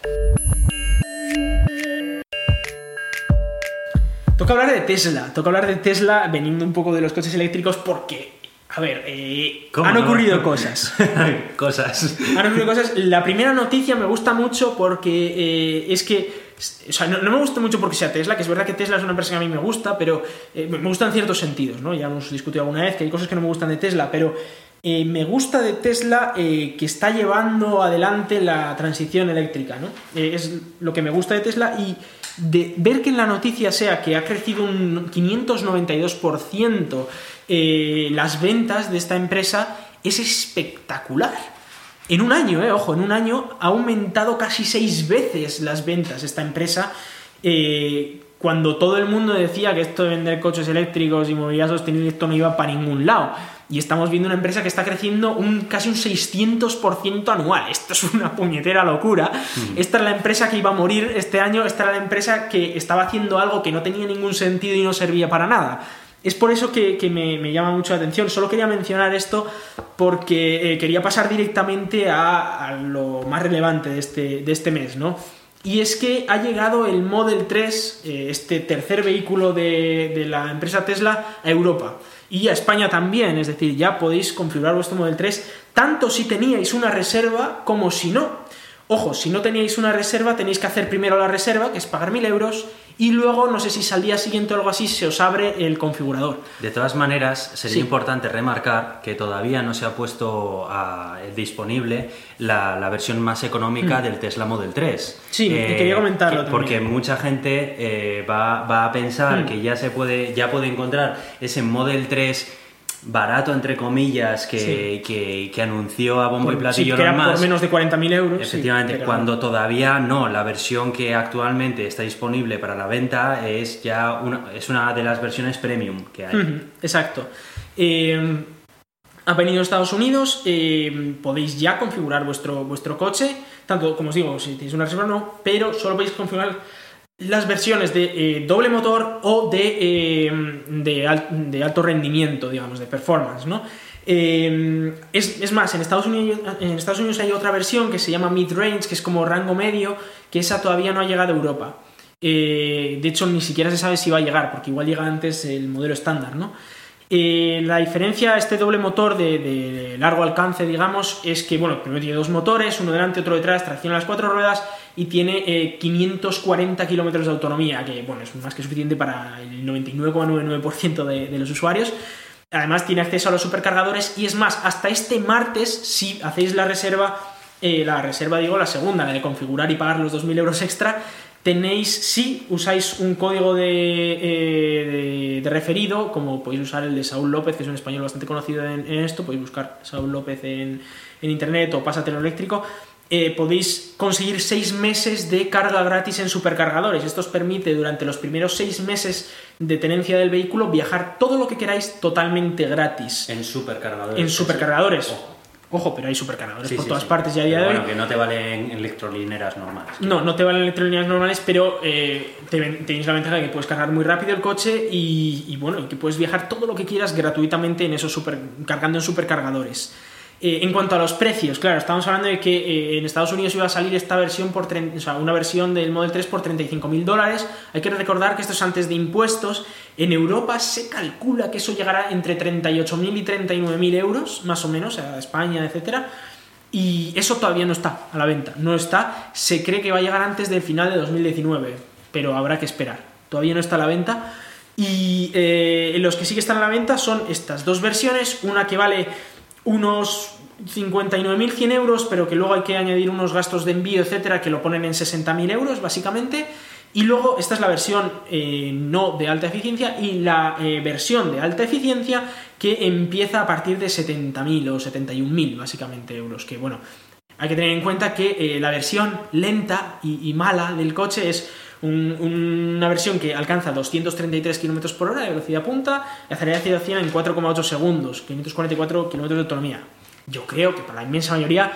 E: Toca hablar de Tesla, veniendo un poco de los coches eléctricos, porque, a ver, han ocurrido cosas. Han ocurrido cosas. La primera noticia me gusta mucho porque es que... O sea, no me gusta mucho porque sea Tesla, que es verdad que Tesla es una empresa que a mí me gusta, pero me gusta en ciertos sentidos, ¿no? Ya hemos discutido alguna vez que hay cosas que no me gustan de Tesla, pero me gusta de Tesla que está llevando adelante la transición eléctrica, ¿no? Es lo que me gusta de Tesla, y de ver que en la noticia sea que ha crecido un 592% las ventas de esta empresa es espectacular. En un año, en un año ha aumentado casi 6 veces las ventas esta empresa, cuando todo el mundo decía que esto de vender coches eléctricos y movilidad sostenible esto no iba para ningún lado. Y estamos viendo una empresa que está creciendo casi un 600% anual. Esto es una puñetera locura. Esta era la empresa que iba a morir este año. Esta era la empresa que estaba haciendo algo que no tenía ningún sentido y no servía para nada. Es por eso que me llama mucho la atención. Solo quería mencionar esto porque quería pasar directamente a lo más relevante de este mes, ¿no? Y es que ha llegado el Model 3, este tercer vehículo de la empresa Tesla, a Europa. Y a España también, es decir, ya podéis configurar vuestro Model 3, tanto si teníais una reserva como si no. Ojo, si no teníais una reserva, tenéis que hacer primero la reserva, que es pagar 1.000 euros, y luego, no sé si al día siguiente o algo así, se os abre el configurador.
D: De todas maneras, sería importante remarcar que todavía no se ha puesto disponible la versión más económica del Tesla Model 3.
E: Sí, quería comentarlo también.
D: Porque mucha gente va a pensar que ya puede encontrar ese Model 3 barato, entre comillas, que anunció a bombo y platillo
E: que era
D: Elon Musk,
E: por menos de 40.000 euros.
D: efectivamente, cuando todavía no, la versión que actualmente está disponible para la venta es ya una de las versiones premium que hay.
E: Exacto. Ha venido a Estados Unidos, podéis ya configurar vuestro coche, tanto como os digo, si tenéis una reserva o no, pero solo podéis configurar las versiones de doble motor o de alto rendimiento, digamos, de performance, ¿no? Es más, en Estados Unidos hay otra versión que se llama mid-range, que es como rango medio, que esa todavía no ha llegado a Europa. De hecho, ni siquiera se sabe si va a llegar, porque igual llega antes el modelo estándar, ¿no? La diferencia, este doble motor de largo alcance, digamos, es que, bueno, primero tiene dos motores, uno delante, otro detrás, tracción a las 4 ruedas y tiene 540 kilómetros de autonomía, que, bueno, es más que suficiente para el 99,99% de los usuarios. Además, tiene acceso a los supercargadores y, es más, hasta este martes, si hacéis la segunda, la de configurar y pagar los 2.000 euros extra, tenéis, si usáis un código de referido, como podéis usar el de Saúl López, que es un español bastante conocido en esto, podéis buscar Saúl López en internet o Pásatelo Eléctrico, podéis conseguir 6 meses de carga gratis en supercargadores. Esto os permite durante los primeros 6 meses de tenencia del vehículo viajar todo lo que queráis totalmente gratis.
D: En supercargadores.
E: En supercargadores. Ojo, pero hay supercargadores por todas partes ya a día de hoy.
D: Bueno, que no te valen electrolineras normales.
E: No te valen electrolineras normales, pero tenéis la ventaja de que puedes cargar muy rápido el coche y que puedes viajar todo lo que quieras gratuitamente en esos cargando en supercargadores. En cuanto a los precios, claro, estamos hablando de que en Estados Unidos iba a salir esta versión una versión del Model 3 por $35.000. Hay que recordar que esto es antes de impuestos. En Europa se calcula que eso llegará entre 38.000 y 39.000 euros, más o menos, a España, etcétera. Y eso todavía no está a la venta. No está. Se cree que va a llegar antes del final de 2019, pero habrá que esperar. Todavía no está a la venta. Y los que sí que están a la venta son estas dos versiones. Una que vale unos 59.100 euros, pero que luego hay que añadir unos gastos de envío, etcétera, que lo ponen en 60.000 euros, básicamente. Y luego esta es la versión no de alta eficiencia y la versión de alta eficiencia que empieza a partir de 70.000 o 71.000, básicamente, euros. Que, bueno, hay que tener en cuenta que la versión lenta y mala del coche es una versión que alcanza 233 km por hora de velocidad punta y aceleración 100 en 4,8 segundos, 544 km de autonomía. Yo creo que para la inmensa mayoría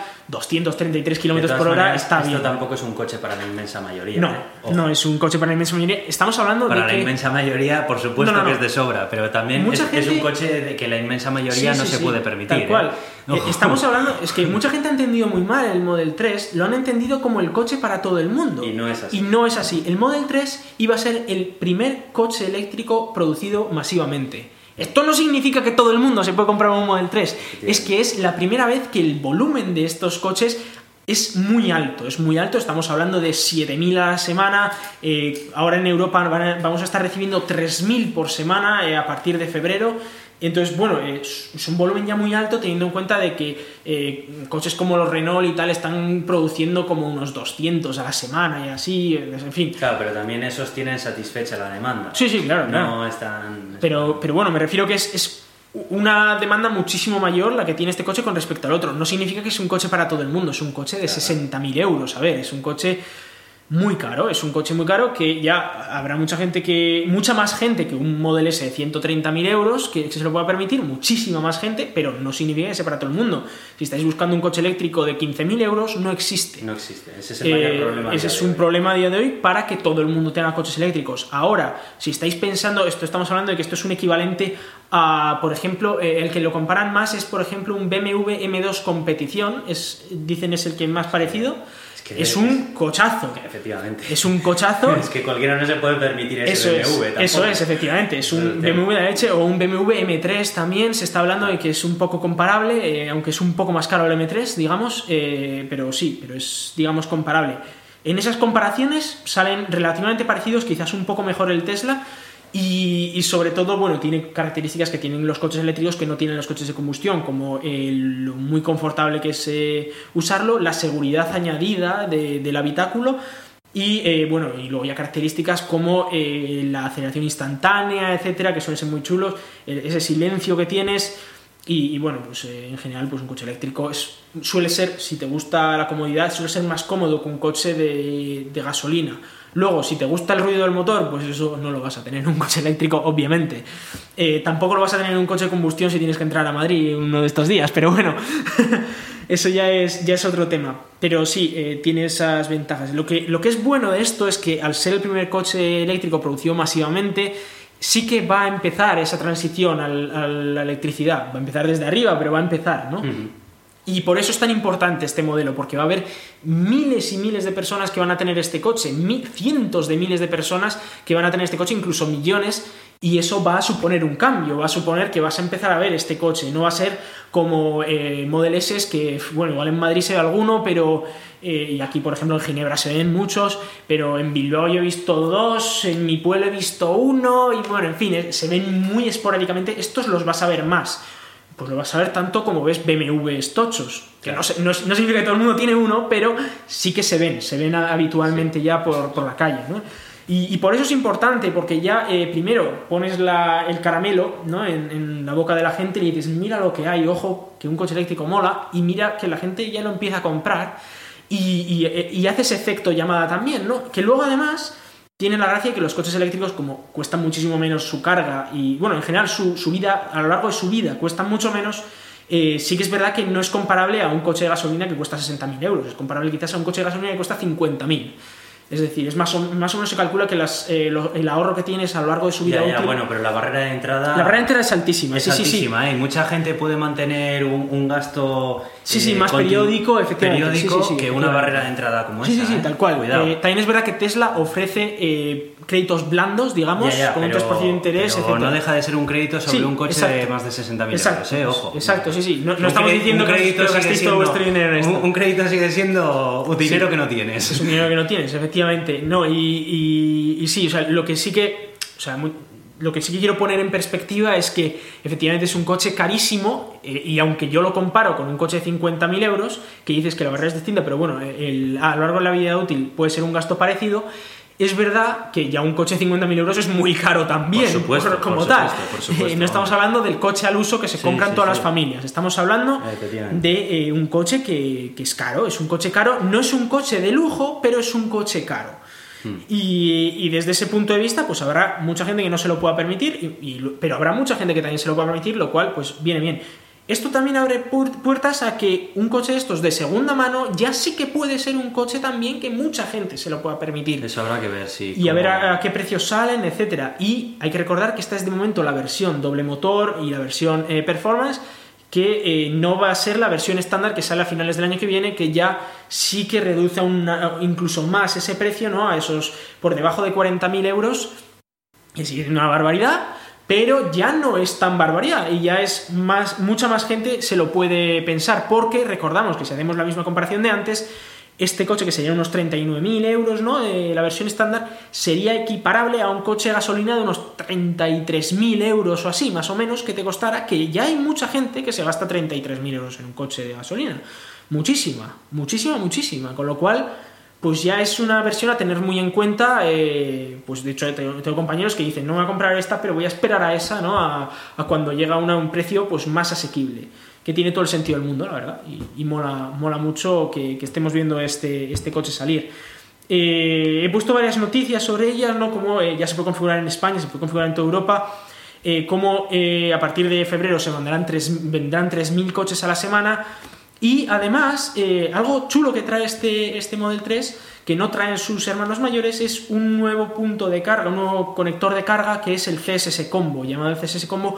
E: 233 km por hora está bien.
D: Esto tampoco es un coche para la inmensa mayoría.
E: No es un coche para la inmensa mayoría. Estamos hablando
D: para la inmensa mayoría, por supuesto que es de sobra, pero también es un coche de que la inmensa mayoría no se puede permitir.
E: Tal cual. Estamos hablando, es que mucha gente ha entendido muy mal el Model 3, lo han entendido como el coche para todo el mundo.
D: Y no es así.
E: El Model 3 iba a ser el primer coche eléctrico producido masivamente. Esto no significa que todo el mundo se puede comprar un Model 3, es que es la primera vez que el volumen de estos coches es muy alto, estamos hablando de 7.000 a la semana, ahora en Europa vamos a estar recibiendo 3.000 por semana a partir de febrero. Entonces, bueno, es un volumen ya muy alto teniendo en cuenta de que coches como los Renault y tal están produciendo como unos 200 a la semana y así, en fin.
D: Claro, pero también esos tienen satisfecha la demanda.
E: Sí, claro.
D: No están...
E: Pero bueno, me refiero que es una demanda muchísimo mayor la que tiene este coche con respecto al otro. No significa que es un coche para todo el mundo, es un coche de 60.000 euros, a ver, es un coche muy caro, que ya habrá mucha más gente que un Model S de 130.000 euros que se lo pueda permitir, muchísima más gente, pero no significa que sea para todo el mundo. Si estáis buscando un coche eléctrico de 15.000 euros, no existe.
D: Ese es el mayor problema.
E: Ese es un problema a día de hoy para que todo el mundo tenga coches eléctricos. Ahora, si estáis pensando, estamos hablando de que esto es un equivalente a, por ejemplo, el que lo comparan más es, por ejemplo, un BMW M2 Competición, dicen es el que más parecido. Es un cochazo.
D: Efectivamente.
E: Es un cochazo.
D: Es que cualquiera no se puede permitir ese BMW tampoco.
E: Eso es, efectivamente. Es un BMW de leche o un BMW M3 también. Se está hablando de que es un poco comparable, aunque es un poco más caro el M3, digamos. Pero es, digamos, comparable. En esas comparaciones salen relativamente parecidos, quizás un poco mejor el Tesla. Y sobre todo, bueno, tiene características que tienen los coches eléctricos que no tienen los coches de combustión, como lo muy confortable que es usarlo, la seguridad añadida del habitáculo y bueno, y luego ya características como la aceleración instantánea, etcétera, que suelen ser muy chulos, ese silencio que tienes. Y bueno, pues en general pues un coche eléctrico suele ser, si te gusta la comodidad, suele ser más cómodo que un coche de gasolina. Luego, si te gusta el ruido del motor, pues eso no lo vas a tener en un coche eléctrico, obviamente. Tampoco lo vas a tener en un coche de combustión si tienes que entrar a Madrid uno de estos días, pero bueno, eso ya es otro tema. Pero sí, tiene esas ventajas. Lo que es bueno de esto es que al ser el primer coche eléctrico producido masivamente, sí que va a empezar esa transición a la electricidad. Va a empezar desde arriba, pero va a empezar, ¿no? Uh-huh. Y por eso es tan importante este modelo, porque va a haber miles y miles de personas que van a tener este coche, cientos de miles de personas que van a tener este coche, incluso millones, y eso va a suponer un cambio, va a suponer que vas a empezar a ver este coche. No va a ser como Model S, que, bueno, igual en Madrid se ve alguno, pero... y aquí, por ejemplo, en Ginebra se ven muchos, pero en Bilbao yo he visto 2, en mi pueblo he visto 1, y bueno, en fin, se ven muy esporádicamente. Estos los vas a ver más. Pues lo vas a ver tanto como ves BMWs tochos, que no significa que todo el mundo tiene uno, pero sí que se ven habitualmente ya por la calle, ¿no? Y por eso es importante, porque ya primero pones el caramelo, ¿no? en la boca de la gente y le dices, mira lo que hay, ojo, que un coche eléctrico mola, y mira que la gente ya lo empieza a comprar, y hace ese efecto llamada también, ¿no? Que luego además tiene la gracia de que los coches eléctricos, como cuestan muchísimo menos su carga y, bueno, en general su vida, a lo largo de su vida, cuestan mucho menos, sí que es verdad que no es comparable a un coche de gasolina que cuesta 60.000 euros, es comparable quizás a un coche de gasolina que cuesta 50.000. Es decir, es más o menos se calcula que el ahorro que tienes a lo largo de su vida útil...
D: bueno, pero la barrera de entrada...
E: La barrera de entrada es altísima.
D: Es altísima, sí. Mucha gente puede mantener un gasto...
E: más periódico, efectivamente.
D: Que una barrera de entrada como esa.
E: Sí, tal cual. También es verdad que Tesla ofrece créditos blandos, digamos, con un 3% de interés,
D: pero
E: etcétera.
D: No deja de ser un crédito sobre un coche de más de 60.000 euros, ojo.
E: Exacto, sí. No estamos diciendo que gastéis todo vuestro dinero en esto.
D: Un crédito sigue siendo un dinero que no tienes.
E: Es un dinero que no tienes, efectivamente. No, y sí, o sea, lo que sí que quiero poner en perspectiva es que efectivamente es un coche carísimo, y aunque yo lo comparo con un coche de 50.000 euros, que dices que la barrera es distinta, pero bueno, a lo largo de la vida útil puede ser un gasto parecido. Es verdad que ya un coche de 50.000 euros es muy caro también,
D: por supuesto.
E: No estamos hablando del coche al uso que se compran todas las familias. Estamos hablando de un coche que es caro. Es un coche caro, no es un coche de lujo, pero es un coche caro. Y desde ese punto de vista, pues habrá mucha gente que no se lo pueda permitir, pero habrá mucha gente que también se lo pueda permitir, lo cual pues viene bien. Esto también abre puertas a que un coche de estos de segunda mano ya sí que puede ser un coche también que mucha gente se lo pueda permitir.
D: Eso habrá que ver, sí.
E: Y a ver a qué precios salen, etcétera. Y hay que recordar que esta es de momento la versión doble motor y la versión performance, que no va a ser la versión estándar que sale a finales del año que viene, que ya sí que reduce incluso más ese precio, ¿no? A esos por debajo de 40.000 euros, que sí es una barbaridad. Pero ya no es tan barbaridad y ya es mucha más gente se lo puede pensar, porque recordamos que si hacemos la misma comparación de antes, este coche que sería unos 39.000 euros, ¿no? La versión estándar sería equiparable a un coche de gasolina de unos 33.000 euros o así, más o menos, que te costara, que ya hay mucha gente que se gasta 33.000 euros en un coche de gasolina. Muchísima, con lo cual... pues ya es una versión a tener muy en cuenta. Pues de hecho tengo compañeros que dicen, no voy a comprar esta, pero voy a esperar a esa, ¿no? A cuando llega a un precio pues más asequible, que tiene todo el sentido del mundo, la verdad, y mola mucho que estemos viendo este coche salir. He puesto varias noticias sobre ellas, ¿no? Como ya se puede configurar en España, se puede configurar en toda Europa, como a partir de febrero vendrán 3.000 coches a la semana. Y además, algo chulo que trae este Model 3, que no traen sus hermanos mayores, es un nuevo punto de carga, un nuevo conector de carga, que es el CSS Combo, llamado el CSS Combo,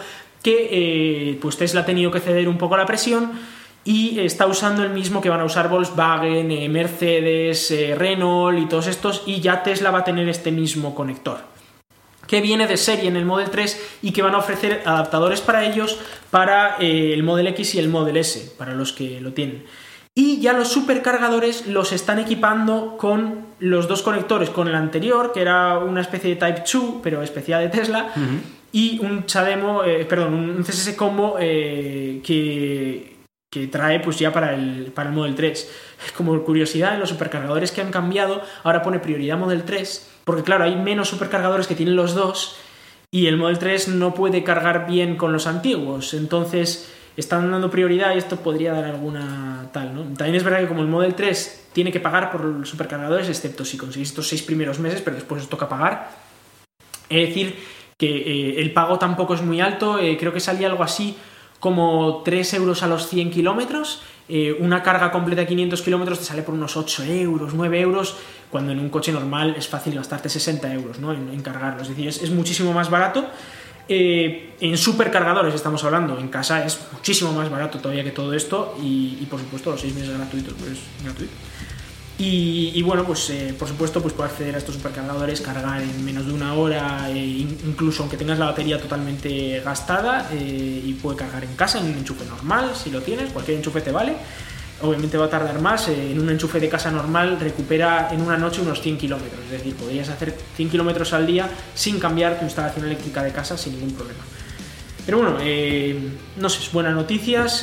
E: que pues Tesla ha tenido que ceder un poco la presión y está usando el mismo que van a usar Volkswagen, Mercedes, Renault y todos estos, y ya Tesla va a tener este mismo conector, que viene de serie en el Model 3 y que van a ofrecer adaptadores para ellos para el Model X y el Model S, para los que lo tienen. Y ya los supercargadores los están equipando con los dos conectores, con el anterior, que era una especie de Type 2, pero especial de Tesla, y un CHAdeMO, un CSS Combo que que trae pues ya para el Model 3. Como curiosidad, en los supercargadores que han cambiado, ahora pone prioridad Model 3, porque claro, hay menos supercargadores que tienen los dos y el Model 3 no puede cargar bien con los antiguos, entonces están dando prioridad y esto podría dar alguna tal, ¿no? También es verdad que como el Model 3 tiene que pagar por los supercargadores, excepto si conseguís estos 6 primeros meses, pero después os toca pagar. Es decir, que el pago tampoco es muy alto, creo que salía algo así como 3 euros a los 100 kilómetros, una carga completa de 500 kilómetros te sale por unos 8 euros, 9 euros, cuando en un coche normal es fácil gastarte 60 euros, ¿no? en cargarlo, es decir, es muchísimo más barato. En supercargadores estamos hablando, en casa es muchísimo más barato todavía que todo esto y por supuesto los 6 meses gratuitos, pues gratuito. Y bueno, pues por supuesto pues puedes acceder a estos supercargadores, cargar en menos de una hora, incluso aunque tengas la batería totalmente gastada, y puede cargar en casa en un enchufe normal, si lo tienes, cualquier enchufe te vale. Obviamente va a tardar más, en un enchufe de casa normal recupera en una noche unos 100 kilómetros, es decir, podrías hacer 100 kilómetros al día sin cambiar tu instalación eléctrica de casa sin ningún problema. Pero bueno, no sé, buenas noticias,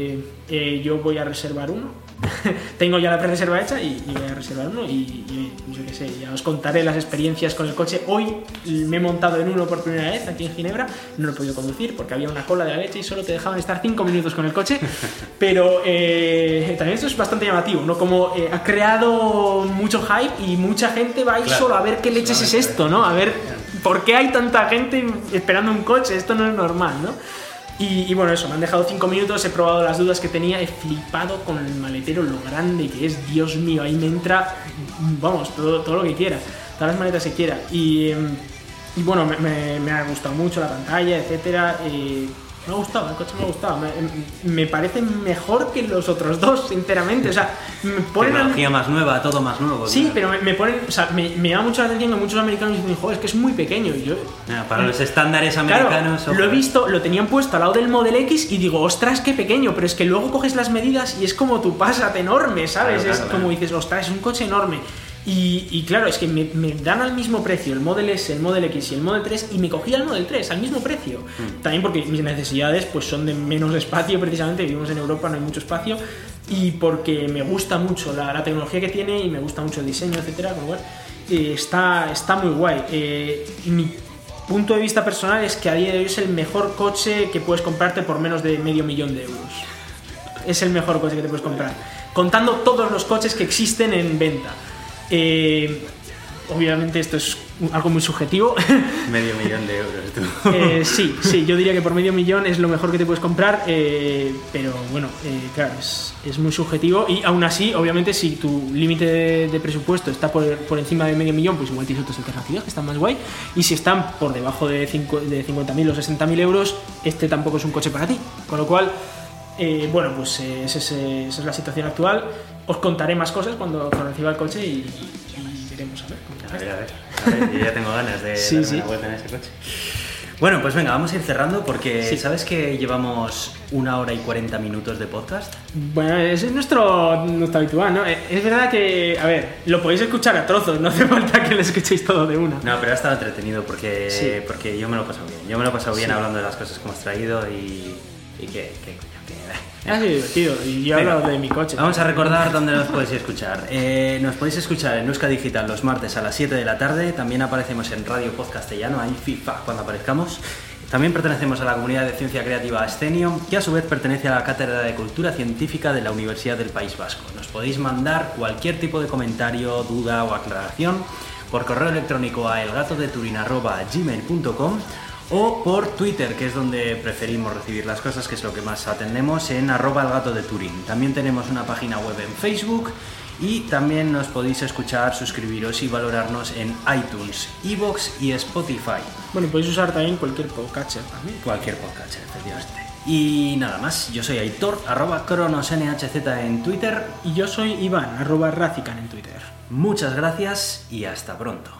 E: yo voy a reservar uno. Tengo ya la pre-reserva hecha y voy a reservar uno y yo qué sé, ya os contaré las experiencias con el coche. Hoy me he montado en uno por primera vez aquí en Ginebra, no lo he podido conducir porque había una cola de la leche y solo te dejaban estar 5 minutos con el coche, pero también esto es bastante llamativo, ¿no? Como ha creado mucho hype y mucha gente va a ir solo a ver qué leches es esto, ¿no? A ver por qué hay tanta gente esperando un coche, esto no es normal, ¿no? Y bueno, eso, me han dejado 5 minutos, he probado las dudas que tenía, he flipado con el maletero, lo grande que es, Dios mío, ahí me entra, vamos, todo lo que quiera, todas las maletas que quiera. Y bueno, me ha gustado mucho la pantalla, etcétera. Me ha gustado, el coche me ha gustado, me parece mejor que los otros dos, sinceramente, o sea, me ponen...
D: Tecnología más nueva, todo más nuevo.
E: Sí, ¿no? Pero me ponen, o sea, me llama mucho la atención que muchos americanos dicen, joder, es que es muy pequeño, y yo...
D: Para los estándares americanos...
E: Claro, lo he visto, lo tenían puesto al lado del Model X y digo, ostras, qué pequeño, pero es que luego coges las medidas y es como tu Passat enorme, ¿sabes? Claro, es como dices, ostras, es un coche enorme. Y claro, es que me dan al mismo precio el Model S, el Model X y el Model 3 y me cogía el Model 3 al mismo precio. También porque mis necesidades pues son de menos espacio, precisamente, vivimos en Europa, no hay mucho espacio, y porque me gusta mucho la tecnología que tiene y me gusta mucho el diseño, etcétera, con lo cual está muy guay. Mi punto de vista personal es que a día de hoy es el mejor coche que puedes comprarte por menos de $500,000 euros. Es el mejor coche que te puedes comprar, contando todos los coches que existen en venta. Obviamente esto es algo muy subjetivo.
D: $500,000 tú.
E: Sí, yo diría que por $500,000 es lo mejor que te puedes comprar, pero bueno, claro, es muy subjetivo y aún así, obviamente, si tu límite de presupuesto está por encima de $500,000, pues igual tienes otras alternativas que están más guay, y si están por debajo de 50.000 o 60.000 euros, este tampoco es un coche para ti, con lo cual... bueno, pues esa es la situación actual. Os contaré más cosas cuando reciba el coche y veremos a ver.
D: Yo ya tengo ganas de darme una vuelta en ese coche. Bueno, pues venga, vamos a ir cerrando porque ¿sabes que llevamos 1 hora y 40 minutos de podcast?
E: Bueno, ese es nuestro habitual, ¿no? Es verdad que, a ver, lo podéis escuchar a trozos, no hace falta que lo escuchéis todo de una.
D: No, pero ha estado entretenido porque yo me lo he pasado bien. Yo me lo he pasado bien hablando de las cosas que hemos traído y que
E: ha sido divertido y yo hablo de mi coche.
D: Vamos a recordar dónde nos podéis escuchar. Nos podéis escuchar en Euska Digital los martes a las 7 de la tarde. También aparecemos en Radio Pod Castellano, ahí FIFA cuando aparezcamos. También pertenecemos a la comunidad de ciencia creativa Ascenio, que a su vez pertenece a la Cátedra de Cultura Científica de la Universidad del País Vasco. Nos podéis mandar cualquier tipo de comentario, duda o aclaración por correo electrónico a elgatodeturin@gmail.com o por Twitter, que es donde preferimos recibir las cosas, que es lo que más atendemos, en @elgatodeturin. También tenemos una página web en Facebook y también nos podéis escuchar, suscribiros y valorarnos en iTunes, iVoox y Spotify.
E: Bueno, y podéis usar también cualquier podcatcher también.
D: Cualquier podcatcher, efectivamente. Y nada más, yo soy Aitor, @cronosnhz en Twitter.
E: Y yo soy Iván, @razican en Twitter.
D: Muchas gracias y hasta pronto.